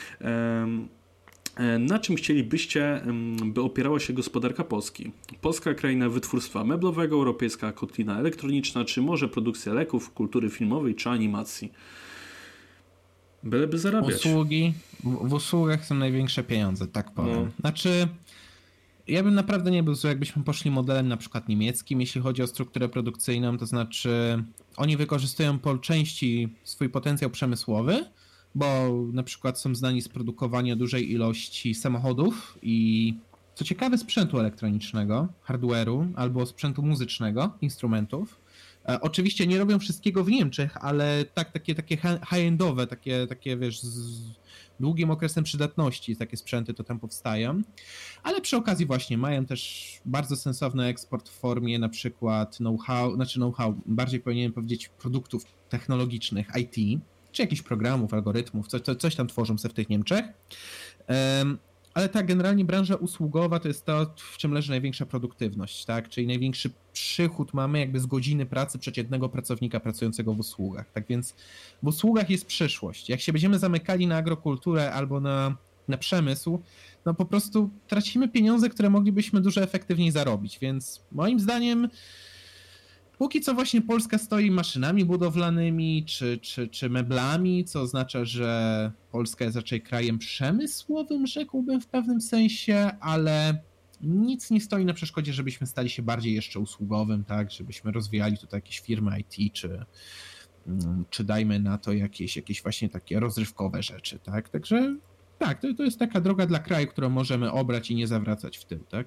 Na czym chcielibyście, by opierała się gospodarka Polski? Polska kraina wytwórstwa meblowego, europejska kotlina elektroniczna, czy może produkcja leków, kultury filmowej, czy animacji? Byleby zarabiać. Usługi. W usługach są największe pieniądze, tak powiem. Znaczy, ja bym naprawdę nie był zły, jakbyśmy poszli modelem na przykład niemieckim, jeśli chodzi o strukturę produkcyjną, to znaczy oni wykorzystują po części swój potencjał przemysłowy, bo na przykład są znani z produkowania dużej ilości samochodów i co ciekawe sprzętu elektronicznego, hardware'u albo sprzętu muzycznego, instrumentów, Oczywiście nie robią wszystkiego w Niemczech, ale tak, takie high-endowe, takie wiesz, z długim okresem przydatności takie sprzęty to tam powstają, ale przy okazji właśnie mają też bardzo sensowny eksport w formie na przykład know-how, bardziej powinienem powiedzieć produktów technologicznych, IT, czy jakichś programów, algorytmów, coś tam tworzą sobie w tych Niemczech. Ale tak, generalnie branża usługowa to jest to, w czym leży największa produktywność, tak? Czyli największy przychód mamy jakby z godziny pracy przeciętnego pracownika pracującego w usługach. Tak więc w usługach jest przyszłość. Jak się będziemy zamykali na agrokulturę albo na przemysł, no po prostu tracimy pieniądze, które moglibyśmy dużo efektywniej zarobić, więc moim zdaniem póki co właśnie Polska stoi maszynami budowlanymi czy meblami, co oznacza, że Polska jest raczej krajem przemysłowym, rzekłbym w pewnym sensie, ale nic nie stoi na przeszkodzie, żebyśmy stali się bardziej jeszcze usługowym, tak, żebyśmy rozwijali tutaj jakieś firmy IT, czy dajmy na to jakieś właśnie takie rozrywkowe rzeczy, tak, także tak, to jest taka droga dla kraju, którą możemy obrać i nie zawracać w tył, tak?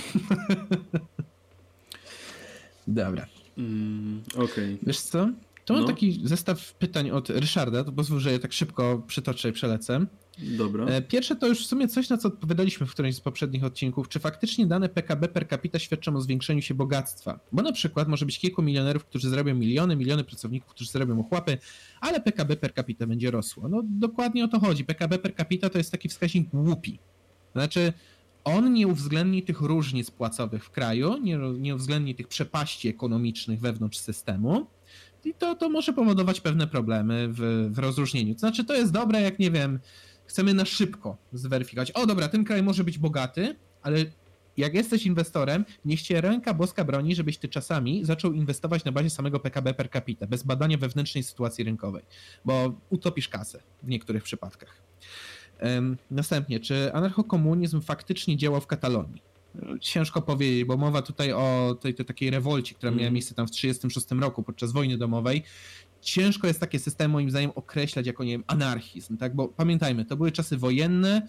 Dobra. Okej. Wiesz co? To mam taki zestaw pytań od Ryszarda, to pozwól, że je tak szybko przytoczę i przelecę. Dobra. Pierwsze to już w sumie coś, na co odpowiadaliśmy w którymś z poprzednich odcinków. Czy faktycznie dane PKB per capita świadczą o zwiększeniu się bogactwa? Bo na przykład może być kilku milionerów, którzy zarobią miliony pracowników, którzy zarobią ochłapy, ale PKB per capita będzie rosło. No dokładnie o to chodzi. PKB per capita to jest taki wskaźnik głupi. Znaczy on nie uwzględni tych różnic płacowych w kraju, nie uwzględni tych przepaści ekonomicznych wewnątrz systemu i to może powodować pewne problemy w rozróżnieniu. To znaczy to jest dobre, jak nie wiem, chcemy na szybko zweryfikować, o dobra, ten kraj może być bogaty, ale jak jesteś inwestorem, niech cię ręka boska broni, żebyś ty czasami zaczął inwestować na bazie samego PKB per capita, bez badania wewnętrznej sytuacji rynkowej, bo utopisz kasę w niektórych przypadkach. Następnie, czy anarchokomunizm faktycznie działał w Katalonii? Ciężko powiedzieć, bo mowa tutaj o tej takiej rewolcie, która miała miejsce tam w 1936 roku podczas wojny domowej. Ciężko jest takie systemy moim zdaniem określać jako, nie wiem, anarchizm, tak? Bo pamiętajmy, to były czasy wojenne,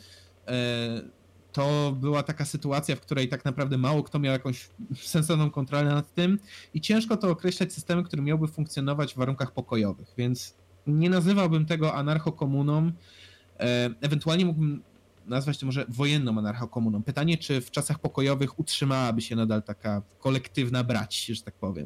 to była taka sytuacja, w której tak naprawdę mało kto miał jakąś sensowną kontrolę nad tym i ciężko to określać systemem, który miałby funkcjonować w warunkach pokojowych, więc nie nazywałbym tego anarchokomuną. Ewentualnie mógłbym nazwać to może wojenną anarchokomuną. Pytanie, czy w czasach pokojowych utrzymałaby się nadal taka kolektywna brać, że tak powiem.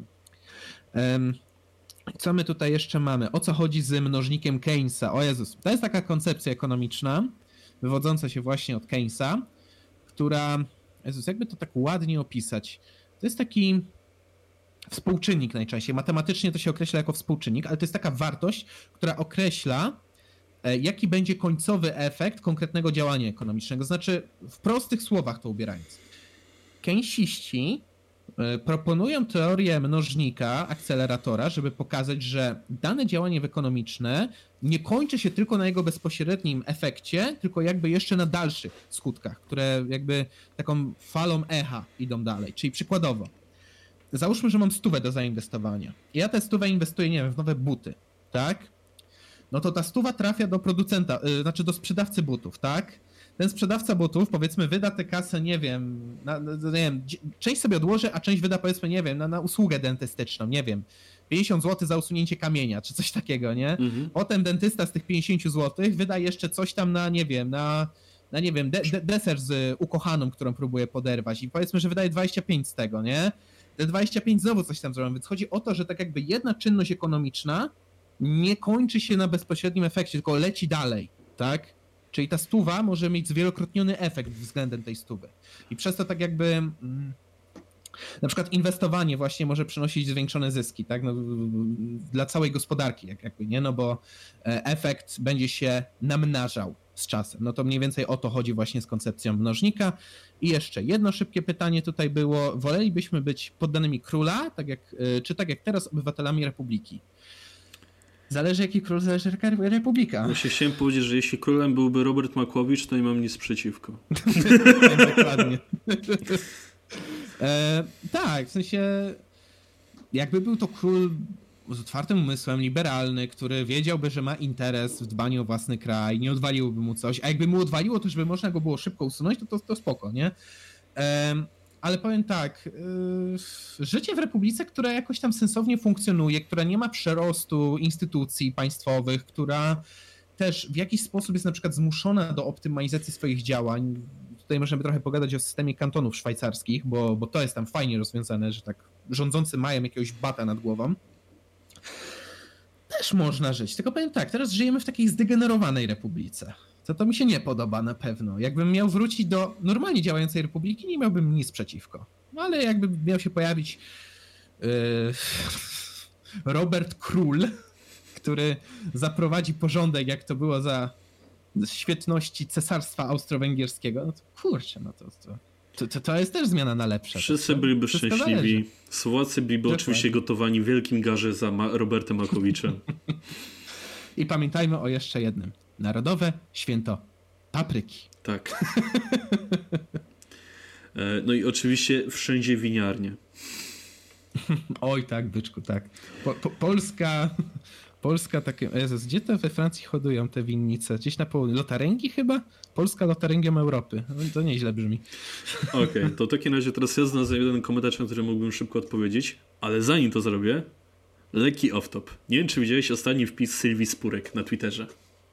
Co my tutaj jeszcze mamy? O co chodzi z mnożnikiem Keynesa? O Jezus, to jest taka koncepcja ekonomiczna, wywodząca się właśnie od Keynesa, która, Jezus, jakby to tak ładnie opisać, to jest taki współczynnik najczęściej. Matematycznie to się określa jako współczynnik, ale to jest taka wartość, która określa, jaki będzie końcowy efekt konkretnego działania ekonomicznego. Znaczy, w prostych słowach to ubierając. Keynesiści proponują teorię mnożnika, akceleratora, żeby pokazać, że dane działanie ekonomiczne nie kończy się tylko na jego bezpośrednim efekcie, tylko jakby jeszcze na dalszych skutkach, które jakby taką falą echa idą dalej. Czyli przykładowo, załóżmy, że mam 100 do zainwestowania. I ja tę 100 inwestuję, nie wiem, w nowe buty, tak? No to ta 100 trafia do producenta, znaczy do sprzedawcy butów, tak? Ten sprzedawca butów, powiedzmy, wyda tę kasę, nie wiem, nie wiem, część sobie odłoży, a część wyda, powiedzmy, nie wiem, na usługę dentystyczną, nie wiem, 50 zł za usunięcie kamienia, czy coś takiego, nie? Potem dentysta z tych 50 zł wyda jeszcze coś tam na, nie wiem, nie wiem, deser z ukochaną, którą próbuje poderwać i powiedzmy, że wydaje 25 z tego, nie? Te 25 znowu coś tam zrobią, więc chodzi o to, że tak jakby jedna czynność ekonomiczna nie kończy się na bezpośrednim efekcie, tylko leci dalej, tak? Czyli ta 100 może mieć zwielokrotniony efekt względem tej 100. I przez to tak jakby na przykład inwestowanie właśnie może przynosić zwiększone zyski, tak? No, dla całej gospodarki jakby, nie? No bo efekt będzie się namnażał z czasem. No to mniej więcej o to chodzi właśnie z koncepcją mnożnika. I jeszcze jedno szybkie pytanie tutaj było. Wolelibyśmy być poddanymi króla, czy tak jak teraz obywatelami republiki? Zależy jaki król, zależy jaka republika. Właśnie chciałem powiedzieć, że jeśli królem byłby Robert Makłowicz, to nie mam nic przeciwko. Dokładnie. Tak, w sensie jakby był to król z otwartym umysłem, liberalny, który wiedziałby, że ma interes w dbaniu o własny kraj, nie odwaliłoby mu coś, a jakby mu odwaliło, to żeby można go było szybko usunąć, to spoko, nie? ale powiem tak, życie w republice, która jakoś tam sensownie funkcjonuje, która nie ma przerostu instytucji państwowych, która też w jakiś sposób jest na przykład zmuszona do optymalizacji swoich działań. Tutaj możemy trochę pogadać o systemie kantonów szwajcarskich, bo to jest tam fajnie rozwiązane, że tak rządzący mają jakiegoś bata nad głową. Też można żyć, tylko powiem tak, teraz żyjemy w takiej zdegenerowanej republice. To mi się nie podoba na pewno. Jakbym miał wrócić do normalnie działającej republiki, nie miałbym nic przeciwko. No ale jakby miał się pojawić Robert Król, który zaprowadzi porządek, jak to było za świetności Cesarstwa Austro-Węgierskiego, no to kurczę, no to jest też zmiana na lepsze. Wszyscy byliby szczęśliwi. Słowacy byliby oczywiście gotowani w wielkim garze za Robertem Makowiczem. I pamiętajmy o jeszcze jednym. Narodowe święto papryki. Tak. No i oczywiście wszędzie winiarnie. Oj tak, byczku, tak. Polska takie... Jezus, gdzie to we Francji hodują te winnice? Gdzieś na południu. Lotaręgi chyba? Polska lotaręgią Europy. No, to nieźle brzmi. Okej, to w takim razie teraz ja znalazłem jeden komentarz, na który mógłbym szybko odpowiedzieć, ale zanim to zrobię, lekki off-top. Nie wiem, czy widziałeś ostatni wpis Sylwii Spurek na Twitterze.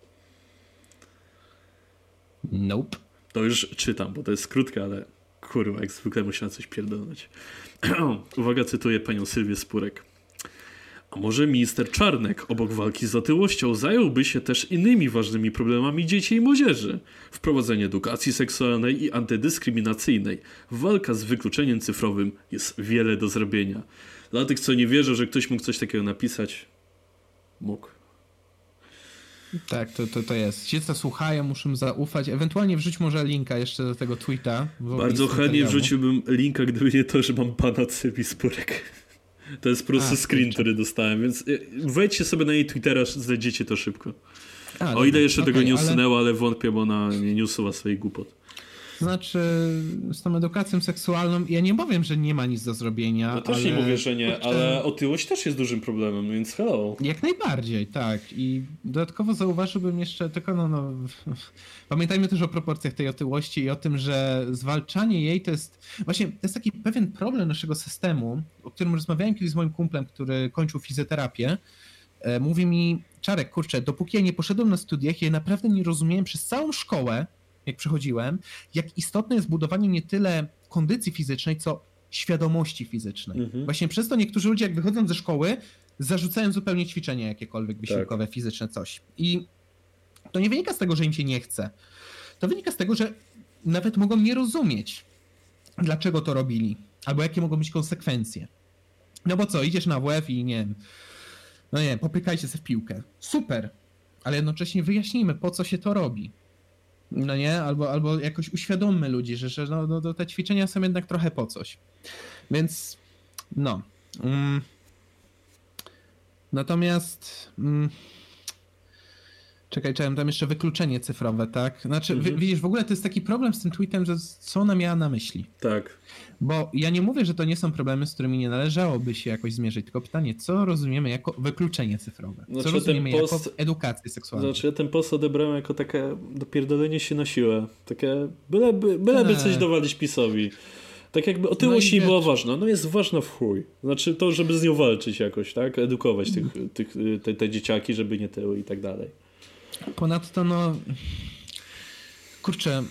Nope. To już czytam, bo to jest krótkie, ale kurwa, jak zwykle musiałem coś pierdolnąć. Uwaga, cytuję panią Sylwię Spurek. A może minister Czarnek obok walki z otyłością zająłby się też innymi ważnymi problemami dzieci i młodzieży? Wprowadzenie edukacji seksualnej i antydyskryminacyjnej. Walka z wykluczeniem cyfrowym jest wiele do zrobienia. Dla tych, co nie wierzą, że ktoś mógł coś takiego napisać, mógł. Tak, to jest. Ci, co słuchają, muszą zaufać. Ewentualnie wrzuć może linka jeszcze do tego tweeta. Bardzo chętnie wrzuciłbym linka, gdyby nie to, że mam pana od Sylwii Spurek. To jest po prostu screen, który dostałem, więc wejdźcie sobie na jej Twittera, znajdziecie to szybko. O ile jeszcze tego nie usunęła, ale wątpię, bo ona nie usuwa swoich głupot. Znaczy, z tą edukacją seksualną, ja nie powiem, że nie ma nic do zrobienia. No też nie mówię, że nie, ale otyłość też jest dużym problemem, więc hello. Jak najbardziej, tak. I dodatkowo zauważyłbym jeszcze, tylko pamiętajmy też o proporcjach tej otyłości i o tym, że zwalczanie jej to jest taki pewien problem naszego systemu, o którym rozmawiałem kiedyś z moim kumplem, który kończył fizjoterapię. Mówi mi, Czarek, kurczę, dopóki ja nie poszedłem na studiach, ja naprawdę nie rozumiałem przez całą szkołę, jak przechodziłem, jak istotne jest budowanie nie tyle kondycji fizycznej, co świadomości fizycznej. Właśnie przez to niektórzy ludzie, jak wychodzą ze szkoły, zarzucają zupełnie ćwiczenia jakiekolwiek wysiłkowe, fizyczne, coś. I to nie wynika z tego, że im się nie chce. To wynika z tego, że nawet mogą nie rozumieć, dlaczego to robili, albo jakie mogą być konsekwencje. No bo co, idziesz na WF i nie wiem, popykajcie sobie w piłkę. Super, ale jednocześnie wyjaśnijmy, po co się to robi. No nie? Albo jakoś uświadommy ludzi, że te ćwiczenia są jednak trochę po coś. Więc natomiast czekaj, tam jeszcze wykluczenie cyfrowe, tak? Znaczy, widzisz, w ogóle to jest taki problem z tym tweetem, że co ona miała na myśli. Tak. Bo ja nie mówię, że to nie są problemy, z którymi nie należałoby się jakoś zmierzyć, tylko pytanie, co rozumiemy jako wykluczenie cyfrowe? Co rozumiemy jako edukację seksualną? Znaczy, ja ten post odebrałem jako takie dopierdolenie się na siłę. Takie byleby coś dowalić PiS-owi. Tak jakby otyłość nie była ważna. No jest ważna w chuj. Znaczy to, żeby z nią walczyć jakoś, tak? Edukować te dzieciaki, żeby nie tyły i tak dalej. Ponadto, kurczę,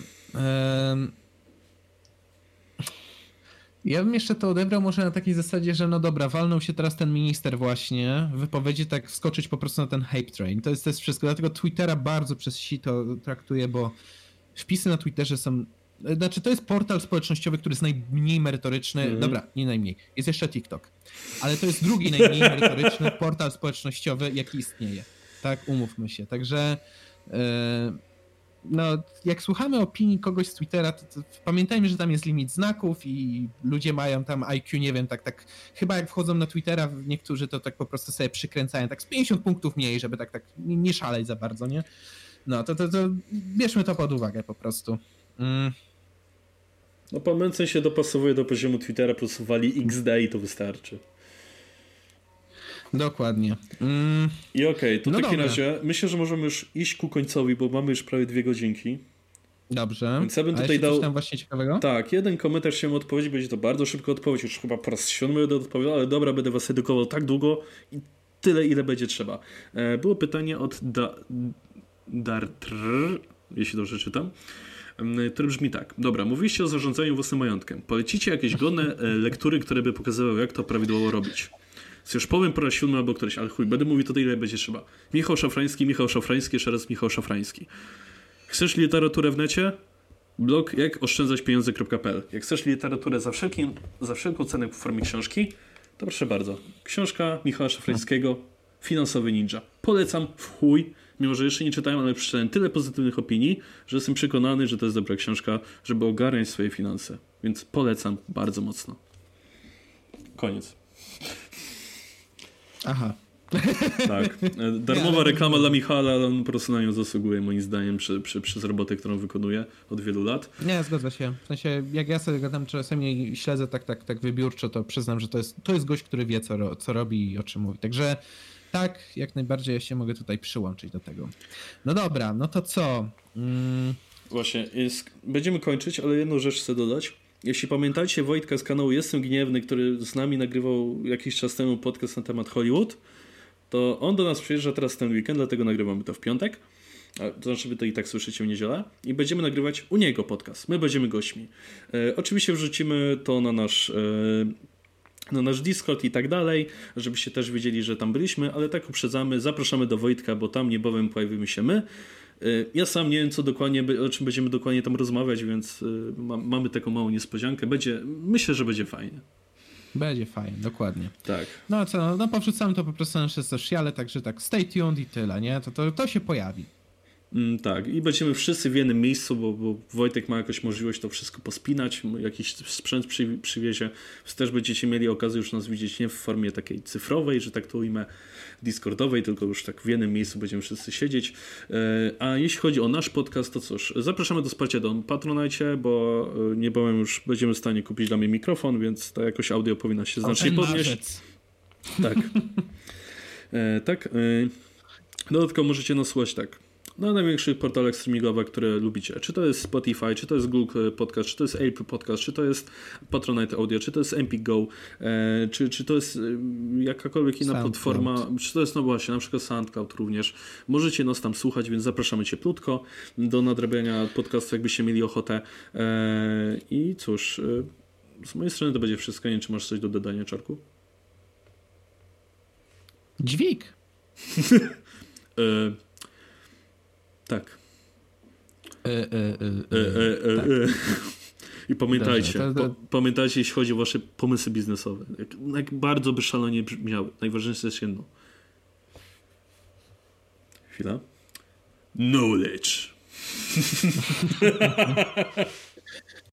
ja bym jeszcze to odebrał może na takiej zasadzie, że dobra, walnął się teraz ten minister właśnie w wypowiedzi, tak wskoczyć po prostu na ten hype train. To jest wszystko. Dlatego Twittera bardzo przez sito traktuję, bo wpisy na Twitterze są... Znaczy, to jest portal społecznościowy, który jest najmniej merytoryczny. Dobra, nie najmniej. Jest jeszcze TikTok. Ale to jest drugi najmniej merytoryczny portal społecznościowy, jaki istnieje. Tak, umówmy się. Także jak słuchamy opinii kogoś z Twittera, to pamiętajmy, że tam jest limit znaków i ludzie mają tam IQ, nie wiem, tak chyba jak wchodzą na Twittera, niektórzy to tak po prostu sobie przykręcają, tak z 50 punktów mniej, żeby tak nie szaleć za bardzo, nie? No, to bierzmy to pod uwagę po prostu. No pan Mencen się dopasowuje do poziomu Twittera, plus wali XD i to wystarczy. Dokładnie. I okej, to w takim razie myślę, że możemy już iść ku końcowi, bo mamy już prawie 2 godzinki. Dobrze. Więc ja bym A tutaj dał... coś tam właśnie ciekawego? Tak, jeden komentarz się odpowiedzi, będzie to bardzo szybko odpowiedź, już chyba po raz 7 będę odpowiadał, ale dobra, będę was edukował tak długo i tyle, ile będzie trzeba. Było pytanie od Dartr, jeśli dobrze czytam, które brzmi tak. Dobra, mówiliście o zarządzaniu własnym majątkiem. Polecicie jakieś godne lektury, które by pokazywały, jak to prawidłowo robić. Więc już powiem po raz 7 albo któryś, ale chuj, będę mówił to ile będzie trzeba. Michał Szafrański, jeszcze raz Michał Szafrański. Chcesz literaturę w necie? Blog jak oszczędzać pieniądze.pl. Jak chcesz literaturę za wszelką cenę w formie książki, to proszę bardzo. Książka Michała Szafrańskiego, Finansowy Ninja. Polecam w chuj, mimo że jeszcze nie czytałem, ale przeczytałem tyle pozytywnych opinii, że jestem przekonany, że to jest dobra książka, żeby ogarniać swoje finanse. Więc polecam bardzo mocno. Koniec. Aha. Tak. Darmowa reklama dla Michała, ale on po prostu na nią zasługuje, moim zdaniem, przez robotę, którą wykonuje od wielu lat. Nie, zgadza się. W sensie, jak ja sobie gadam czasami śledzę tak wybiórczo, to przyznam, że to jest gość, który wie, co robi i o czym mówi. Także tak, jak najbardziej ja się mogę tutaj przyłączyć do tego. No dobra, no to co? Właśnie, będziemy kończyć, ale jedną rzecz chcę dodać. Jeśli pamiętacie Wojtka z kanału Jestem Gniewny, który z nami nagrywał jakiś czas temu podcast na temat Hollywood, to on do nas przyjeżdża teraz ten weekend, dlatego nagrywamy to w piątek. To znaczy wy to i tak słyszycie w niedzielę. I będziemy nagrywać u niego podcast. My będziemy gośćmi. Oczywiście wrzucimy to na nasz Discord i tak dalej, żebyście też wiedzieli, że tam byliśmy, ale tak uprzedzamy, zapraszamy do Wojtka, bo tam niebawem pojawimy się my. Ja sam nie wiem, o czym będziemy dokładnie tam rozmawiać, więc mamy taką małą niespodziankę. Myślę, że będzie fajnie. Będzie fajnie, dokładnie. Tak. No a co, no powrzucamy to po prostu na nasze sociale, także tak stay tuned i tyle, nie? To się pojawi. Tak, i będziemy wszyscy w jednym miejscu, bo Wojtek ma jakąś możliwość to wszystko pospinać, jakiś sprzęt przywiezie, więc też będziecie mieli okazję już nas widzieć nie w formie takiej cyfrowej, że tak to ujmę, discordowej, tylko już tak w jednym miejscu będziemy wszyscy siedzieć. A jeśli chodzi o nasz podcast, to cóż, zapraszamy do wsparcia do Patronite, bo niebawem już będziemy w stanie kupić dla mnie mikrofon, więc ta jakość audio powinna się znacznie podnieść. Tak. Tak. Dodatkowo możecie nas słuchać tak na największych portalach streamingowych, które lubicie. Czy to jest Spotify, czy to jest Google Podcast, czy to jest Apple Podcast, czy to jest Patronite Audio, czy to jest Empik Go, czy to jest jakakolwiek inna platforma, czy to jest no właśnie, na przykład SoundCloud również. Możecie nas tam słuchać, więc zapraszamy cieplutko do nadrabiania podcastu, jakbyście mieli ochotę. I cóż, z mojej strony to będzie wszystko. Nie wiem, czy masz coś do dodania, Czarku? Dźwig. Tak. I pamiętajcie, pamiętajcie, jeśli chodzi o wasze pomysły biznesowe, jak bardzo by szalenie brzmiały. Najważniejsze jest jedno. Chwila. Knowledge.